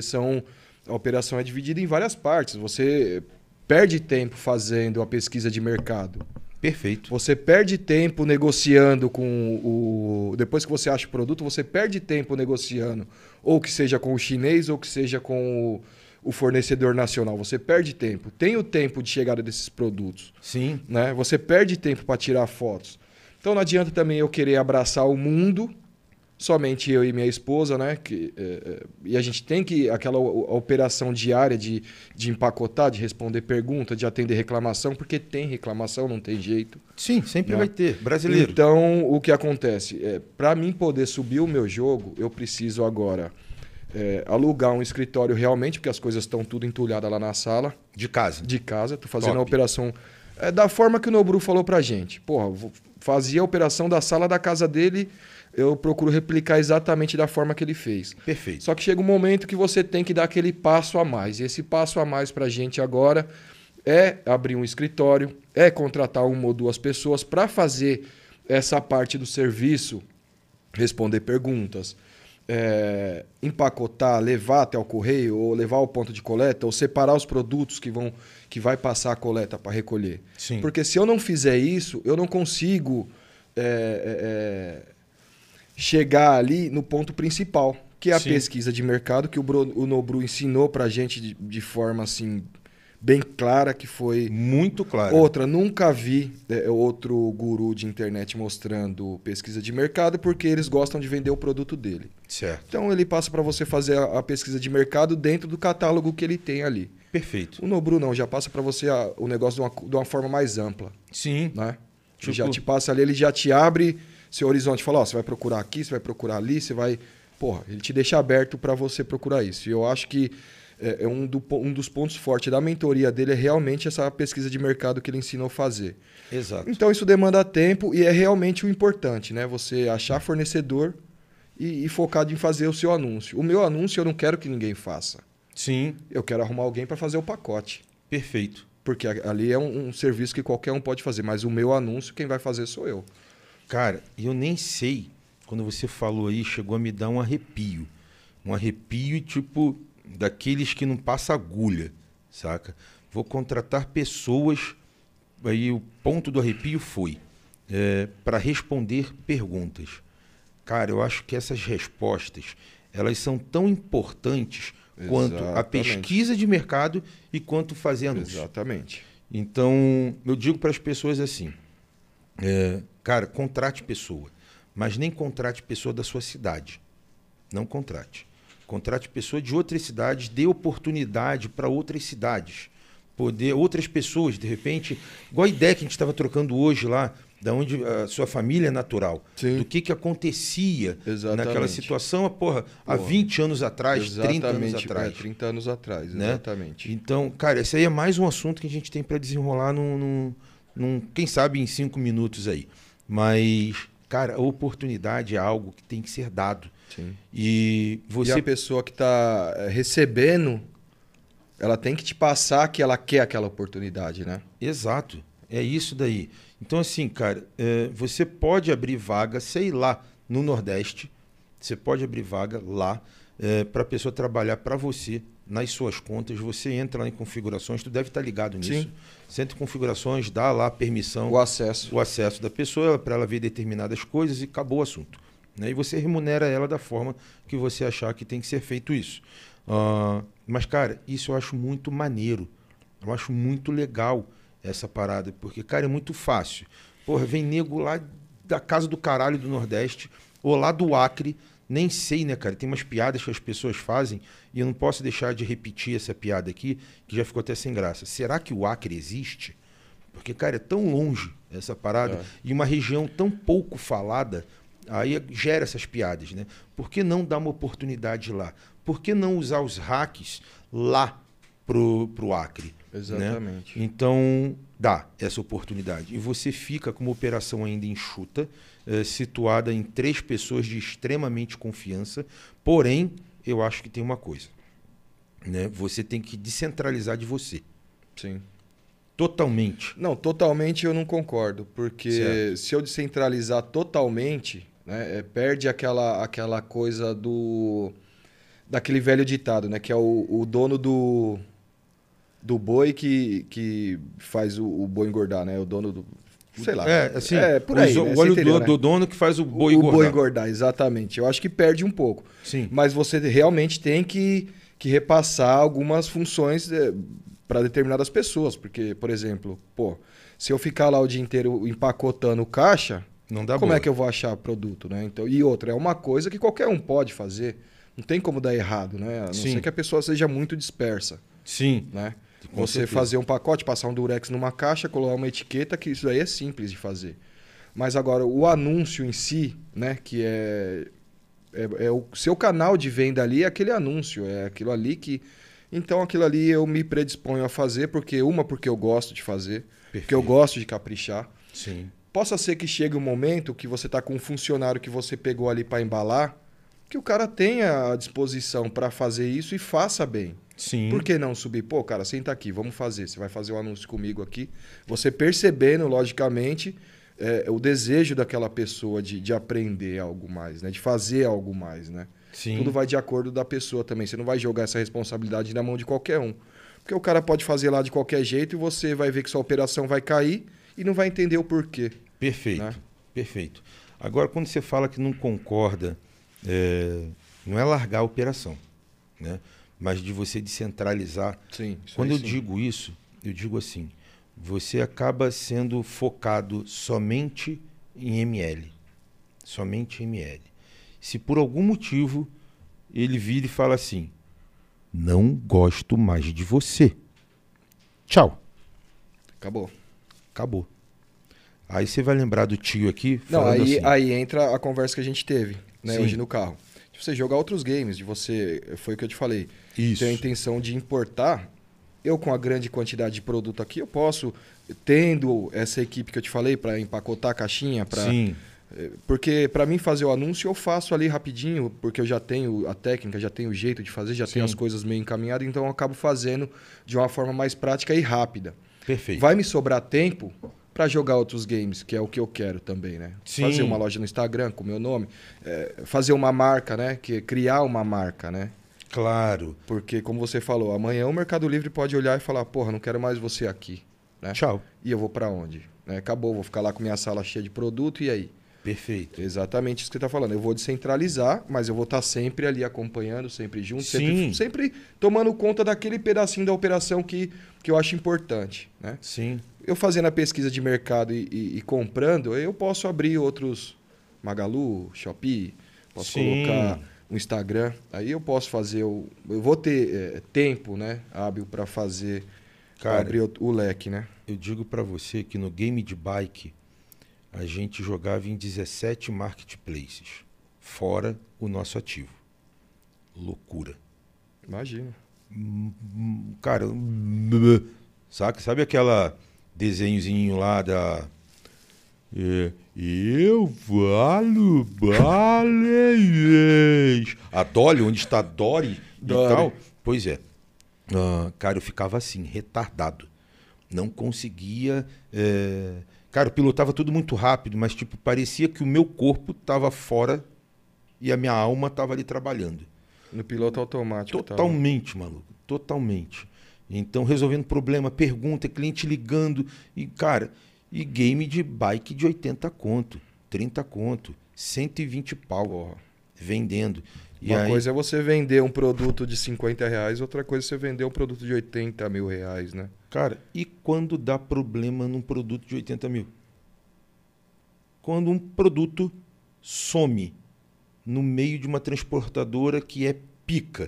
a operação é dividida em várias partes. Você perde tempo fazendo a pesquisa de mercado. Perfeito. Você perde tempo negociando com depois que você acha o produto, você perde tempo negociando, ou que seja com o chinês, ou que seja com o fornecedor nacional. Você perde tempo. Tem o tempo de chegada desses produtos. Sim. Né? Você perde tempo para tirar fotos. Então não adianta também eu querer abraçar o mundo, somente eu e minha esposa, né? E a gente tem que aquela operação diária de empacotar, de responder pergunta, de atender reclamação, porque tem reclamação, não tem jeito. Sim, sempre Né? vai ter. Brasileiro. Então, o que acontece? Para mim poder subir o meu jogo, eu preciso agora alugar um escritório realmente, porque as coisas estão tudo entulhadas lá na sala. De casa. De casa. Estou fazendo Top. a operação da forma que o Nobru falou pra gente. Porra, fazia a operação da sala da casa dele, eu procuro replicar exatamente da forma que ele fez. Perfeito. Só que chega um momento que você tem que dar aquele passo a mais. E esse passo a mais pra gente agora é abrir um escritório, é contratar 1 ou 2 pessoas para fazer essa parte do serviço, responder perguntas, empacotar, levar até o correio, ou levar ao ponto de coleta, ou separar os produtos que vai passar a coleta para recolher. Sim. Porque se eu não fizer isso, eu não consigo chegar ali no ponto principal, que é a Sim. pesquisa de mercado, que o Nobru ensinou para a gente de forma assim bem clara, que foi... Muito claro. Outra, nunca vi outro guru de internet mostrando pesquisa de mercado, porque eles gostam de vender o produto dele. Certo. Então ele passa para você fazer a pesquisa de mercado dentro do catálogo que ele tem ali. Perfeito. O Nobru não, já passa para você o negócio de uma forma mais ampla. Sim. Né? Tipo- Ele já te passa ali, ele já te abre seu horizonte, fala, ó, você vai procurar aqui, você vai procurar ali, você vai... Porra, ele te deixa aberto para você procurar isso. E eu acho que um dos pontos fortes da mentoria dele é realmente essa pesquisa de mercado que ele ensinou a fazer. Exato. Então isso demanda tempo e é realmente o importante, né? Você achar fornecedor e focado em fazer o seu anúncio. O meu anúncio eu não quero que ninguém faça. Sim. Eu quero arrumar alguém para fazer o pacote. Perfeito. Porque ali é um serviço que qualquer um pode fazer, mas o meu anúncio quem vai fazer sou eu. Cara, eu nem sei, quando você falou aí, chegou a me dar um arrepio. Um arrepio, tipo, daqueles que não passa agulha, saca? Vou contratar pessoas, aí o ponto do arrepio foi para responder perguntas. Cara, eu acho que essas respostas, elas são tão importantes quanto a Exatamente. pesquisa de mercado e quanto fazer anúncio. Exatamente. Então, eu digo para as pessoas assim, cara, contrate pessoa, mas nem contrate pessoa da sua cidade. Não contrate. Contrate pessoa de outras cidades, dê oportunidade para outras cidades. Outras pessoas, de repente, igual a ideia que a gente estava trocando hoje lá, da onde a sua família é natural, Sim. do que acontecia Exatamente. naquela situação, há 20 anos atrás, 30 anos atrás. 30 anos atrás, Né? exatamente. Então, cara, esse aí é mais um assunto que a gente tem para desenrolar quem sabe em 5 minutos aí. Mas Cara, a oportunidade é algo que tem que ser dado. Sim. E E a pessoa que está recebendo, ela tem que te passar que ela quer aquela oportunidade, né? Exato, é isso daí. Então, assim, cara, você pode abrir vaga, sei lá, no Nordeste, você pode abrir vaga lá para a pessoa trabalhar para você, nas suas contas, você entra lá em configurações, tu deve estar ligado nisso. Sim. Você entra em configurações, dá lá a permissão, O acesso. o acesso da pessoa para ela ver determinadas coisas e acabou o assunto. Né? E você remunera ela da forma que você achar que tem que ser feito isso. Mas, cara, isso eu acho muito maneiro. Eu acho muito legal essa parada, porque, cara, é muito fácil. Porra, vem nego lá da casa do caralho do Nordeste, ou lá do Acre, nem sei, né, cara? Tem umas piadas que as pessoas fazem e eu não posso deixar de repetir essa piada aqui, que já ficou até sem graça. Será que o Acre existe? Porque, cara, é tão longe essa parada e uma região tão pouco falada, aí gera essas piadas, né? Por que não dar uma oportunidade lá? Por que não usar os hacks lá pro Acre? Exatamente. Né? Então, dá essa oportunidade. E você fica com uma operação ainda enxuta, situada em 3 pessoas de extremamente confiança. Porém, eu acho que tem uma coisa. Né? Você tem que descentralizar de você. Sim. Totalmente. Não, totalmente eu não concordo. Porque Certo. se eu descentralizar totalmente, né, perde aquela coisa daquele velho ditado, né? Que é o dono do boi que faz o boi engordar, né? O dono do... Sei lá. Assim, por aí, né? o olho entendeu, do né? dono que faz o boi O engordar. boi engordar, exatamente. Eu acho que perde um pouco. Sim. Mas você realmente tem que repassar algumas funções para determinadas pessoas. Porque, por exemplo, se eu ficar lá o dia inteiro empacotando caixa, Não dá como boa. é que eu vou achar produto, né? Então, e outra, é uma coisa que qualquer um pode fazer. Não tem como dar errado, né? A não Sim. ser que a pessoa seja muito dispersa, Sim. né? Com Você certeza. fazer um pacote, passar um durex numa caixa, colocar uma etiqueta, que isso aí é simples de fazer. Mas agora, o anúncio em si, né? Que é o seu canal de venda ali, é aquele anúncio, é aquilo ali que... Então, aquilo ali eu me predisponho a fazer, porque eu gosto de fazer, porque eu gosto de caprichar. Sim. Possa ser que chegue um momento que você está com um funcionário que você pegou ali para embalar, que o cara tenha a disposição para fazer isso e faça bem. Sim. Por que não subir? Pô, cara, senta aqui, vamos fazer. Você vai fazer um anúncio comigo aqui. Você percebendo, logicamente, o desejo daquela pessoa de aprender algo mais, né? De fazer algo mais, né? Sim. Tudo vai de acordo da pessoa também. Você não vai jogar essa responsabilidade na mão de qualquer um. Porque o cara pode fazer lá de qualquer jeito e você vai ver que sua operação vai cair e não vai entender o porquê. Perfeito. Né? Perfeito. Agora, quando você fala que não concorda, não é largar a operação, né? Mas de você descentralizar. Sim. Quando eu digo isso, eu digo assim, você acaba sendo focado somente em ML. Somente em ML. Se por algum motivo ele vira e fala assim, não gosto mais de você. Tchau. Acabou. Acabou. Aí você vai lembrar do tio aqui Não, falando aí entra a conversa que a gente teve, né, Sim. hoje no carro. De você jogar outros games, foi o que eu te falei. Isso. Ter a intenção de importar, eu com a grande quantidade de produto aqui, eu posso, tendo essa equipe que eu te falei para empacotar a caixinha, Sim. porque para mim fazer o anúncio eu faço ali rapidinho, porque eu já tenho a técnica, já tenho o jeito de fazer, já tenho as coisas meio encaminhadas, então eu acabo fazendo de uma forma mais prática e rápida. Perfeito. Vai me sobrar tempo para jogar outros games, que é o que eu quero também, né? Sim. Fazer uma loja no Instagram com o meu nome, fazer uma marca, né? Criar uma marca, né? Claro. Porque, como você falou, amanhã o Mercado Livre pode olhar e falar, porra, não quero mais você aqui, né? Tchau. E eu vou para onde? Né? Acabou, vou ficar lá com minha sala cheia de produto e aí? Perfeito. Exatamente isso que você está falando. Eu vou descentralizar, mas eu vou estar sempre ali acompanhando, sempre junto, Sim. sempre tomando conta daquele pedacinho da operação que eu acho importante, né? Sim. Eu fazendo a pesquisa de mercado e comprando, eu posso abrir outros Magalu, Shopee, posso colocar um Instagram. Aí eu posso fazer, eu vou ter tempo, né, hábil para fazer, para abrir o leque, né? Eu digo para você que no game de bike a gente jogava em 17 marketplaces, fora o nosso ativo. Loucura. Imagina. Cara, sabe aquela desenhozinho lá Eu falo baleias. A Dolly, onde está Dory e tal. Pois é. Cara, eu ficava assim, retardado. Não conseguia... Cara, eu pilotava tudo muito rápido, mas tipo, parecia que o meu corpo estava fora e a minha alma estava ali trabalhando. No piloto automático. Totalmente, maluco. Totalmente. Então, resolvendo problema, pergunta, cliente ligando. E, cara, e game de bike de 80 conto, 30 conto, 120 pau, Porra. Vendendo. E Uma aí, coisa é você vender um produto de R$50, outra coisa é você vender um produto de R$80 mil, né? cara, e quando dá problema num produto de 80 mil? Quando um produto some no meio de uma transportadora que é pica.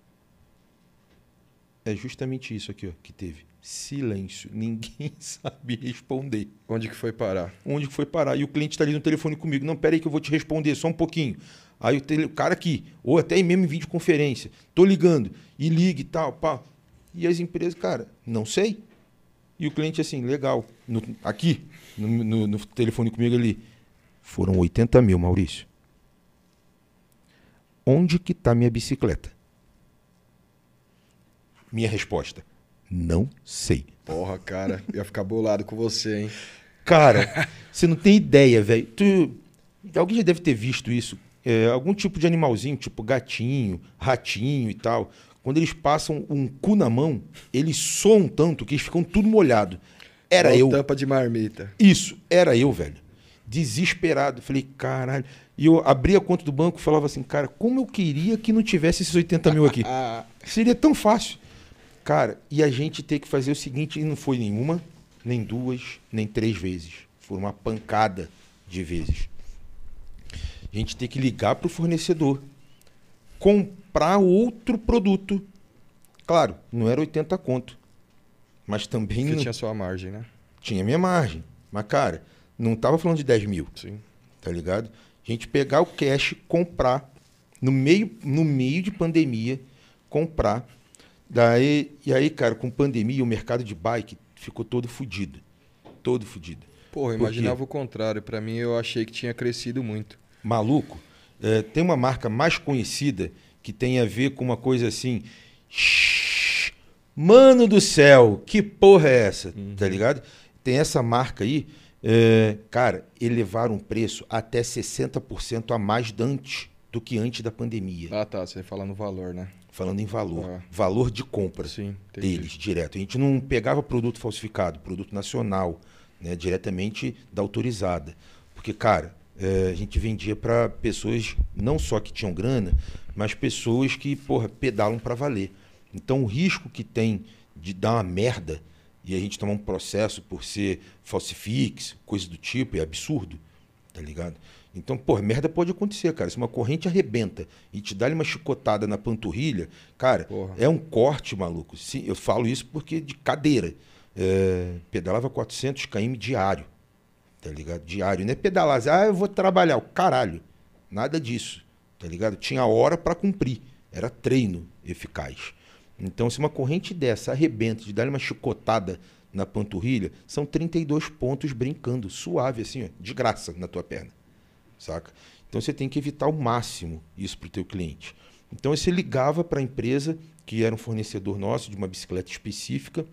É justamente isso aqui, ó, que teve. Silêncio. Ninguém sabe responder. Onde que foi parar? Onde que foi parar? E o cliente está ali no telefone comigo. Não, pera aí que eu vou te responder, só um pouquinho. Aí o cara aqui, ou até mesmo em videoconferência, tô ligando, e liga e tal, pá. E as empresas, cara, não sei. E o cliente assim, legal. Aqui, no telefone comigo ali, foram 80 mil, Maurício. Onde que tá minha bicicleta? Minha resposta, não sei. Porra, cara, ia ficar bolado com você, hein? Cara, você não tem ideia, velho. Alguém já deve ter visto isso. Algum tipo de animalzinho, tipo gatinho, ratinho e tal. Quando eles passam um cu na mão, eles soam tanto que eles ficam tudo molhado. Era eu. Tampa de marmita. Isso, era eu, velho. Desesperado. Falei, caralho. E eu abri a conta do banco e falava assim, cara, como eu queria que não tivesse esses 80 mil aqui. Seria tão fácil. Cara, e a gente ter que fazer o seguinte, e não foi nenhuma, nem duas, nem 3 vezes. Foi uma pancada de vezes. A gente tem que ligar para o fornecedor, comprar outro produto. Claro, não era 80 conto, mas também... Porque tinha sua margem, né? Tinha minha margem. Mas, cara, não estava falando de 10 mil. Sim. Tá ligado? A gente pegar o cash, comprar, no meio de pandemia, comprar. E aí, cara, com pandemia, o mercado de bike ficou todo fodido. Todo fodido. Porra, eu imaginava o contrário. Pra mim, eu achei que tinha crescido muito. Maluco, tem uma marca mais conhecida que tem a ver com uma coisa assim... Mano do céu, que porra é essa? Tá ligado? Tem essa marca aí, cara, elevaram o preço até 60% a mais do que antes da pandemia. Ah, tá. Você fala no valor, né? Falando em valor. Valor de compra. Sim, deles, direto. A gente não pegava produto falsificado, produto nacional, né, diretamente da autorizada. Porque, cara, a gente vendia para pessoas não só que tinham grana, mas pessoas que, porra, pedalam para valer. Então, o risco que tem de dar uma merda e a gente tomar um processo por ser falsifix, coisa do tipo, é absurdo, tá ligado? Então, porra, merda pode acontecer, cara. Se uma corrente arrebenta e te dá uma chicotada na panturrilha, cara, porra, é um corte, maluco. Sim, eu falo isso porque de cadeira. Pedalava 400 km diário, tá ligado? Diário. Não é pedalar, eu vou trabalhar. O caralho. Nada disso, tá ligado? Tinha hora para cumprir. Era treino eficaz. Então, se uma corrente dessa arrebenta, de dar uma chicotada na panturrilha, são 32 pontos brincando, suave, assim, ó, de graça na tua perna. Saca? Então, você tem que evitar ao máximo isso para o teu cliente. Então, você ligava para a empresa, que era um fornecedor nosso, de uma bicicleta específica,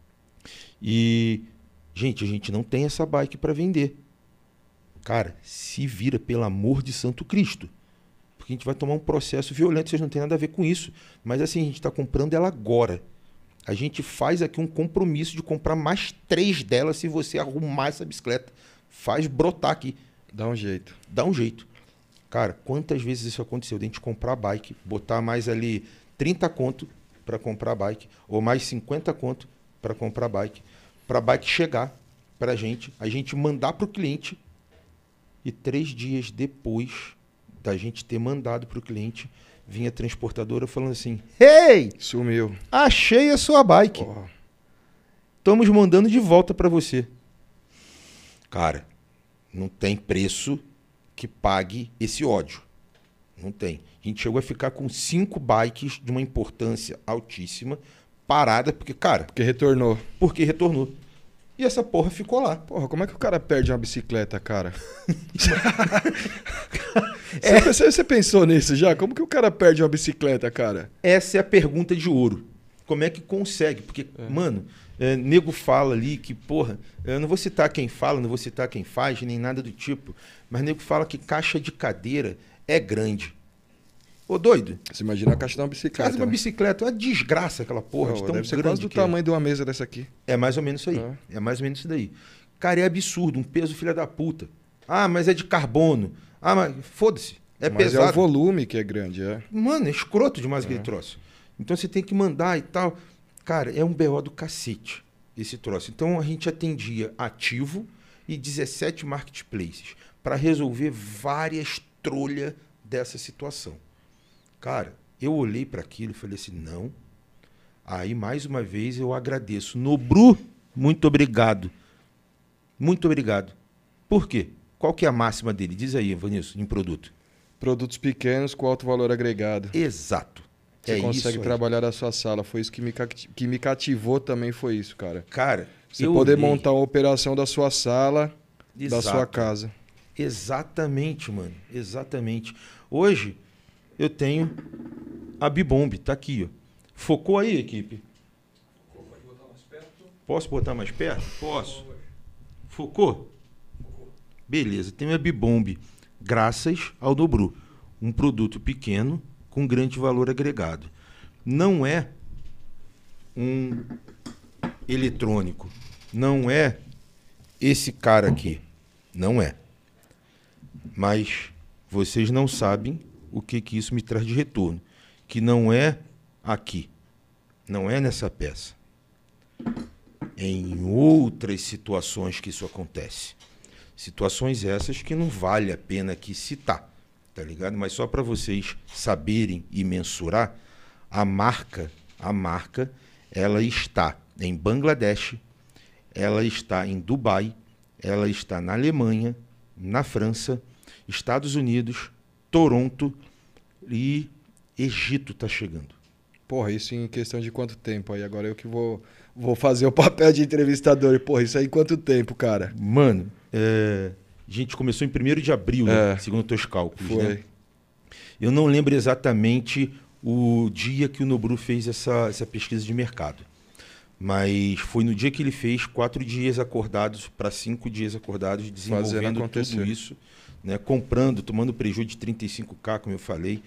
e, gente, a gente não tem essa bike para vender. Cara, se vira, pelo amor de Santo Cristo. Porque a gente vai tomar um processo violento, vocês não têm nada a ver com isso. Mas assim, a gente está comprando ela agora. A gente faz aqui um compromisso de comprar mais 3 delas se você arrumar essa bicicleta. Faz brotar aqui. Dá um jeito. Dá um jeito. Cara, quantas vezes isso aconteceu? De a gente comprar a bike, botar mais ali 30 conto para comprar a bike, ou mais 50 conto para comprar a bike bike chegar para a gente mandar para o cliente, e 3 dias depois da gente ter mandado para o cliente, vinha a transportadora falando assim, hey! Sumiu. Achei a sua bike. Porra. Estamos mandando de volta para você. Cara, não tem preço que pague esse ódio. Não tem. A gente chegou a ficar com 5 bikes de uma importância altíssima, parada, porque, cara... Porque retornou. Porque retornou. E essa porra ficou lá. Porra, como é que o cara perde uma bicicleta, cara? Você pensou nisso já? Como que o cara perde uma bicicleta, cara? Essa é a pergunta de ouro. Como é que consegue? Porque, mano, nego fala ali que, porra, eu não vou citar quem fala, não vou citar quem faz, nem nada do tipo, mas nego fala que caixa de cadeira é grande. Ô, doido. Você imagina a caixa de uma bicicleta. Caixa de uma né? bicicleta, é uma desgraça aquela porra. Pô, De tão deve ser grande quase do que é. tamanho de uma mesa dessa aqui. É mais ou menos isso aí. É mais ou menos isso daí. Cara, é absurdo, um peso filha da puta. Ah, mas é de carbono. Ah, mas foda-se. É Mas pesado. é o volume que é grande, é. Mano, é escroto demais aquele troço. Então você tem que mandar e tal. Cara, é um BO do cacete esse troço. Então a gente atendia ativo e 17 marketplaces para resolver várias trolhas dessa situação. Cara, eu olhei para aquilo e falei assim, não. Aí, mais uma vez, eu agradeço. Nobru, muito obrigado. Muito obrigado. Por quê? Qual que é a máxima dele? Diz aí, Vanilson, em produto. Produtos pequenos com alto valor agregado. Exato. Você consegue isso aí. trabalhar a sua sala. Foi isso que me cativou também, foi isso, cara. Cara, Você eu poder olhei. montar uma operação da sua sala, da Exato. sua casa. Exatamente, mano. Exatamente. Hoje, eu tenho a Bibomb. Tá aqui, ó. Focou aí, equipe? Pode botar mais perto? Posso botar mais perto? Posso. Focou? Beleza. Tenho a Bibomb. Graças ao Nobru. Um produto pequeno com grande valor agregado. Não é um eletrônico. Não é esse cara aqui. Não é. Mas vocês não sabem o que isso me traz de retorno. Que não é aqui. Não é nessa peça. É em outras situações que isso acontece. Situações essas que não vale a pena aqui citar, tá ligado? Mas só para vocês saberem e mensurar, a marca, ela está em Bangladesh, ela está em Dubai, ela está na Alemanha, na França, Estados Unidos, Toronto e Egito está chegando. Porra, isso em questão de quanto tempo aí? Agora eu que vou fazer o papel de entrevistador. Porra, isso aí em quanto tempo, cara? Mano, a gente começou em 1º de abril, né, segundo os teus cálculos. Foi. Né? Eu não lembro exatamente o dia que o Nobru fez essa pesquisa de mercado. Mas foi no dia que ele fez 4 dias acordados para 5 dias acordados, desenvolvendo tudo isso, né, comprando, tomando prejuízo de 35K, como eu falei.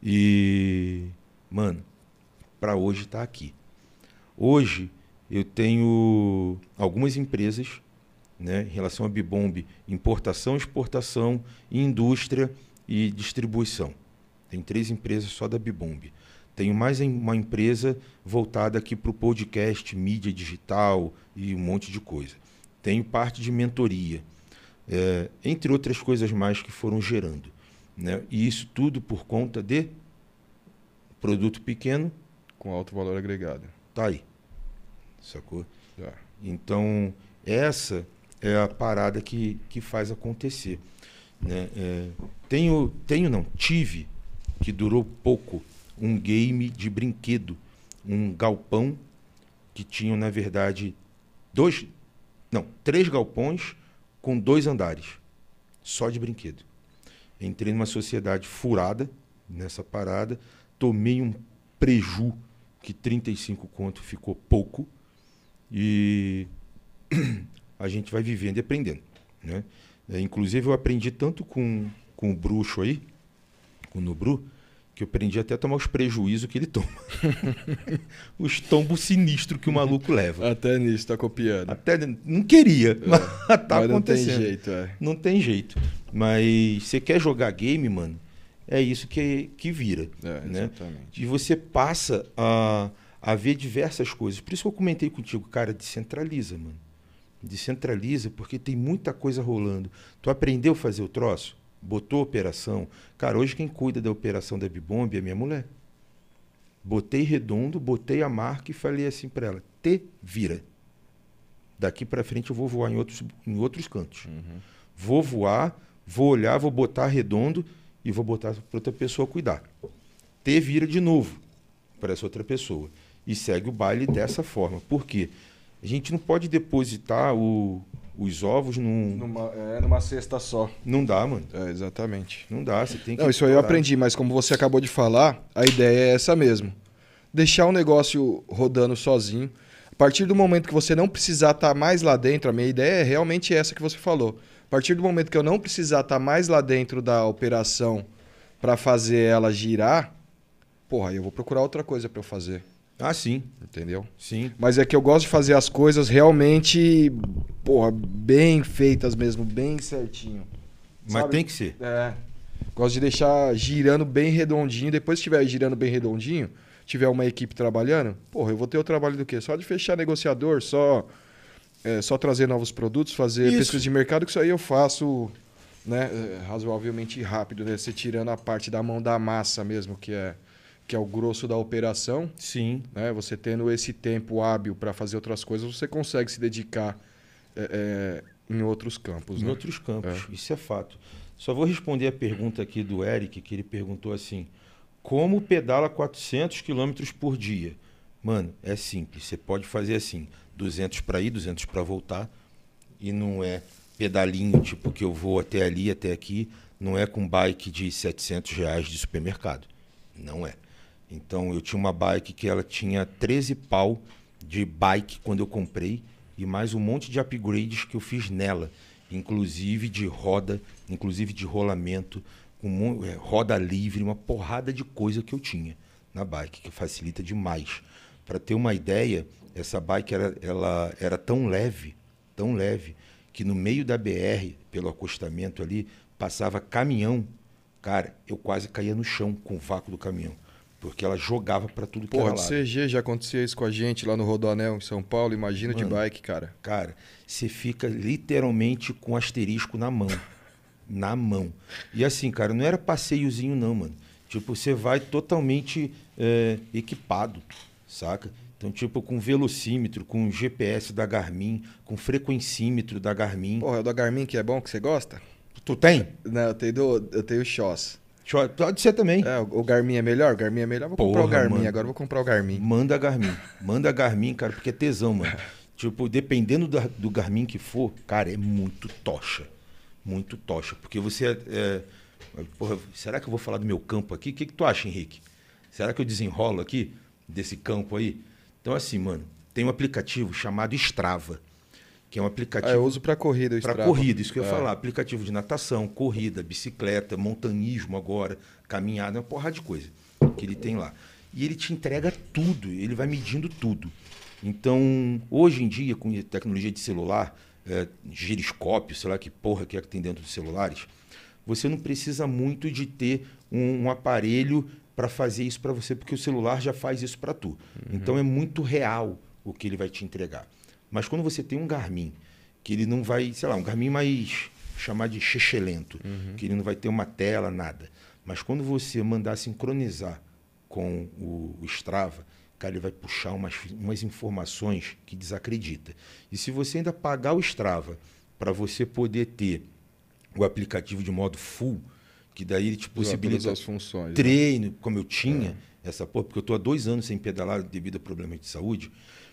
E, mano, para hoje está aqui. Hoje eu tenho algumas empresas, né, em relação a Bibomb, importação, exportação, indústria e distribuição. Tem 3 empresas só da Bibomb. Tenho mais uma empresa voltada aqui para o podcast, mídia digital e um monte de coisa. Tenho parte de mentoria, entre outras coisas mais que foram gerando. Né? E isso tudo por conta de produto pequeno. Com alto valor agregado. Tá aí. Sacou? Já. Então, essa é a parada que faz acontecer. Né? Tive, que durou pouco, um game de brinquedo, um galpão que tinham, na verdade, 3 galpões com 2 andares, só de brinquedo. Entrei numa sociedade furada nessa parada, tomei um preju que 35 conto ficou pouco e a gente vai vivendo e aprendendo. Né? Inclusive eu aprendi tanto com o bruxo aí, com o Nobru, que eu aprendi até a tomar os prejuízos que ele toma. Os tombos sinistros que o maluco leva. Até nisso, tá copiando. Até não queria, mas tá mas acontecendo. Não tem jeito, Não tem jeito. Mas você quer jogar game, mano, é isso que vira. Né? Exatamente. E você passa a ver diversas coisas. Por isso que eu comentei contigo, cara, descentraliza, mano. Descentraliza, porque tem muita coisa rolando. Tu aprendeu a fazer o troço? Botou a operação. Cara, hoje quem cuida da operação da Bibomb é minha mulher. Botei redondo, botei a marca e falei assim para ela, te vira. Daqui para frente eu vou voar em outros cantos. Uhum. Vou voar, vou olhar, vou botar redondo e vou botar para outra pessoa cuidar. Te vira de novo para essa outra pessoa. E segue o baile dessa forma. Por quê? A gente não pode depositar os ovos num... Numa cesta só. Não dá, mano. Exatamente. Não dá, você tem que... Não, isso aí eu explorar. aprendi, mas como você acabou de falar, a ideia é essa mesmo. Deixar o negócio rodando sozinho. A partir do momento que você não precisar estar mais lá dentro, a minha ideia é realmente essa que você falou. A partir do momento que eu não precisar estar mais lá dentro da operação para fazer ela girar, porra, eu vou procurar outra coisa para eu fazer. Ah, sim. Entendeu? Sim. Mas é que eu gosto de fazer as coisas realmente, porra, bem feitas mesmo, bem certinho. Mas Sabe? tem que ser. Gosto de deixar girando bem redondinho. Depois que estiver girando bem redondinho, tiver uma equipe trabalhando, porra, eu vou ter o trabalho do quê? Só de fechar negociador, só trazer novos produtos, fazer Isso. pesquisa de mercado, que isso aí eu faço, né, razoavelmente rápido, né? Você tirando a parte da mão da massa mesmo, que é o grosso da operação, Sim. né? Você tendo esse tempo hábil para fazer outras coisas, você consegue se dedicar em outros campos. Em Né? outros campos. Isso é fato. Só vou responder a pergunta aqui do Eric, que ele perguntou assim: como pedala 400 km por dia? Mano, é simples. Você pode fazer assim, 200 para ir, 200 para voltar. E não é pedalinho, tipo que eu vou até ali, até aqui. Não é com bike de R$700 de supermercado. Não é. Então, eu tinha uma bike que ela tinha 13 pau de bike quando eu comprei e mais um monte de upgrades que eu fiz nela, inclusive de roda, inclusive de rolamento, com roda livre, uma porrada de coisa que eu tinha na bike, que facilita demais. Para ter uma ideia, essa bike ela era tão leve, que no meio da BR, pelo acostamento ali, passava caminhão. Cara, eu quase caía no chão com o vácuo do caminhão. Porque ela jogava pra tudo que Porra, era de lado. CG já acontecia isso com a gente lá no Rodoanel, em São Paulo. Imagina de Mano, bike, cara. Cara, você fica literalmente com asterisco na mão. Na mão. E assim, cara, não era passeiozinho não, mano. Tipo, você vai totalmente equipado, saca? Então, tipo, com velocímetro, com GPS da Garmin, com frequencímetro da Garmin. Porra, é o da Garmin que é bom, que você gosta? Tu tem? Não, eu tenho o Shoss. Pode ser também. O Garmin é melhor? O Garmin é melhor? Vou comprar o Porra, Garmin. mano. Agora eu vou comprar o Garmin. Manda a Garmin. Manda a Garmin, cara, porque é tesão, mano. Tipo, dependendo do Garmin que for, cara, é muito tocha. Muito tocha. Porque você... porra, será que eu vou falar do meu campo aqui? O que tu acha, Henrique? Será que eu desenrolo aqui desse campo aí? Então, assim, mano, tem um aplicativo chamado Strava, que é um aplicativo... eu uso pra corrida o Strava. Para corrida, isso que eu ia falar. Aplicativo de natação, corrida, bicicleta, montanismo agora, caminhada, uma porrada de coisa que ele tem lá. E ele te entrega tudo, ele vai medindo tudo. Então, hoje em dia, com tecnologia de celular, giroscópio, sei lá que porra que tem dentro dos celulares, você não precisa muito de ter um aparelho para fazer isso para você, porque o celular já faz isso para tu. Então, é muito real o que ele vai te entregar. Mas quando você tem um Garmin, que ele não vai, sei lá, um Garmin mais chamar de chechelento, que ele não vai ter uma tela, nada. Mas quando você mandar sincronizar com o Strava, cara, ele vai puxar umas informações que desacredita. E se você ainda pagar o Strava para você poder ter o aplicativo de modo full, que daí ele te possibilita as funções, treino, como eu tinha, essa porra, porque eu estou há 2 anos sem pedalar devido a problemas de saúde,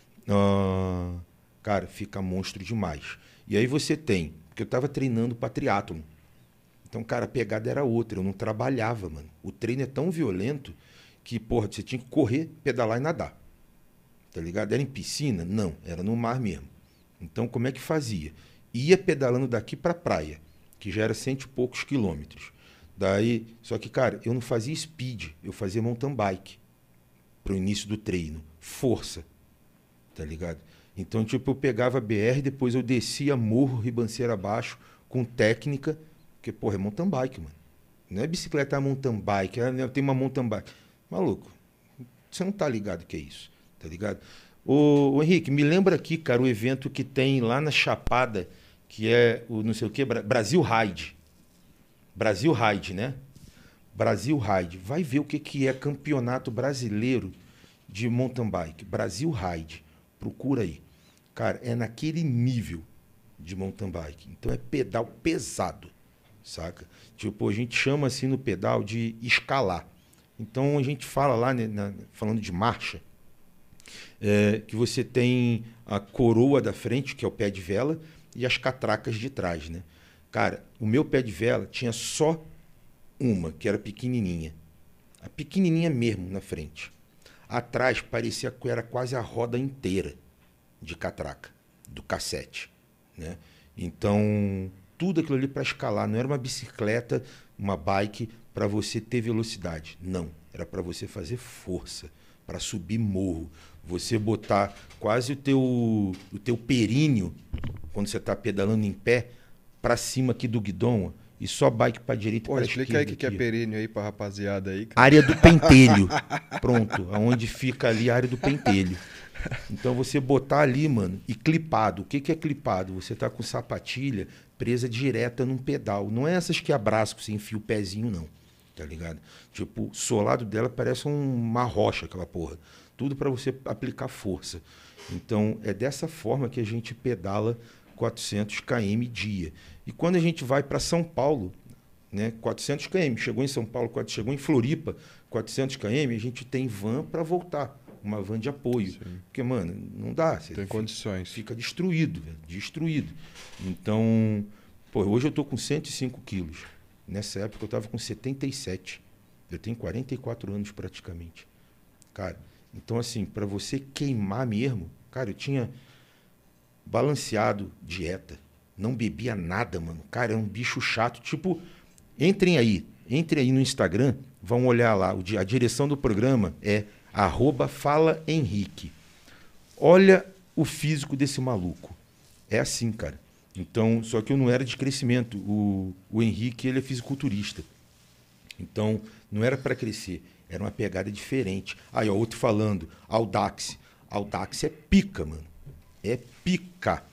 cara, fica monstro demais. E aí você tem, porque eu estava treinando para triatlon. Então, cara, a pegada era outra, eu não trabalhava, mano. O treino é tão violento que, porra, você tinha que correr, pedalar e nadar. Tá ligado? Era em piscina? Não, era no mar mesmo. Então, como é que fazia? Ia pedalando daqui para a praia, que já era 100 e poucos quilômetros. Daí, só que, cara, eu não fazia speed, eu fazia mountain bike pro início do treino. Força, tá ligado? Então, tipo, eu pegava a BR, depois eu descia morro, ribanceira abaixo, com técnica, porque, porra, é mountain bike, mano. Não é bicicleta, é mountain bike, tem uma mountain bike. Maluco, você não tá ligado que é isso, tá ligado? Ô Henrique, me lembra aqui, cara, o evento que tem lá na Chapada, que é o não sei o quê, Brasil Ride. Brasil Ride, né? Brasil Ride. Vai ver o que é campeonato brasileiro de mountain bike. Brasil Ride. Procura aí. Cara, é naquele nível de mountain bike. Então é pedal pesado, saca? Tipo, a gente chama assim no pedal de escalar. Então a gente fala lá, né, falando de marcha, Que você tem a coroa da frente, que é o pé de vela, e as catracas de trás, né? Cara, o meu pé de vela tinha só uma, que era pequenininha. A pequenininha mesmo na frente. Atrás parecia que era quase a roda inteira de catraca, do cassete, né? Então, tudo aquilo ali para escalar. Não era uma bicicleta, uma bike para você ter velocidade. Não, era para você fazer força, para subir morro. Você botar quase o teu períneo, quando você está pedalando em pé, para cima aqui do guidão, e só bike para direita e para esquerda. Explica aí o que é períneo aí para rapaziada aí. Cara. Área do pentelho. Pronto, aonde fica ali a área do pentelho. Então você botar ali, mano, e clipado. O que é clipado? Você tá com sapatilha presa direta num pedal. Não é essas que abraçam, que você enfia o pezinho, não. Tá ligado? Tipo, o solado dela parece uma rocha, aquela porra. Tudo para você aplicar força. Então, é dessa forma que a gente pedala 400 km dia. E quando a gente vai para São Paulo, né, 400 km, chegou em São Paulo, chegou em Floripa, 400 km, a gente tem van para voltar. Uma van de apoio. Sim. Porque, mano, não dá. Você tem condições. Fica destruído, velho. Destruído. Então, pô, hoje eu tô com 105 quilos. Nessa época eu tava com 77. Eu tenho 44 anos praticamente. Cara, então assim, para você queimar mesmo, cara, eu tinha balanceado dieta. Não bebia nada, mano. Cara, era um bicho chato. Tipo, entrem aí no Instagram, vão olhar lá. A direção do programa é @falahenrique. Olha o físico desse maluco. É assim, cara. Então, só que eu não era de crescimento. O Henrique, ele é fisiculturista. Então, não era para crescer. Era uma pegada diferente. Aí, ó, outro falando. Audax. Audax é pica, mano. É pica.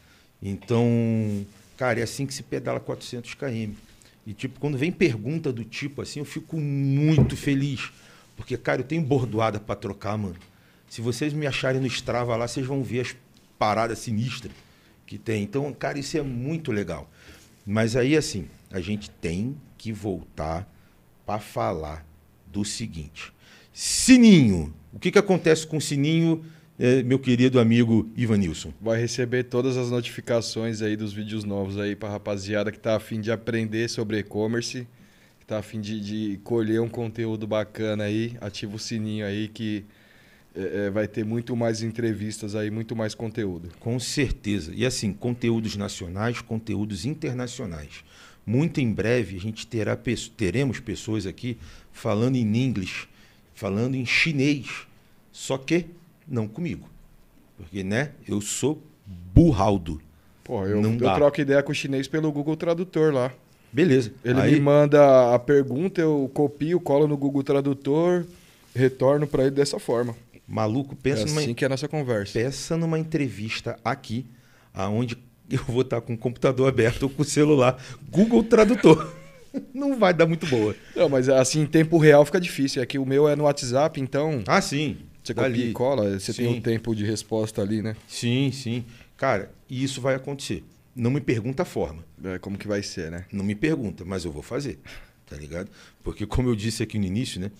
Então, cara, é assim que se pedala 400 km. E, tipo, quando vem pergunta do tipo assim, eu fico muito feliz. Porque, cara, eu tenho bordoada para trocar, mano. Se vocês me acharem no Strava lá, vocês vão ver as paradas sinistras que tem. Então, cara, isso é muito legal. Mas aí, assim, a gente tem que voltar para falar do seguinte. Sininho. O que acontece com o sininho, meu querido amigo Ivanilson? Vai receber todas as notificações aí dos vídeos novos aí para rapaziada que tá a fim de aprender sobre e-commerce, que tá a fim de colher um conteúdo bacana aí. Ativa o sininho aí que vai ter muito mais entrevistas aí, muito mais conteúdo. Com certeza. E assim, conteúdos nacionais, conteúdos internacionais. Muito em breve a gente teremos pessoas aqui falando em inglês, falando em chinês, só que não comigo. Porque, né, eu sou burraldo. Pô, eu troco ideia com o chinês pelo Google Tradutor lá. Beleza. Ele me manda a pergunta, eu copio, colo no Google Tradutor, retorno para ele dessa forma. Maluco, pensa assim que é a nossa conversa. Pensa numa entrevista aqui, aonde eu vou estar com o computador aberto ou com o celular. Google Tradutor. Não vai dar muito boa. Não, mas assim, em tempo real fica difícil. É que o meu é no WhatsApp, então... Ah, sim. Você copia e cola, você tem um tempo de resposta ali, né? Sim, sim. Cara, e isso vai acontecer. Não me pergunta a forma. Como que vai ser, né? Não me pergunta, mas eu vou fazer. Tá ligado? Porque como eu disse aqui no início, né?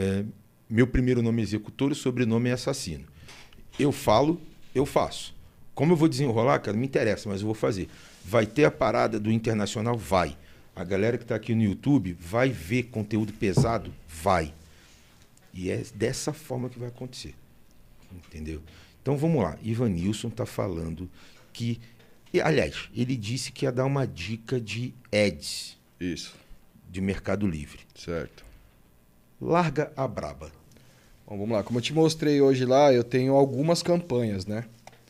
Meu primeiro nome é executor e o sobrenome é assassino. Eu falo, eu faço. Como eu vou desenrolar, cara, não me interessa, mas eu vou fazer. Vai ter a parada do internacional? Vai. A galera que está aqui no YouTube vai ver conteúdo pesado? Vai. E é dessa forma que vai acontecer. Entendeu? Então vamos lá. Ivanilson está falando que... Aliás, ele disse que ia dar uma dica de ads. Isso. De Mercado Livre. Certo. Larga a braba. Bom, vamos lá. Como eu te mostrei hoje lá, eu tenho algumas campanhas, né?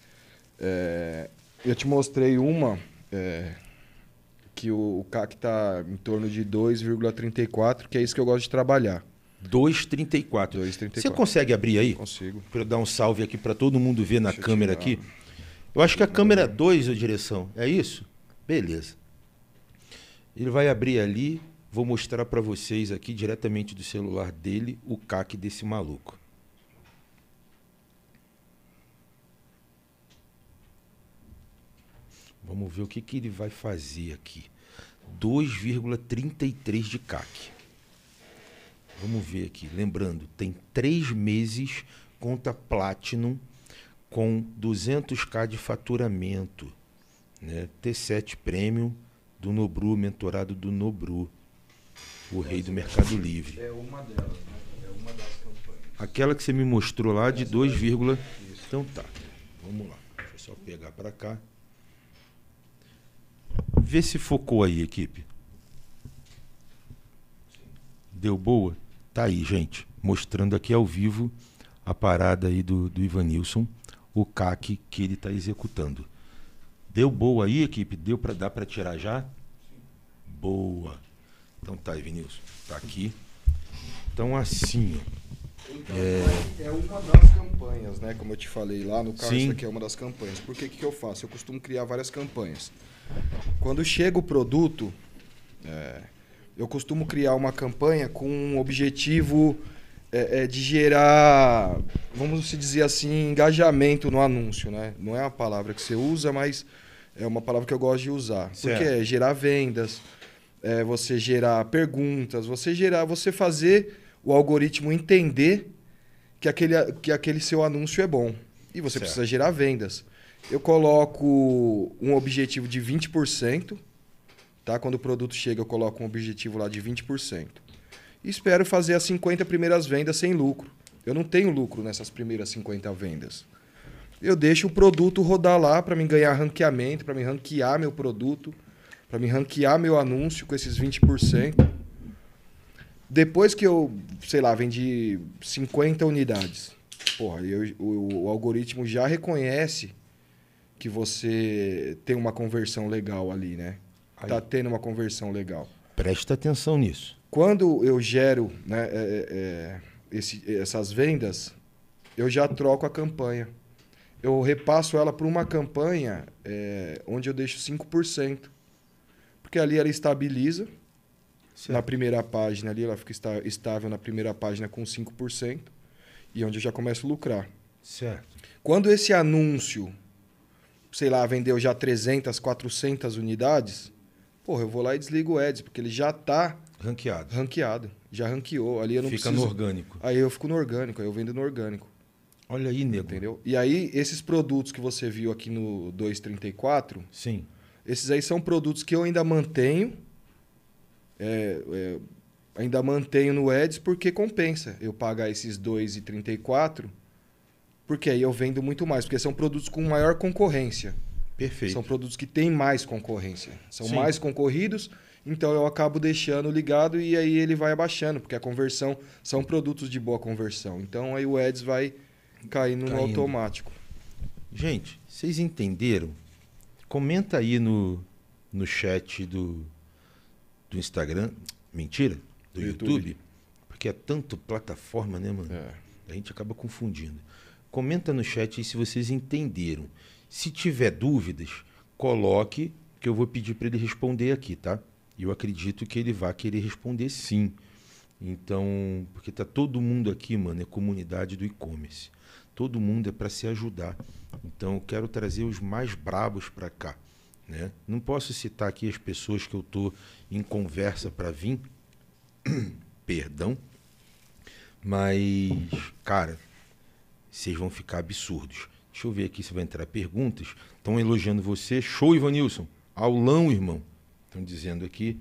Eu te mostrei uma que o CAC está em torno de 2,34, que é isso que eu gosto de trabalhar. 2,34. Você consegue abrir aí? Consigo. Para eu dar um salve aqui para todo mundo ver na câmera aqui. Eu acho que a câmera 2 a direção. É isso? Beleza. Ele vai abrir ali. Vou mostrar para vocês aqui diretamente do celular dele o CAC desse maluco. Vamos ver o que ele vai fazer aqui. 2,33 de CAC. Vamos ver aqui. Lembrando, tem 3 meses conta Platinum com 200k de faturamento, né? T7 Premium do Nobru, mentorado do Nobru, o rei do Mercado Livre. É uma delas, né? É uma das campanhas. Aquela que você me mostrou lá de 2, então tá. Vamos lá. Deixa eu só pegar para cá. Vê se focou aí, equipe. Deu boa? Tá aí, gente. Mostrando aqui ao vivo a parada aí do Ivanilson, o CAC que ele está executando. Deu boa aí, equipe? Dá para tirar já? Sim. Boa. Então tá, Ivanilson. Tá aqui. Então assim, ó. Então, é uma das campanhas, né? Como eu te falei lá no carro, Sim. Isso aqui é uma das campanhas. Por que eu faço? Eu costumo criar várias campanhas. Quando chega o produto, eu costumo criar uma campanha com um objetivo de gerar, vamos dizer assim, engajamento no anúncio, né? Não é uma palavra que você usa, mas é uma palavra que eu gosto de usar. Certo. Porque é gerar vendas, você gerar perguntas, você fazer o algoritmo entender que aquele seu anúncio é bom. E você Certo. precisa gerar vendas. Eu coloco um objetivo de 20%. Tá? Quando o produto chega, eu coloco um objetivo lá de 20%. E espero fazer as 50 primeiras vendas sem lucro. Eu não tenho lucro nessas primeiras 50 vendas. Eu deixo o produto rodar lá para mim ganhar ranqueamento, para me ranquear meu produto, para me ranquear meu anúncio com esses 20%. Depois que eu, vendi 50 unidades, o algoritmo já reconhece que você tem uma conversão legal ali, né? Tá tendo uma conversão legal. Presta atenção nisso. Quando eu gero, né, essas vendas, eu já troco a campanha. Eu repasso ela para uma campanha onde eu deixo 5%. Porque ali ela estabiliza. Certo. Na primeira página ali, ela fica estável na primeira página com 5%. E onde eu já começo a lucrar. Certo. Quando esse anúncio, vendeu já 300, 400 unidades, eu vou lá e desligo o Ads, porque ele já está ranqueado. Já ranqueou. Ali eu não Fica preciso... no orgânico. Aí eu fico no orgânico, aí eu vendo no orgânico. Olha aí, nego. Entendeu? E aí, esses produtos que você viu aqui no 234, sim, esses aí são produtos que eu ainda mantenho, ainda mantenho no Ads porque compensa eu pagar esses 2,34, porque aí eu vendo muito mais, porque são produtos com maior concorrência. Perfeito. São produtos que têm mais concorrência. São Sim. mais concorridos, então eu acabo deixando ligado e aí ele vai abaixando, porque a conversão são produtos de boa conversão. Então aí o Ads vai caindo no automático. Gente, vocês entenderam? Comenta aí no chat do Instagram. Mentira? Do YouTube. Porque é tanto plataforma, né, mano? A gente acaba confundindo. Comenta no chat aí se vocês entenderam. Se tiver dúvidas, coloque, que eu vou pedir para ele responder aqui, tá? Eu acredito que ele vai querer responder sim. Então, porque tá todo mundo aqui, mano, é comunidade do e-commerce. Todo mundo é para se ajudar. Então, eu quero trazer os mais brabos para cá, né? Não posso citar aqui as pessoas que eu tô em conversa para vir, perdão, mas, cara, vocês vão ficar absurdos. Deixa eu ver aqui se vai entrar perguntas. Estão elogiando você. Show, Ivanilson. Aulão, irmão. Estão dizendo aqui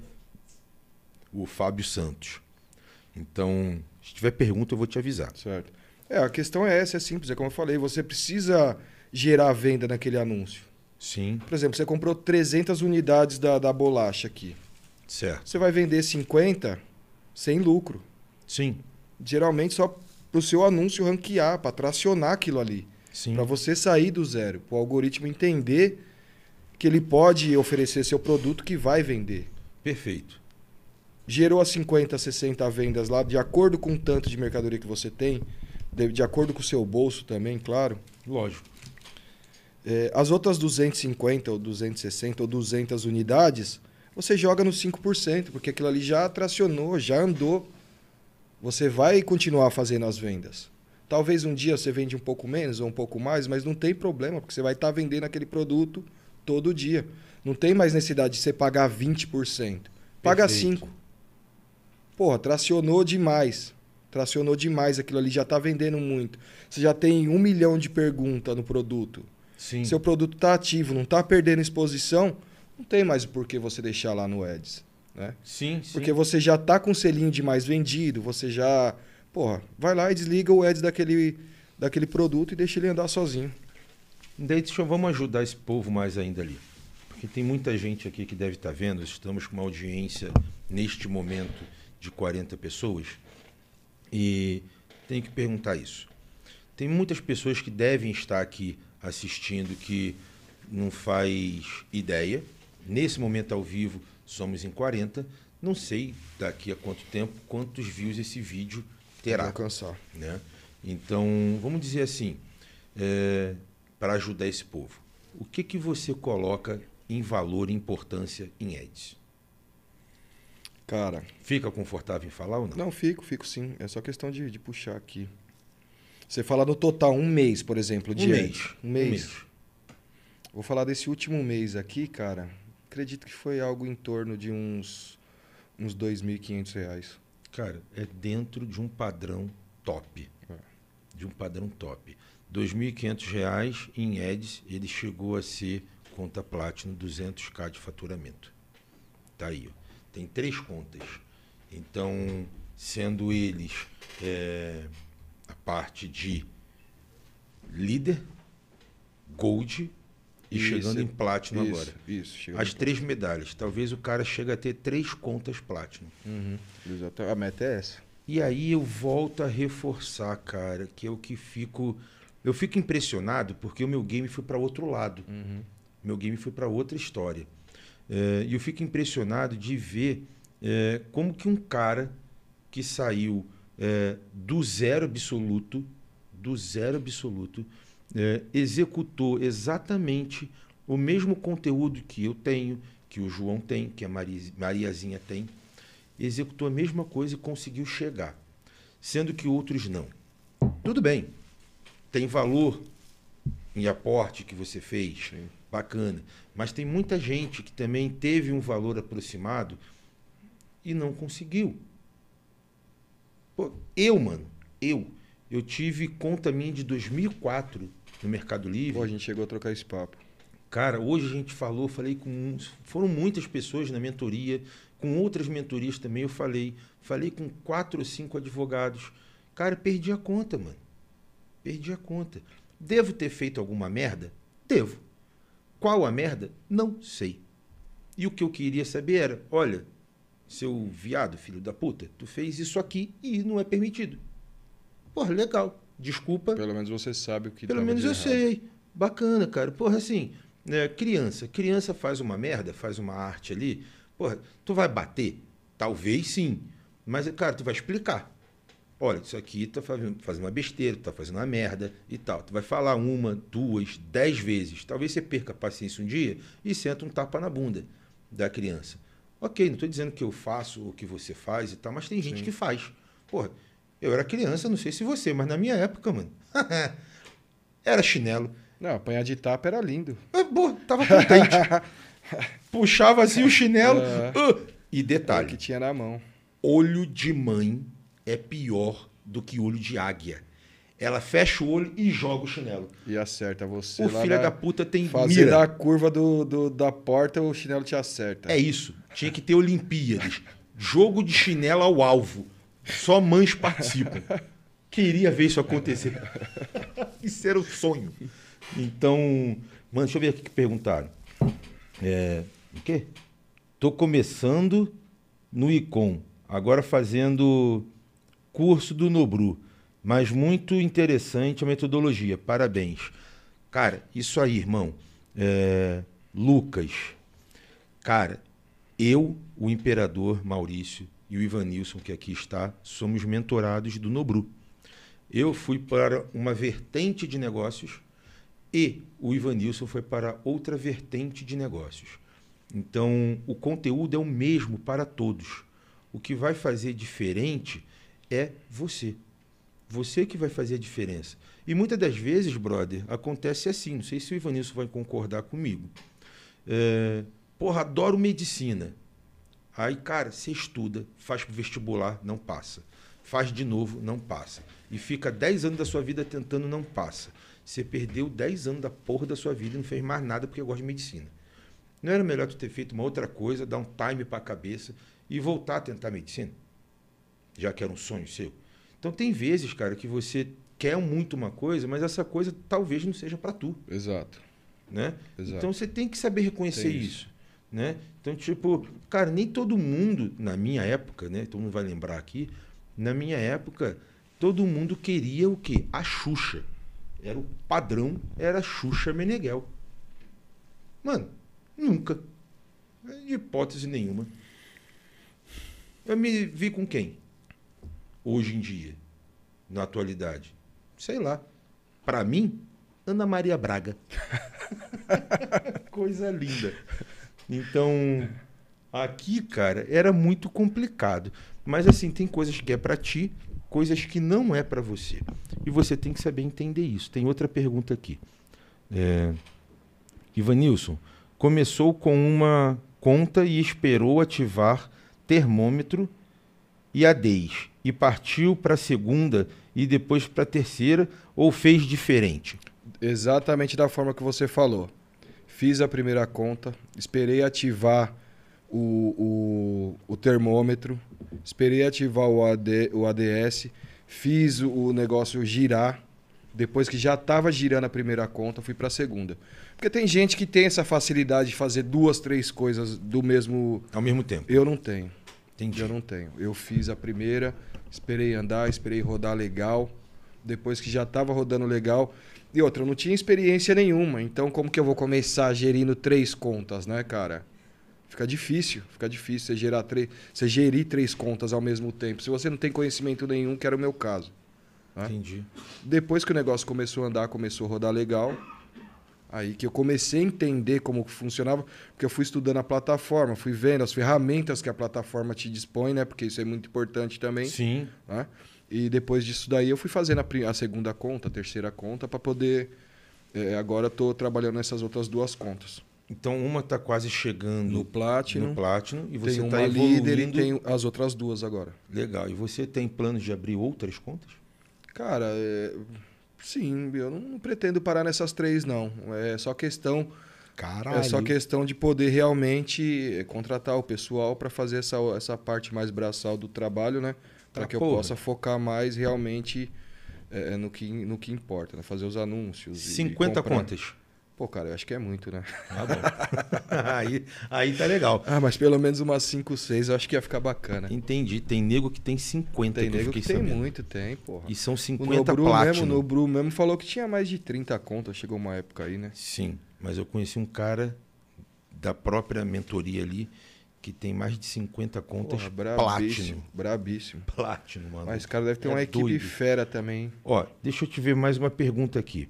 o Fábio Santos. Então, se tiver pergunta, eu vou te avisar. Certo. A questão é essa, é simples. É como eu falei, você precisa gerar venda naquele anúncio. Sim. Por exemplo, você comprou 300 unidades da bolacha aqui. Certo. Você vai vender 50 sem lucro. Sim. Geralmente só para o seu anúncio ranquear, para tracionar aquilo ali. Para você sair do zero, para o algoritmo entender que ele pode oferecer seu produto que vai vender. Perfeito. Gerou as 50, 60 vendas lá, de acordo com o tanto de mercadoria que você tem, de acordo com o seu bolso também, claro. Lógico. As outras 250 ou 260 ou 200 unidades, você joga no 5%, porque aquilo ali já tracionou, já andou. Você vai continuar fazendo as vendas. Talvez um dia você vende um pouco menos ou um pouco mais, mas não tem problema, porque você vai estar vendendo aquele produto todo dia. Não tem mais necessidade de você pagar 20%. Paga 5%. Porra, tracionou demais. tracionou demais aquilo ali, já tá vendendo muito. Você já tem 1 milhão de perguntas no produto. Sim. Seu produto tá ativo, não tá perdendo exposição, não tem mais o porquê você deixar lá no Ads, né? Sim, sim. Porque você já tá com o selinho de mais vendido, você já... Porra, vai lá e desliga o Ads daquele produto e deixa ele andar sozinho. Daí vamos ajudar esse povo mais ainda ali. Porque tem muita gente aqui que deve estar vendo, estamos com uma audiência neste momento de 40 pessoas e tem que perguntar isso. Tem muitas pessoas que devem estar aqui assistindo que não faz ideia. Nesse momento ao vivo somos em 40. Não sei daqui a quanto tempo, quantos views esse vídeo terá. Vai alcançar. Né? Então, vamos dizer assim, para ajudar esse povo, o que você coloca em valor e importância em Ads? Cara... Fica confortável em falar ou não? Não, fico sim. É só questão de puxar aqui. Você fala no total, um mês, por exemplo, de Ads. Um mês. Vou falar desse último mês aqui, cara. Acredito que foi algo em torno de uns R$2.500. Cara, é dentro de um padrão top. De um padrão top. R$2.500 em Ads, ele chegou a ser conta Platinum, 200k de faturamento. Tá aí, ó. Tem 3 contas. Então, sendo eles a parte de líder, gold e chegando em Platinum agora. Isso. As 3 medalhas. Talvez o cara chegue a ter 3 contas Platinum. Exato. A meta é essa. E aí eu volto a reforçar, cara, que é o que fico... Eu fico impressionado porque o meu game foi para outro lado. Meu game foi para outra história. E eu fico impressionado de ver como que um cara que saiu do zero absoluto, executou exatamente o mesmo conteúdo que eu tenho, que o João tem, que a Mariazinha tem, executou a mesma coisa e conseguiu chegar, sendo que outros não. Tudo bem, tem valor em aporte que você fez, sim, bacana, mas tem muita gente que também teve um valor aproximado e não conseguiu. Pô, eu tive conta minha de 2004 no Mercado Livre. Pô, a gente chegou a trocar esse papo. Cara, hoje a gente falei com... Foram muitas pessoas na mentoria, com outras mentorias também eu falei com 4 ou 5 advogados. Cara, perdi a conta, mano. Perdi a conta. Devo ter feito alguma merda? Devo. Qual a merda? Não sei. E o que eu queria saber era, olha, seu viado, filho da puta, tu fez isso aqui e não é permitido. Porra, legal. Desculpa. Pelo menos você sabe o que Pelo menos eu sei. Bacana, cara. Porra, assim, criança faz uma merda, faz uma arte ali. Porra, tu vai bater? Talvez sim. Mas, cara, tu vai explicar. Olha, isso aqui tá fazendo uma besteira, tu tá fazendo uma merda e tal. Tu vai falar 1, 2, 10 vezes. Talvez você perca a paciência um dia e senta um tapa na bunda da criança. Ok, não estou dizendo que eu faço o que você faz e tal, mas tem gente que faz. Porra, eu era criança, não sei se você, mas na minha época, mano, era chinelo. Não, apanhar de tapa era lindo. Tava contente. Puxava assim o chinelo. E detalhe. Que tinha na mão. Olho de mãe é pior do que olho de águia. Ela fecha o olho e joga o chinelo. E acerta você. O filho da puta tem fazer mira. a curva da porta, o chinelo te acerta. É isso. Tinha que ter Olimpíadas. Jogo de chinelo ao alvo. Só mães participam. Queria ver isso acontecer. Isso era o sonho. Então, mano, deixa eu ver aqui que perguntaram. O quê? Tô começando no Icom. Agora fazendo curso do Nobru. Mas muito interessante a metodologia. Parabéns. Cara, isso aí, irmão. Lucas. Cara, eu, o Imperador Maurício e o Ivanilson, que aqui está, somos mentorados do Nobru. Eu fui para uma vertente de negócios e o Ivanilson foi para outra vertente de negócios. Então, o conteúdo é o mesmo para todos. O que vai fazer diferente é você. Você que vai fazer a diferença. E muitas das vezes, brother, acontece assim. Não sei se o Ivanilson vai concordar comigo. Porra, adoro medicina. Aí, cara, você estuda, faz pro vestibular, não passa. faz de novo, não passa. E fica 10 anos da sua vida tentando, não passa. Você perdeu 10 anos da porra da sua vida e não fez mais nada porque gosta de medicina. Não era melhor tu ter feito uma outra coisa, dar um time para a cabeça e voltar a tentar medicina? Já que era um sonho seu. Então tem vezes, cara, que você quer muito uma coisa, mas essa coisa talvez não seja para tu. Exato. Né? Exato. Então você tem que saber reconhecer isso. Né? Então, tipo, cara, nem todo mundo, na minha época, né? Todo mundo vai lembrar aqui, na minha época, todo mundo queria o quê? A Xuxa. Era o padrão, era a Xuxa Meneghel. Mano, nunca. De hipótese nenhuma. Eu me vi com quem? Hoje em dia, na atualidade. Sei lá. Pra mim, Ana Maria Braga. Coisa linda. Então, aqui, cara, era muito complicado. Mas, assim, tem coisas que é pra ti, coisas que não é pra você. E você tem que saber entender isso. Tem outra pergunta aqui. Ivanilson, começou com uma conta e esperou ativar termômetro e ADES. E partiu para a segunda e depois para a terceira, ou fez diferente? Exatamente da forma que você falou. Fiz a primeira conta, esperei ativar o termômetro, esperei ativar o ADS, fiz o negócio girar. Depois que já estava girando a primeira conta, fui para a segunda. Porque tem gente que tem essa facilidade de fazer 2, 3 coisas do mesmo... Ao mesmo tempo. Eu não tenho. Entendi. Eu não tenho. Eu fiz a primeira, esperei andar, esperei rodar legal. Depois que já estava rodando legal... E outra, eu não tinha experiência nenhuma. Então, como que eu vou começar gerindo 3 contas, né, cara? Fica difícil você gerir 3 contas ao mesmo tempo. Se você não tem conhecimento nenhum, que era o meu caso. Né? Entendi. Depois que o negócio começou a andar, começou a rodar legal, aí que eu comecei a entender como funcionava, porque eu fui estudando a plataforma, fui vendo as ferramentas que a plataforma te dispõe, né? Porque isso é muito importante também. Sim. Né? E depois disso daí eu fui fazendo a segunda conta, a terceira conta, para poder... agora estou trabalhando nessas outras 2 contas. Então uma está quase chegando no Platinum e você tem está uma líder e evoluindo. tem as outras 2 agora. Legal. E você tem planos de abrir outras contas? Cara, sim, eu não pretendo parar nessas 3, não. É só questão... Caralho. É só questão de poder realmente contratar o pessoal para fazer essa parte mais braçal do trabalho, né? Para que eu possa focar mais realmente no que importa, né? Fazer os anúncios. 50 contas. Pô, cara, eu acho que é muito, né? Tá bom. aí tá legal. Mas pelo menos umas 5, 6 eu acho que ia ficar bacana. Entendi. Tem nego que tem 50. Tem nego que tem sabendo. muito, tem, porra. E são 50 Platinum. O Nobru mesmo falou que tinha mais de 30 contas. Chegou uma época aí, né? Sim, mas eu conheci um cara da própria mentoria ali que tem mais de 50 contas. Porra, Platinum. Brabíssimo. Platinum, mano. Mas esse cara deve ter uma equipe fera também. Ó, deixa eu te ver mais uma pergunta aqui.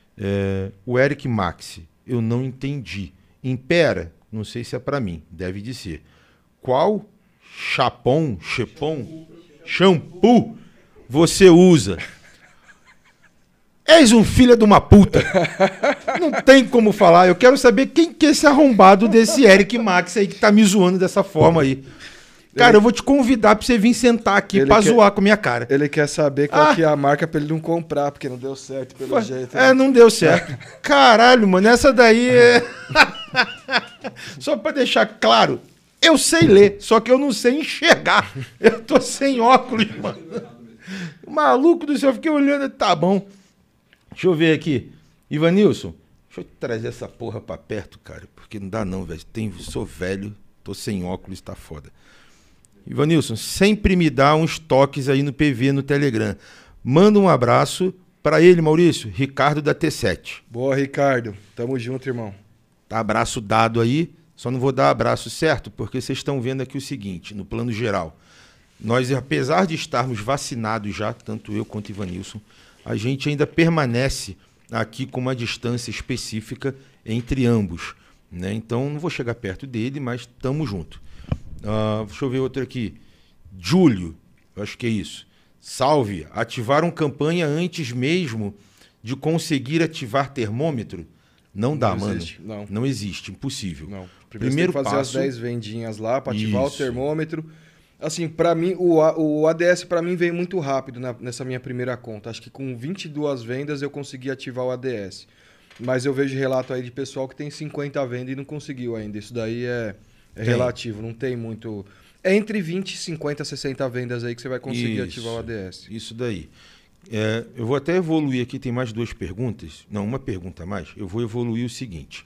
O Eric Maxi, eu não entendi. Impera, não sei se é para mim, deve de ser. Qual shampoo você usa? És um filho de uma puta. Não tem como falar. Eu quero saber quem que é esse arrombado desse Eric Max aí que tá me zoando dessa forma aí. Cara, eu vou te convidar pra você vir sentar aqui pra zoar com a minha cara. Ele quer saber qual que é a marca pra ele não comprar, porque não deu certo pelo jeito. Né? Não deu certo. Caralho, mano, essa daí é... Só pra deixar claro, eu sei ler, só que eu não sei enxergar. Eu tô sem óculos, mano. Maluco do céu, eu fiquei olhando, tá bom. Deixa eu ver aqui. Ivanilson, deixa eu trazer essa porra pra perto, cara, porque não dá não, velho. Sou velho, tô sem óculos, tá foda. Ivanilson, sempre me dá uns toques aí no PV, no Telegram. Manda um abraço pra ele, Maurício, Ricardo da T7. Boa, Ricardo. Tamo junto, irmão. Tá abraço dado aí, só não vou dar abraço certo, porque vocês estão vendo aqui o seguinte, no plano geral. Nós, apesar de estarmos vacinados já, tanto eu quanto Ivanilson, a gente ainda permanece aqui com uma distância específica entre ambos, né? Então, não vou chegar perto dele, mas estamos juntos. Deixa eu ver outro aqui. Júlio, eu acho que é isso. Salve, ativaram campanha antes mesmo de conseguir ativar termômetro? Não dá, mano. Não existe, impossível. Não. Primeiro tem que fazer as 10 vendinhas lá para ativar o termômetro. Assim, para mim, o ADS para mim veio muito rápido nessa minha primeira conta. Acho que com 22 vendas eu consegui ativar o ADS. Mas eu vejo relato aí de pessoal que tem 50 vendas e não conseguiu ainda. Isso daí é relativo, não tem muito... É entre 20, 50, 60 vendas aí que você vai conseguir ativar o ADS. Isso daí. Eu vou até evoluir aqui, tem mais duas perguntas. Não, uma pergunta a mais. Eu vou evoluir o seguinte.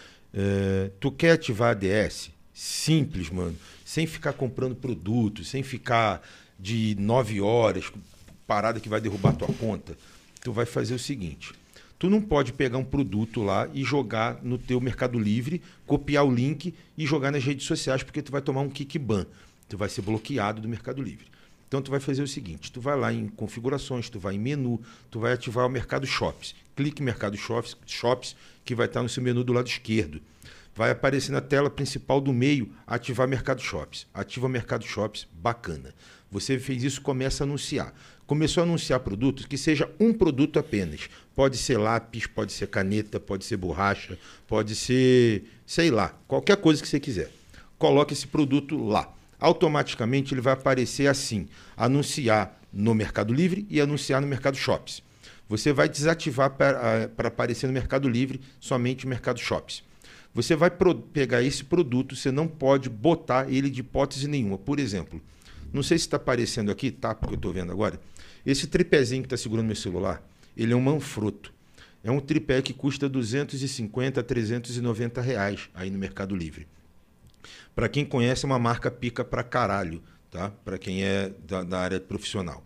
Tu quer ativar ADS? Simples, mano. Sem ficar comprando produtos, sem ficar de 9 horas, parada que vai derrubar tua conta. Tu vai fazer o seguinte. Tu não pode pegar um produto lá e jogar no teu Mercado Livre, copiar o link e jogar nas redes sociais, porque tu vai tomar um kick ban. Tu vai ser bloqueado do Mercado Livre. Então tu vai fazer o seguinte, tu vai lá em configurações, tu vai em menu, tu vai ativar o Mercado Shops. Clique em Mercado Shops, que vai estar no seu menu do lado esquerdo. Vai aparecer na tela principal do meio, ativar Mercado Shops. Ativa Mercado Shops, bacana. Você fez isso, começa a anunciar. Começou a anunciar produtos, que seja um produto apenas. Pode ser lápis, pode ser caneta, pode ser borracha, pode ser, sei lá, qualquer coisa que você quiser. Coloque esse produto lá. Automaticamente ele vai aparecer assim, anunciar no Mercado Livre e anunciar no Mercado Shops. Você vai desativar para aparecer no Mercado Livre somente o Mercado Shops. Você vai pegar esse produto, você não pode botar ele de hipótese nenhuma. Por exemplo, não sei se está aparecendo aqui, tá? Porque eu estou vendo agora. Esse tripézinho que está segurando meu celular, ele é um Manfrotto. É um tripé que custa 250 a 390 reais aí no Mercado Livre. Para quem conhece, é uma marca pica pra caralho, tá? Para quem é da área profissional.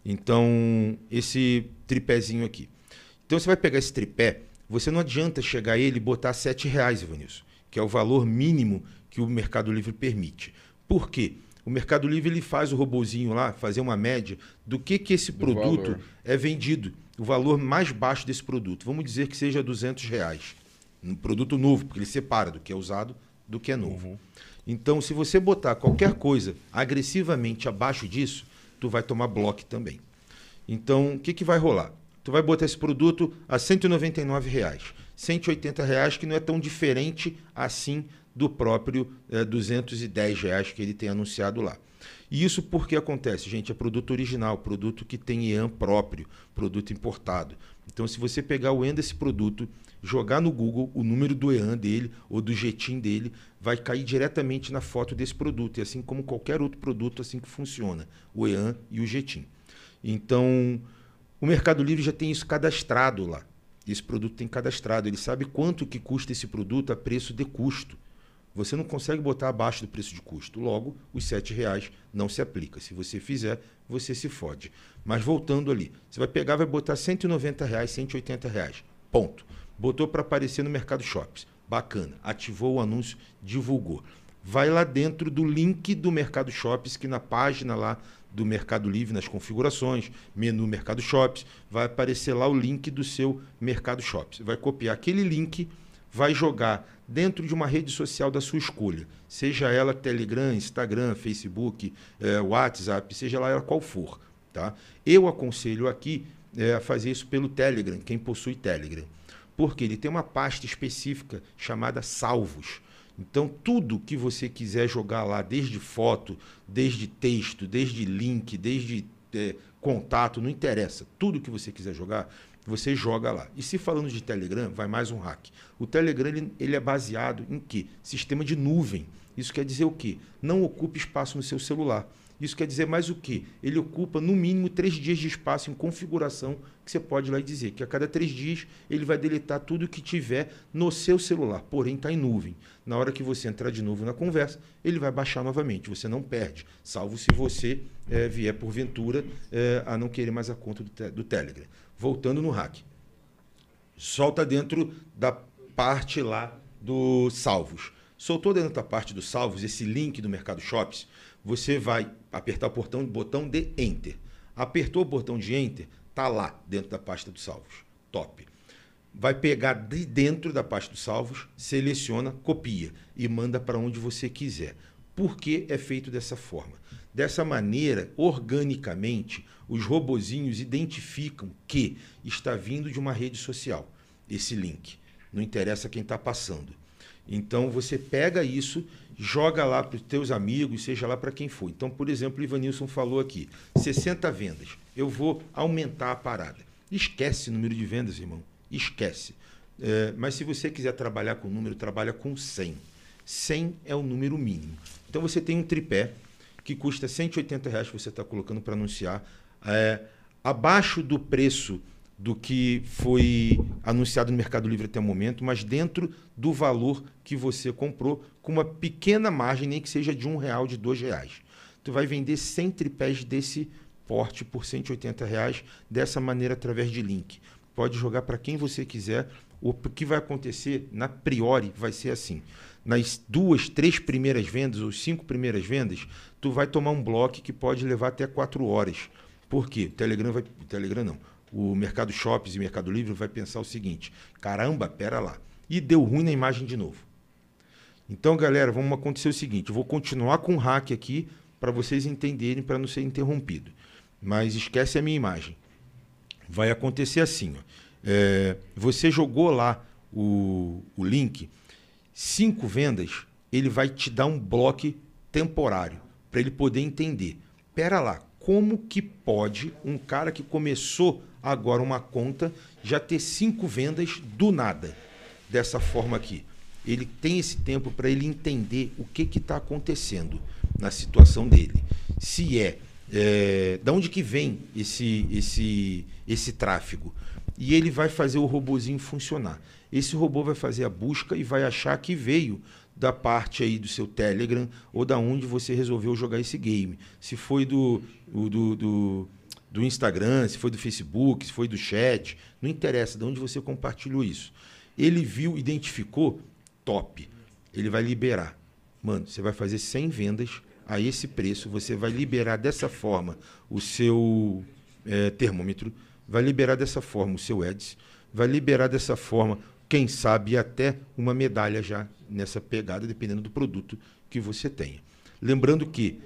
Então, esse tripézinho aqui. Então, você vai pegar esse tripé, você não adianta chegar ele e botar R$7, Ivanilson, que é o valor mínimo que o Mercado Livre permite. Por quê? O Mercado Livre ele faz o robozinho lá, fazer uma média do que esse produto é vendido, o valor mais baixo desse produto. Vamos dizer que seja R$200. Um produto novo, porque ele separa do que é usado do que é novo. Uhum. Então, se você botar qualquer coisa agressivamente abaixo disso, tu vai tomar bloco também. Então, o que vai rolar? Tu vai botar esse produto a R$199, R$180, que não é tão diferente assim do próprio R$210 que ele tem anunciado lá. E isso porque acontece, gente, é produto original, produto que tem EAN próprio, produto importado. Então, se você pegar o EAN desse produto, jogar no Google o número do EAN dele ou do GTIN dele, vai cair diretamente na foto desse produto. E assim como qualquer outro produto, assim que funciona, o EAN e o GTIN. Então, o Mercado Livre já tem isso cadastrado lá. Esse produto tem cadastrado. Ele sabe quanto que custa esse produto a preço de custo. Você não consegue botar abaixo do preço de custo. Logo, os R$7 não se aplica. Se você fizer, você se fode. Mas voltando ali, você vai pegar, vai botar R$190, R$180. Ponto. Botou para aparecer no Mercado Shops. Bacana. Ativou o anúncio, divulgou. Vai lá dentro do link do Mercado Shops, que na página lá do Mercado Livre, nas configurações, menu Mercado Shops, vai aparecer lá o link do seu Mercado Shops. Vai copiar aquele link, vai jogar dentro de uma rede social da sua escolha, seja ela Telegram, Instagram, Facebook, WhatsApp, seja lá ela qual for. Tá? Eu aconselho aqui a fazer isso pelo Telegram, quem possui Telegram, porque ele tem uma pasta específica chamada Salvos. Então, tudo que você quiser jogar lá, desde foto, desde texto, desde link, desde contato, não interessa. Tudo que você quiser jogar, você joga lá. E se falando de Telegram, vai mais um hack. O Telegram ele é baseado em quê? Sistema de nuvem. Isso quer dizer o quê? Não ocupa espaço no seu celular. Isso quer dizer mais o quê? Ele ocupa no mínimo 3 dias de espaço em configuração, que você pode ir lá e dizer que a cada 3 dias ele vai deletar tudo que tiver no seu celular, porém está em nuvem. Na hora que você entrar de novo na conversa, ele vai baixar novamente, você não perde, salvo se você vier porventura a não querer mais a conta do Telegram. Voltando no hack. Solta dentro da parte lá do salvos. Soltou dentro da parte dos salvos esse link do Mercado Shops, você vai apertar o botão de Enter. Apertou o botão de Enter, está lá dentro da pasta dos salvos. Top. Vai pegar de dentro da pasta dos salvos, seleciona, copia e manda para onde você quiser. Por que é feito dessa forma? Dessa maneira, organicamente, os robozinhos identificam que está vindo de uma rede social, esse link. Não interessa quem está passando. Então você pega isso, joga lá para os teus amigos, seja lá para quem for. Então, por exemplo, o Ivanilson falou aqui, 60 vendas. Eu vou aumentar a parada. Esquece o número de vendas, irmão. Esquece. Mas se você quiser trabalhar com número, trabalha com 100. 100 é o número mínimo. Então você tem um tripé que custa R$180 que você está colocando para anunciar, abaixo do preço do que foi anunciado no Mercado Livre até o momento, mas dentro do valor que você comprou, com uma pequena margem, nem que seja de R$1, de R$2. Tu vai vender 100 tripés desse porte por R$180, dessa maneira, através de link. Pode jogar para quem você quiser. O que vai acontecer, na priori, vai ser assim. Nas 2, 3 primeiras vendas, ou 5 primeiras vendas, tu vai tomar um bloco que pode levar até 4 horas. Por quê? O Mercado Shops e Mercado Livre vai pensar o seguinte: caramba, pera lá. E deu ruim na imagem de novo. Então, galera, vamos acontecer o seguinte: eu vou continuar com o hack aqui para vocês entenderem, para não ser interrompido. Mas esquece a minha imagem. Vai acontecer assim, ó. Você jogou lá o link, 5 vendas, ele vai te dar um bloco temporário para ele poder entender. Pera lá, como que pode um cara que começou agora uma conta já ter 5 vendas do nada, dessa forma aqui? Ele tem esse tempo para ele entender o que está acontecendo na situação dele. Se da onde que vem esse tráfego? E ele vai fazer o robozinho funcionar. Esse robô vai fazer a busca e vai achar que veio da parte aí do seu Telegram ou da onde você resolveu jogar esse game. Se foi do Instagram, se foi do Facebook, se foi do chat, não interessa de onde você compartilhou isso. Ele viu, identificou, top. Ele vai liberar. Mano, você vai fazer 100 vendas a esse preço, você vai liberar dessa forma o seu termômetro, vai liberar dessa forma o seu Ads, vai liberar dessa forma, quem sabe, até uma medalha já nessa pegada, dependendo do produto que você tenha. Lembrando que,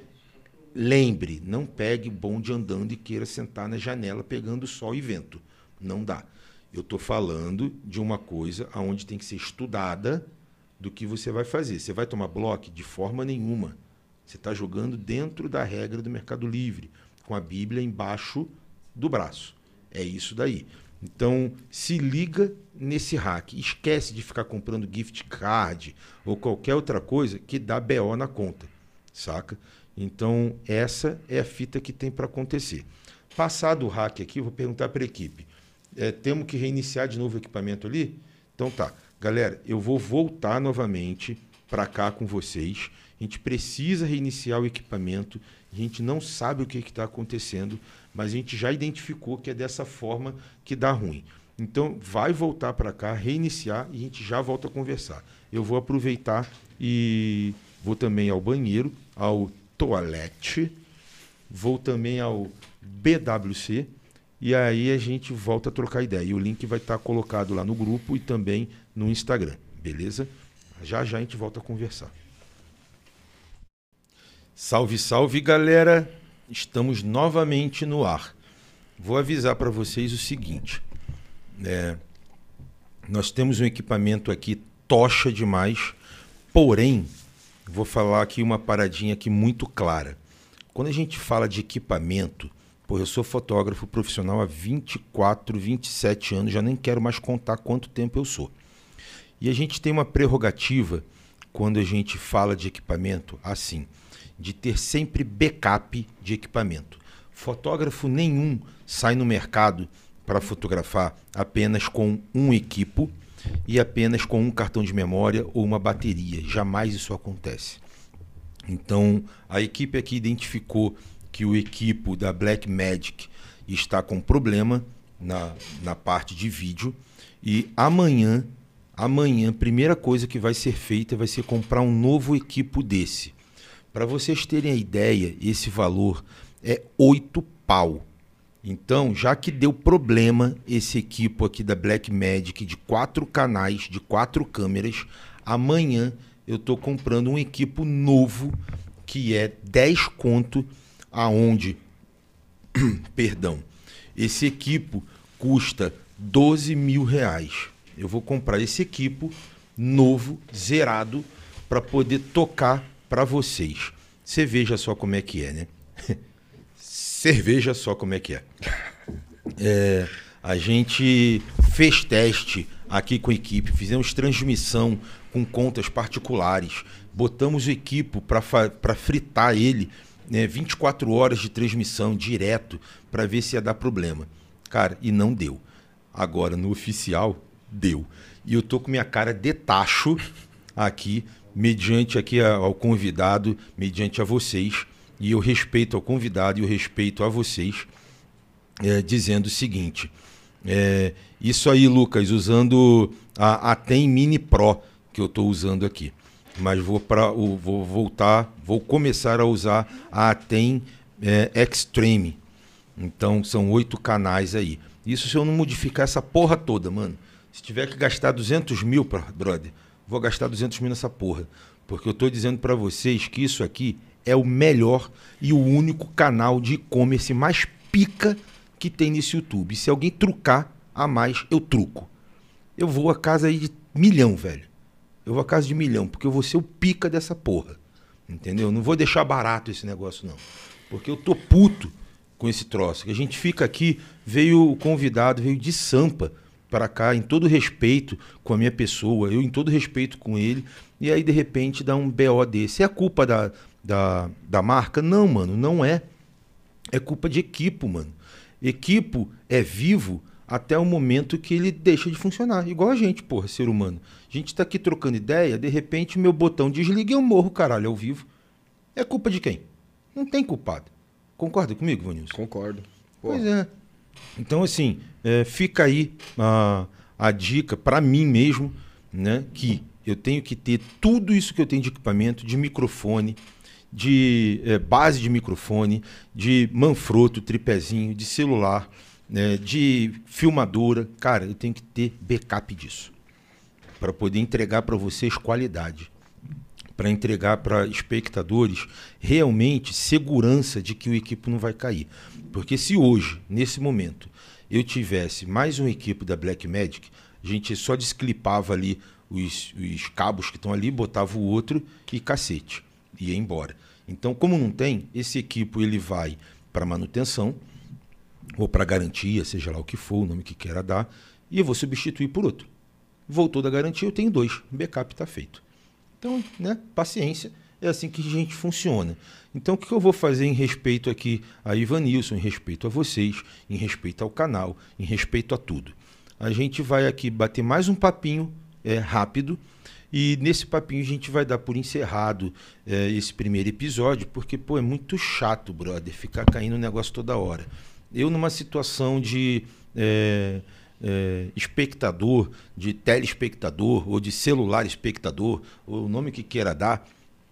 não pegue bonde andando e queira sentar na janela pegando sol e vento. Não dá. Eu estou falando de uma coisa onde tem que ser estudada do que você vai fazer. Você vai tomar bloco? De forma nenhuma. Você está jogando dentro da regra do Mercado Livre, com a Bíblia embaixo do braço. É isso daí. Então, se liga nesse hack. Esquece de ficar comprando gift card ou qualquer outra coisa que dá BO na conta, saca? Então, essa é a fita que tem para acontecer. Passado o hack aqui, eu vou perguntar para a equipe. Temos que reiniciar de novo o equipamento ali? Então tá. Galera, eu vou voltar novamente para cá com vocês. A gente precisa reiniciar o equipamento. A gente não sabe o que está acontecendo, mas a gente já identificou que é dessa forma que dá ruim. Então, vai voltar para cá, reiniciar e a gente já volta a conversar. Eu vou aproveitar e vou também ao banheiro, ao toalete, vou também ao BWC e aí a gente volta a trocar ideia. E o link vai estar colocado lá no grupo e também no Instagram, beleza? Já já a gente volta a conversar. Salve, salve, galera! Estamos novamente no ar. Vou avisar para vocês o seguinte. Nós temos um equipamento aqui tocha demais, porém, vou falar aqui uma paradinha aqui muito clara. Quando a gente fala de equipamento, eu sou fotógrafo profissional há 24, 27 anos, já nem quero mais contar quanto tempo eu sou. E a gente tem uma prerrogativa, quando a gente fala de equipamento, assim, de ter sempre backup de equipamento. Fotógrafo nenhum sai no mercado para fotografar apenas com um equipo e apenas com um cartão de memória ou uma bateria. Jamais isso acontece. Então, a equipe aqui identificou que o equipo da Blackmagic está com problema na parte de vídeo e amanhã, primeira coisa que vai ser feita vai ser comprar um novo equipo desse. Para vocês terem a ideia, esse valor é 8 pau. Então, já que deu problema esse equipo aqui da Blackmagic de 4 canais, de 4 câmeras, amanhã eu estou comprando um equipo novo que é 10 conto, aonde, perdão, esse equipo custa R$12 mil. Eu vou comprar esse equipo novo, zerado, para poder tocar para vocês. Você veja só como é que é, né? Cerveja só como é que é. A gente fez teste aqui com a equipe, fizemos transmissão com contas particulares, botamos o equipo para fritar ele, né, 24 horas de transmissão direto para ver se ia dar problema. Cara, e não deu. Agora, no oficial, deu. E eu tô com minha cara de tacho aqui, mediante aqui ao convidado, mediante a vocês, e eu respeito ao convidado e eu respeito a vocês, dizendo o seguinte, isso aí, Lucas, usando a ATEM Mini Pro que eu estou usando aqui, mas vou começar a usar a ATEM Extreme, então são 8 canais aí. Isso se eu não modificar essa porra toda, mano. Se tiver que gastar 200 mil, brother, vou gastar 200 mil nessa porra, porque eu estou dizendo para vocês que isso aqui é o melhor e o único canal de e-commerce mais pica que tem nesse YouTube. Se alguém trucar a mais, eu truco. Eu vou a casa aí de 1 milhão, velho. Eu vou a casa de 1 milhão, porque eu vou ser o pica dessa porra. Entendeu? Não vou deixar barato esse negócio, não. Porque eu tô puto com esse troço. Que a gente fica aqui, veio o convidado, veio de Sampa para cá, em todo respeito com a minha pessoa, eu em todo respeito com ele, e aí de repente dá um BO desse. É a culpa da marca? Não, mano, não é. É culpa de equipo, mano. Equipo é vivo até o momento que ele deixa de funcionar. Igual a gente, porra, ser humano. A gente tá aqui trocando ideia, de repente meu botão desliga e eu morro, caralho, ao vivo. É culpa de quem? Não tem culpado. Concorda comigo, Vanilson? Concordo. Pois é. Então, assim, fica aí a dica para mim mesmo, né, que eu tenho que ter tudo isso que eu tenho de equipamento, de microfone, de base de microfone, de manfrotto, tripézinho, de celular, de filmadora. Cara, eu tenho que ter backup disso para poder entregar para vocês qualidade, para entregar para espectadores realmente segurança de que o equipo não vai cair. Porque se hoje, nesse momento, eu tivesse mais um equipo da Blackmagic, a gente só desclipava ali os cabos que estão ali, botava o outro e cacete, ia embora. Então, como não tem, esse equipo ele vai para manutenção ou para garantia, seja lá o que for, o nome que queira dar, e eu vou substituir por outro. Voltou da garantia, eu tenho 2, o backup está feito. Então, né, paciência, é assim que a gente funciona. Então, o que eu vou fazer em respeito aqui a Ivanilson, em respeito a vocês, em respeito ao canal, em respeito a tudo? A gente vai aqui bater mais um papinho rápido, e nesse papinho a gente vai dar por encerrado esse primeiro episódio, porque, pô, é muito chato, brother, ficar caindo o negócio toda hora. Eu, numa situação de espectador, de telespectador, ou de celular espectador, ou o nome que queira dar,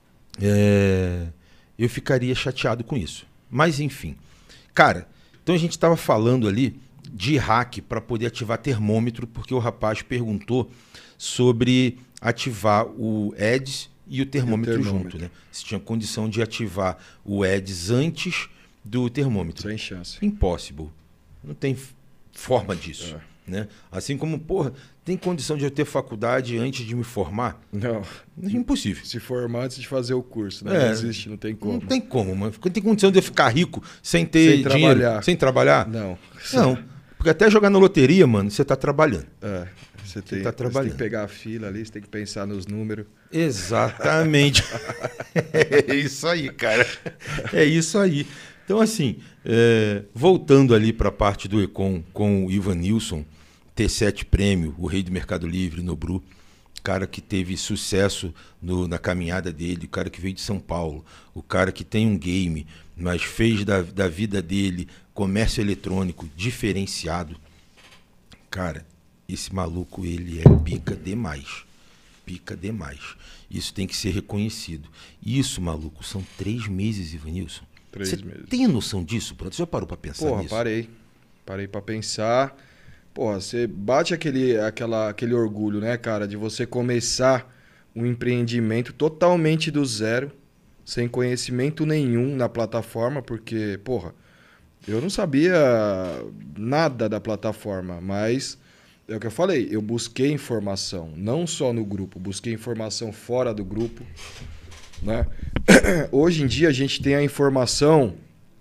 eu ficaria chateado com isso. Mas, enfim. Cara, então a gente estava falando ali de hack para poder ativar termômetro, porque o rapaz perguntou sobre ativar o Eds e o termômetro junto, né? Se tinha condição de ativar o Eds antes do termômetro. Sem chance. Impossible. Não tem forma disso. Né? Assim como, porra, tem condição de eu ter faculdade antes de me formar? Não. É impossível. Se formar antes de fazer o curso, né? Não existe, não tem como. Não tem como, mano. Tem condição de eu ficar rico sem ter dinheiro? Sem trabalhar? Não. Não. Porque até jogar na loteria, mano, você tá trabalhando. Você tá trabalhando. Você tem que pegar a fila ali, você tem que pensar nos números. Exatamente. É isso aí, cara. É isso aí. Então, assim, voltando ali para a parte do Econ com o Ivanilson, T7 Prêmio, o rei do Mercado Livre, Nobru, cara que teve sucesso na caminhada dele, o cara que veio de São Paulo, o cara que tem um game, mas fez da vida dele comércio eletrônico diferenciado. Cara, esse maluco, ele é pica demais. Pica demais. Isso tem que ser reconhecido. Isso, maluco, são 3 meses, Ivanilson. 3 meses. Você tem noção disso? Pronto, você já parou pra pensar nisso? Parei pra pensar. Porra, você bate aquele orgulho, né, cara, de você começar um empreendimento totalmente do zero, sem conhecimento nenhum na plataforma, porque, porra, eu não sabia nada da plataforma, mas É o que eu falei, eu busquei informação, não só no grupo, busquei informação fora do grupo, né? Hoje em dia a gente tem a informação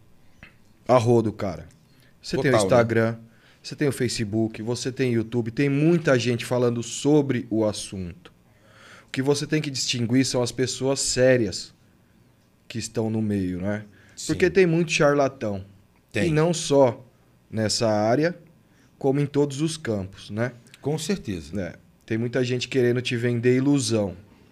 a rodo, cara. Você tem o Total, Instagram, você tem o Facebook, você tem o YouTube, tem muita gente falando sobre o assunto. O que você tem que distinguir são as pessoas sérias que estão no meio, né? Sim. Porque tem muito charlatão. Tem. E não só nessa área, como em todos os campos, né? Com certeza. Tem muita gente querendo te vender ilusão,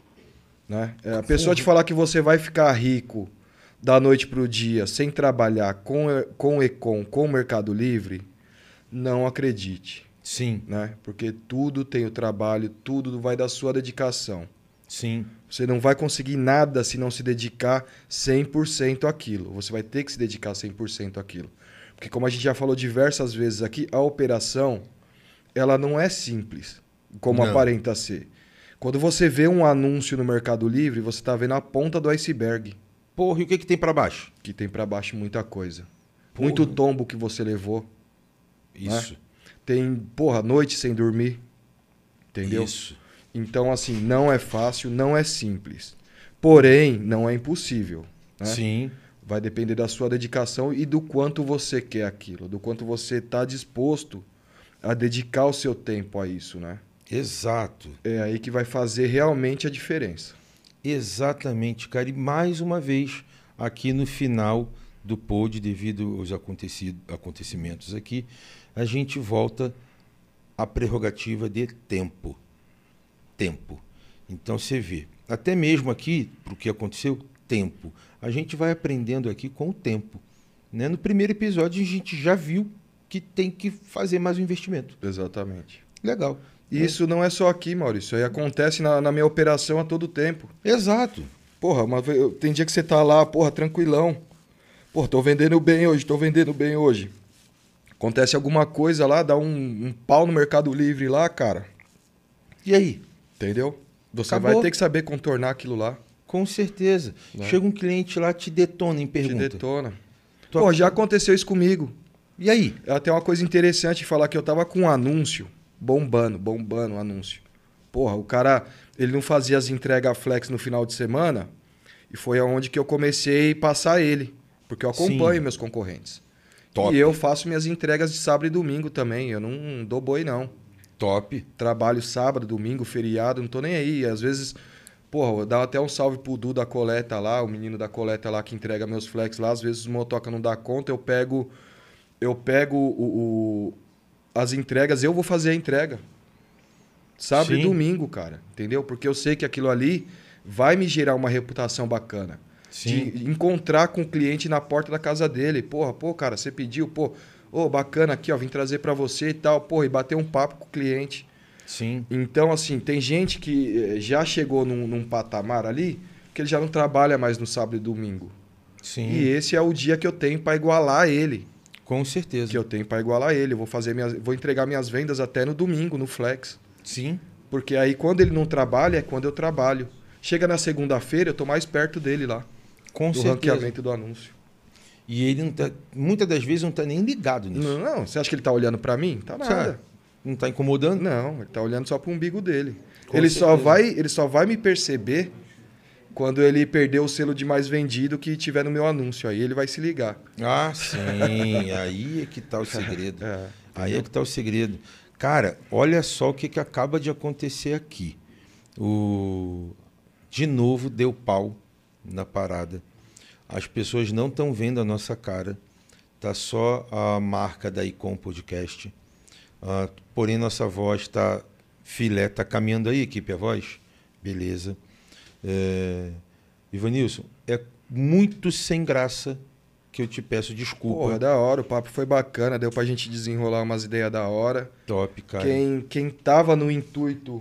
né? A pessoa te falar que você vai ficar rico da noite para o dia sem trabalhar com o Econ, com o Mercado Livre, não acredite, Sim, né? Porque tudo tem o trabalho, tudo vai da sua dedicação. sim. Você não vai conseguir nada se não se dedicar 100% àquilo. Você vai ter que se dedicar 100% àquilo. Porque como a gente já falou diversas vezes aqui, a operação ela não é simples, como Não. aparenta ser. Quando você vê um anúncio no Mercado Livre, você está vendo a ponta do iceberg, Porra, e o que tem pra baixo? que tem para baixo muita coisa. Porra. Muito tombo que você levou. Isso. Tem, porra, noite sem dormir. Entendeu? Isso. Então, assim, não é fácil, não é simples. Porém, não é impossível, né? Sim. Vai depender da sua dedicação e do quanto você quer aquilo, do quanto você está disposto a dedicar o seu tempo a isso, né? Exato. É aí que vai fazer realmente a diferença. Exatamente, cara. E mais uma vez, aqui no final do pod, devido aos acontecimentos aqui, a gente volta à prerrogativa de tempo. Tempo. Então você vê, até mesmo aqui, para o que aconteceu, tempo. A gente vai aprendendo aqui com o tempo. Né? No primeiro episódio, a gente já viu que tem que fazer mais um investimento. Exatamente. Legal. E isso não é só aqui, Maurício. Isso aí acontece na minha operação a todo tempo. Exato. Porra, tem dia que você tá lá, porra, tranquilão. Porra, tô vendendo bem hoje. Acontece alguma coisa lá, dá um pau no Mercado Livre lá, cara. E aí? Entendeu? Você Acabou. vai ter que saber contornar aquilo lá. Com certeza. Né? Chega um cliente lá, te detona em pergunta. Te detona. Tua- Pô, já aconteceu isso comigo. E aí? É até uma coisa interessante falar que eu tava com um anúncio, bombando o anúncio. Porra, o cara, ele não fazia as entregas flex no final de semana e foi aonde que eu comecei a passar ele, porque eu acompanho Sim. meus concorrentes. Top. E eu faço minhas entregas de sábado e domingo também, eu não dou boi não. Top. Trabalho sábado, domingo, feriado, não tô nem aí. Às vezes, porra, eu dava até um salve pro Du da coleta lá, o menino da coleta lá que entrega meus flex lá. Às vezes os motoca não dá conta, eu pego as entregas, eu vou fazer a entrega. Sábado Sim. e domingo, cara. Entendeu? Porque eu sei que aquilo ali vai me gerar uma reputação bacana. Sim. De encontrar com o cliente na porta da casa dele. Porra, pô, cara, você pediu, pô, ô, bacana aqui, ó, vim trazer pra você e tal. Porra, e bater um papo com o cliente. Sim. Então, assim, tem gente que já chegou num patamar ali que ele já não trabalha mais no sábado e domingo. Sim. E esse é o dia que eu tenho para igualar ele. Com certeza. Que eu tenho para igualar ele. Eu vou entregar minhas vendas até no domingo, no Flex. Sim. Porque aí quando ele não trabalha, é quando eu trabalho. Chega na segunda-feira, eu tô mais perto dele lá. Com Do certeza. ranqueamento do anúncio. E ele não tá, muitas das vezes não tá nem ligado nisso. Não, não, você acha que ele tá olhando para mim? Tá nada. Sabe? Não tá incomodando? Não, ele tá olhando só pro umbigo dele. Com Ele certeza. só vai me perceber quando ele perder o selo de mais vendido que tiver no meu anúncio. Aí ele vai se ligar. Ah, sim. Aí é que tá o segredo. É, Aí é que tá o segredo. Cara, olha só o que acaba de acontecer aqui. De novo deu pau na parada. As pessoas não estão vendo a nossa cara. Tá só a marca da Icom Podcast. Porém, nossa voz tá filé. Tá caminhando aí, equipe, a voz? Beleza. Ivanilson, é muito sem graça que eu te peço desculpa. Porra, da hora, o papo foi bacana, deu pra gente desenrolar umas ideias da hora. Top, cara. Quem tava no intuito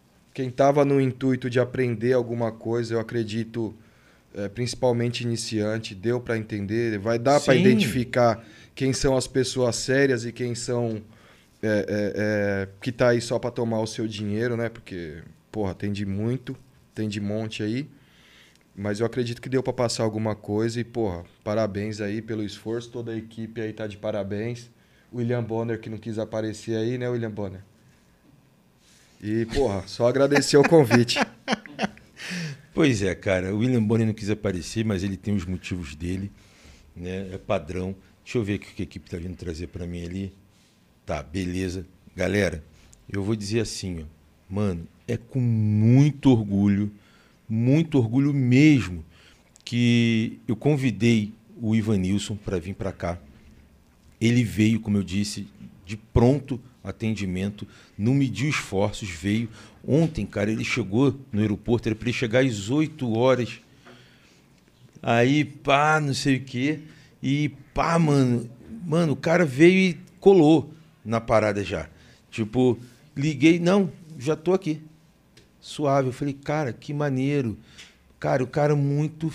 de aprender alguma coisa, eu acredito, principalmente iniciante, deu pra entender, vai dar pra Sim. identificar quem são as pessoas sérias e quem são que tá aí só pra tomar o seu dinheiro, né? Porque, porra, tem de monte aí. Mas eu acredito que deu para passar alguma coisa e, porra, parabéns aí pelo esforço. Toda a equipe aí tá de parabéns. William Bonner, que não quis aparecer aí, né, William Bonner? E, porra, só agradecer o convite. Pois é, cara. O William Bonner não quis aparecer, mas ele tem os motivos dele, né? É padrão. Deixa eu ver o que a equipe tá vindo trazer para mim ali. Tá, beleza. Galera, eu vou dizer assim, ó. Mano, é com muito orgulho mesmo, que eu convidei o Ivanilson para vir para cá. Ele veio, como eu disse, de pronto atendimento, não mediu esforços, veio. Ontem, cara, ele chegou no aeroporto, era para ele chegar às 8 horas. Aí, pá, não sei o quê. E, pá, mano, o cara veio e colou na parada já. Tipo, liguei, não, já tô aqui. Suave. Eu falei, cara, que maneiro. Cara, o cara muito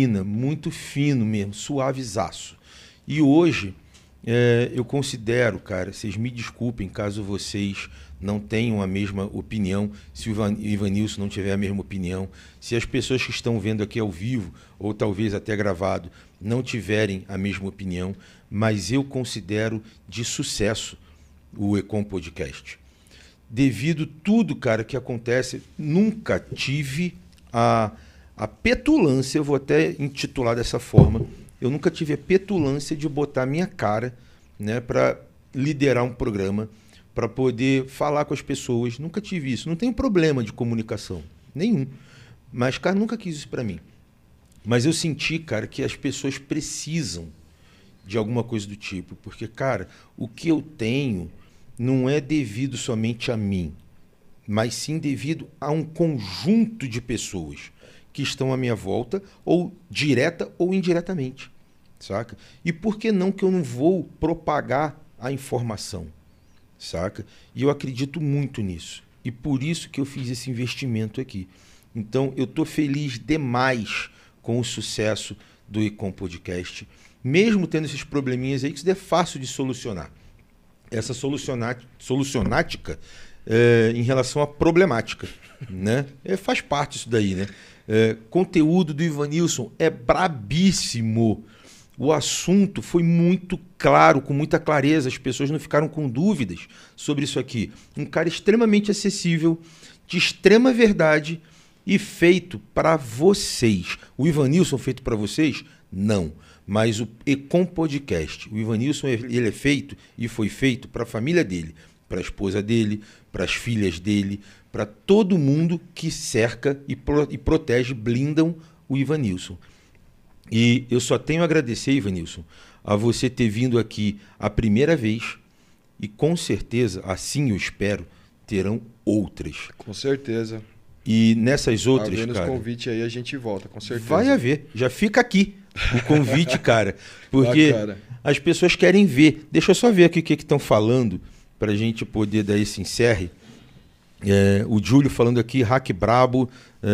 fino mesmo, suavezaço. E hoje, eu considero, cara, vocês me desculpem caso vocês não tenham a mesma opinião, se o Ivanilson não tiver a mesma opinião, se as pessoas que estão vendo aqui ao vivo, ou talvez até gravado, não tiverem a mesma opinião, mas eu considero de sucesso o Ecom Podcast. Devido tudo, cara, que acontece, nunca tive a petulância, eu vou até intitular dessa forma, eu nunca tive a petulância de botar a minha cara, né, para liderar um programa, para poder falar com as pessoas. Nunca tive isso. Não tenho problema de comunicação, nenhum. Mas, cara, nunca quis isso para mim. Mas eu senti, cara, que as pessoas precisam de alguma coisa do tipo. Porque, cara, o que eu tenho não é devido somente a mim, mas sim devido a um conjunto de pessoas que estão à minha volta, ou direta ou indiretamente, saca? E por que não que eu não vou propagar a informação, saca? E eu acredito muito nisso. E por isso que eu fiz esse investimento aqui. Então, eu estou feliz demais com o sucesso do Ecom Podcast, mesmo tendo esses probleminhas aí, que isso é fácil de solucionar. Essa solucionática em relação à problemática, né? Faz parte isso daí, né? Conteúdo do Ivanilson é brabíssimo. O assunto foi muito claro, com muita clareza. As pessoas não ficaram com dúvidas sobre isso aqui. Um cara extremamente acessível, de extrema verdade e feito para vocês. O Ivanilson feito para vocês? Não. Mas o Ecom Podcast, o Ivanilson, ele é feito e foi feito para a família dele, para a esposa dele, para as filhas dele, para todo mundo que cerca e protege, blindam o Ivanilson. E eu só tenho a agradecer, Ivanilson, a você ter vindo aqui a primeira vez e com certeza, assim eu espero, terão outras. Com certeza. E nessas outras, havendo cara... os convites aí, a gente volta, com certeza. Vai haver. Já fica aqui o convite, cara. Porque as pessoas querem ver. Deixa eu só ver aqui o que estão falando para a gente poder dar esse encerre. O Júlio falando aqui, hack brabo,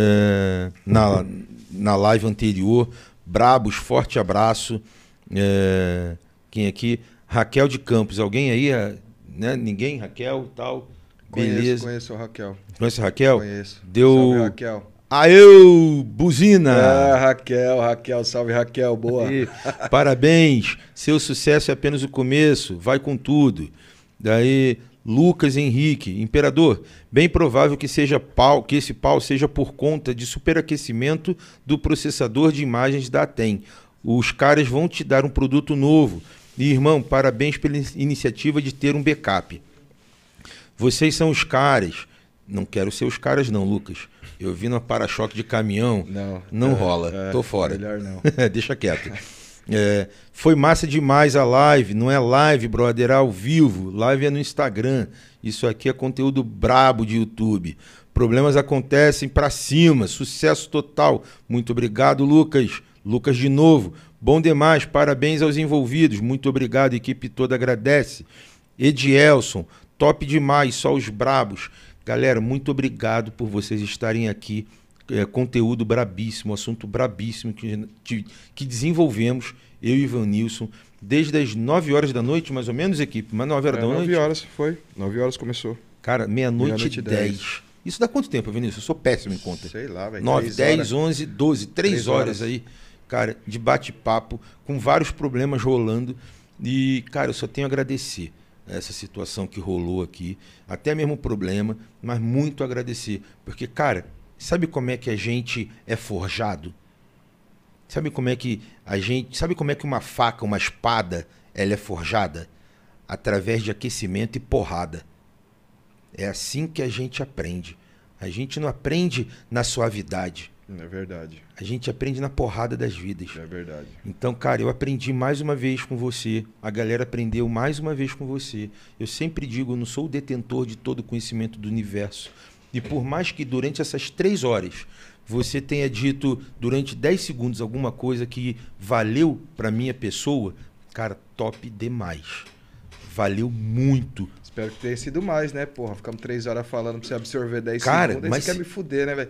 na live anterior. Brabos, forte abraço. Quem aqui? Raquel de Campos. Alguém aí? Né? Ninguém? Raquel e tal? Beleza. Conheço a Raquel. Conhece a Raquel? Conheço. Deu... Salve, Raquel. Aê, buzina! Raquel, salve Raquel, boa. Aí, parabéns, seu sucesso é apenas o começo, vai com tudo. Daí, Lucas Henrique, Imperador, bem provável que esse pau seja por conta de superaquecimento do processador de imagens da ATEM. Os caras vão te dar um produto novo. E, irmão, parabéns pela iniciativa de ter um backup. Vocês são os caras. Não quero ser os caras não, Lucas. Eu vi no para-choque de caminhão, não rola, tô fora. Melhor não. Deixa quieto. Foi massa demais a live, não é live, brother, é ao vivo. Live é no Instagram. Isso aqui é conteúdo brabo de YouTube. Problemas acontecem pra cima, sucesso total. Muito obrigado, Lucas. Lucas de novo, bom demais, parabéns aos envolvidos. Muito obrigado, a equipe toda agradece. Edielson, top demais, só os brabos. Galera, muito obrigado por vocês estarem aqui. Conteúdo brabíssimo, assunto brabíssimo que desenvolvemos, eu e Ivanilson, desde as 9 horas da noite, mais ou menos, equipe? Mas 9 horas da noite? 9 horas, foi. 9 horas começou. Cara, meia-noite e 10. Isso dá quanto tempo, Vinícius? Eu sou péssimo em conta. Sei lá, velho. 9, 10, 11, 12, 3 horas aí, cara, de bate-papo, com vários problemas rolando. E, cara, eu só tenho a agradecer. essa situação que rolou aqui, até mesmo o problema, mas muito agradecer. Porque, cara, sabe como é que a gente é forjado? Sabe como é que uma faca, uma espada, ela é forjada? Através de aquecimento e porrada. É assim que a gente aprende. A gente não aprende na suavidade. É verdade. A gente aprende na porrada das vidas. É verdade. Então, cara, eu aprendi mais uma vez com você. A galera aprendeu mais uma vez com você. Eu sempre digo, eu não sou o detentor de todo o conhecimento do universo. E por mais que durante essas 3 horas você tenha dito durante 10 segundos alguma coisa que valeu para minha pessoa, cara, top demais. Valeu muito. Espero que tenha sido mais, né? Porra, ficamos 3 horas falando pra você absorver 10 cara, segundos. Mas você quer me fuder, né, velho?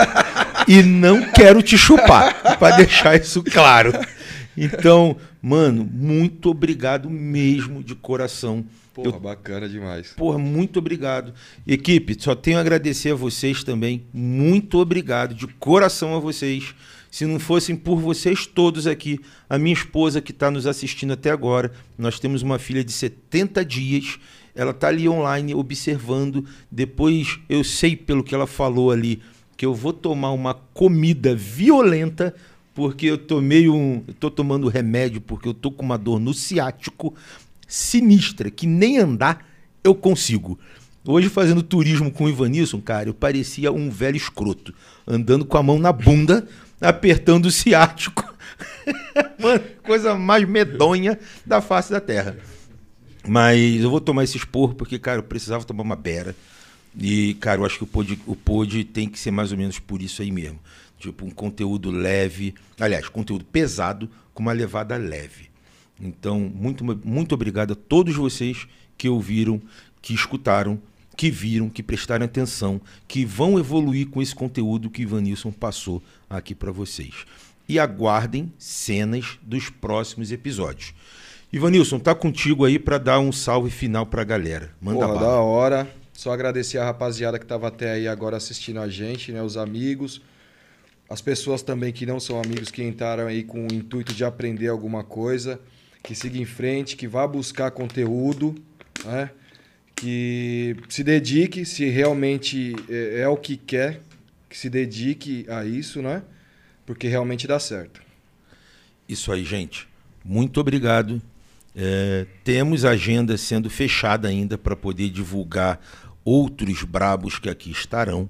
E não quero te chupar, pra deixar isso claro. Então, mano, muito obrigado mesmo de coração. Porra, bacana demais. Porra, muito obrigado. Equipe, só tenho a agradecer a vocês também. Muito obrigado, de coração a vocês. Se não fossem por vocês todos aqui, a minha esposa que está nos assistindo até agora, nós temos uma filha de 70 dias, ela está ali online observando. Depois eu sei pelo que ela falou ali, que eu vou tomar uma comida violenta, porque eu tô tomando remédio, porque eu tô com uma dor no ciático sinistra, que nem andar eu consigo. Hoje, fazendo turismo com o Ivanilson, cara, eu parecia um velho escroto, andando com a mão na bunda, apertando o ciático. Mano, coisa mais medonha da face da terra. Mas eu vou tomar esse esporro porque, cara, eu precisava tomar uma bera. E, cara, eu acho que o pod tem que ser mais ou menos por isso aí mesmo. Tipo, um conteúdo leve, aliás, conteúdo pesado com uma levada leve. Então, muito, muito obrigado a todos vocês que ouviram, que escutaram, que viram, que prestaram atenção, que vão evoluir com esse conteúdo que o Ivanilson passou aqui para vocês. E aguardem cenas dos próximos episódios. Ivanilson, tá contigo aí para dar um salve final para a galera. Manda bala. Da hora. Só agradecer a rapaziada que estava até aí agora assistindo a gente, né? Os amigos. As pessoas também que não são amigos, que entraram aí com o intuito de aprender alguma coisa. Que siga em frente, que vá buscar conteúdo, né? Que se dedique, se realmente é o que quer, que se dedique a isso, né? Porque realmente dá certo. Isso aí, gente. Muito obrigado. Temos agenda sendo fechada ainda para poder divulgar outros brabos que aqui estarão.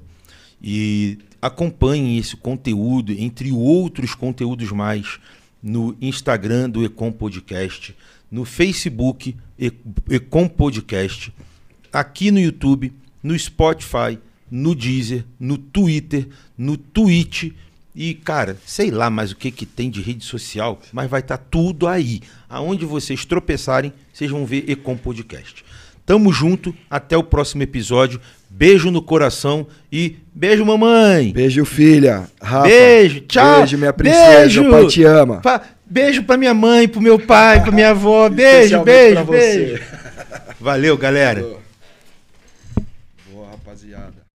E acompanhem esse conteúdo, entre outros conteúdos mais, no Instagram do Ecom Podcast, no Facebook Ecom Podcast, aqui no YouTube, no Spotify, no Deezer, no Twitter, no Twitch e, cara, sei lá mais o que tem de rede social, mas vai estar tudo aí. Aonde vocês tropeçarem, vocês vão ver Ecom Podcast. Tamo junto, até o próximo episódio. Beijo no coração e beijo, mamãe. Beijo, filha. Rafa. Beijo, tchau. Beijo, minha princesa. Beijo. O pai te ama. Beijo pra minha mãe, pro meu pai, pra minha avó. Beijo, beijo, beijo. Valeu, galera. Boa, rapaziada.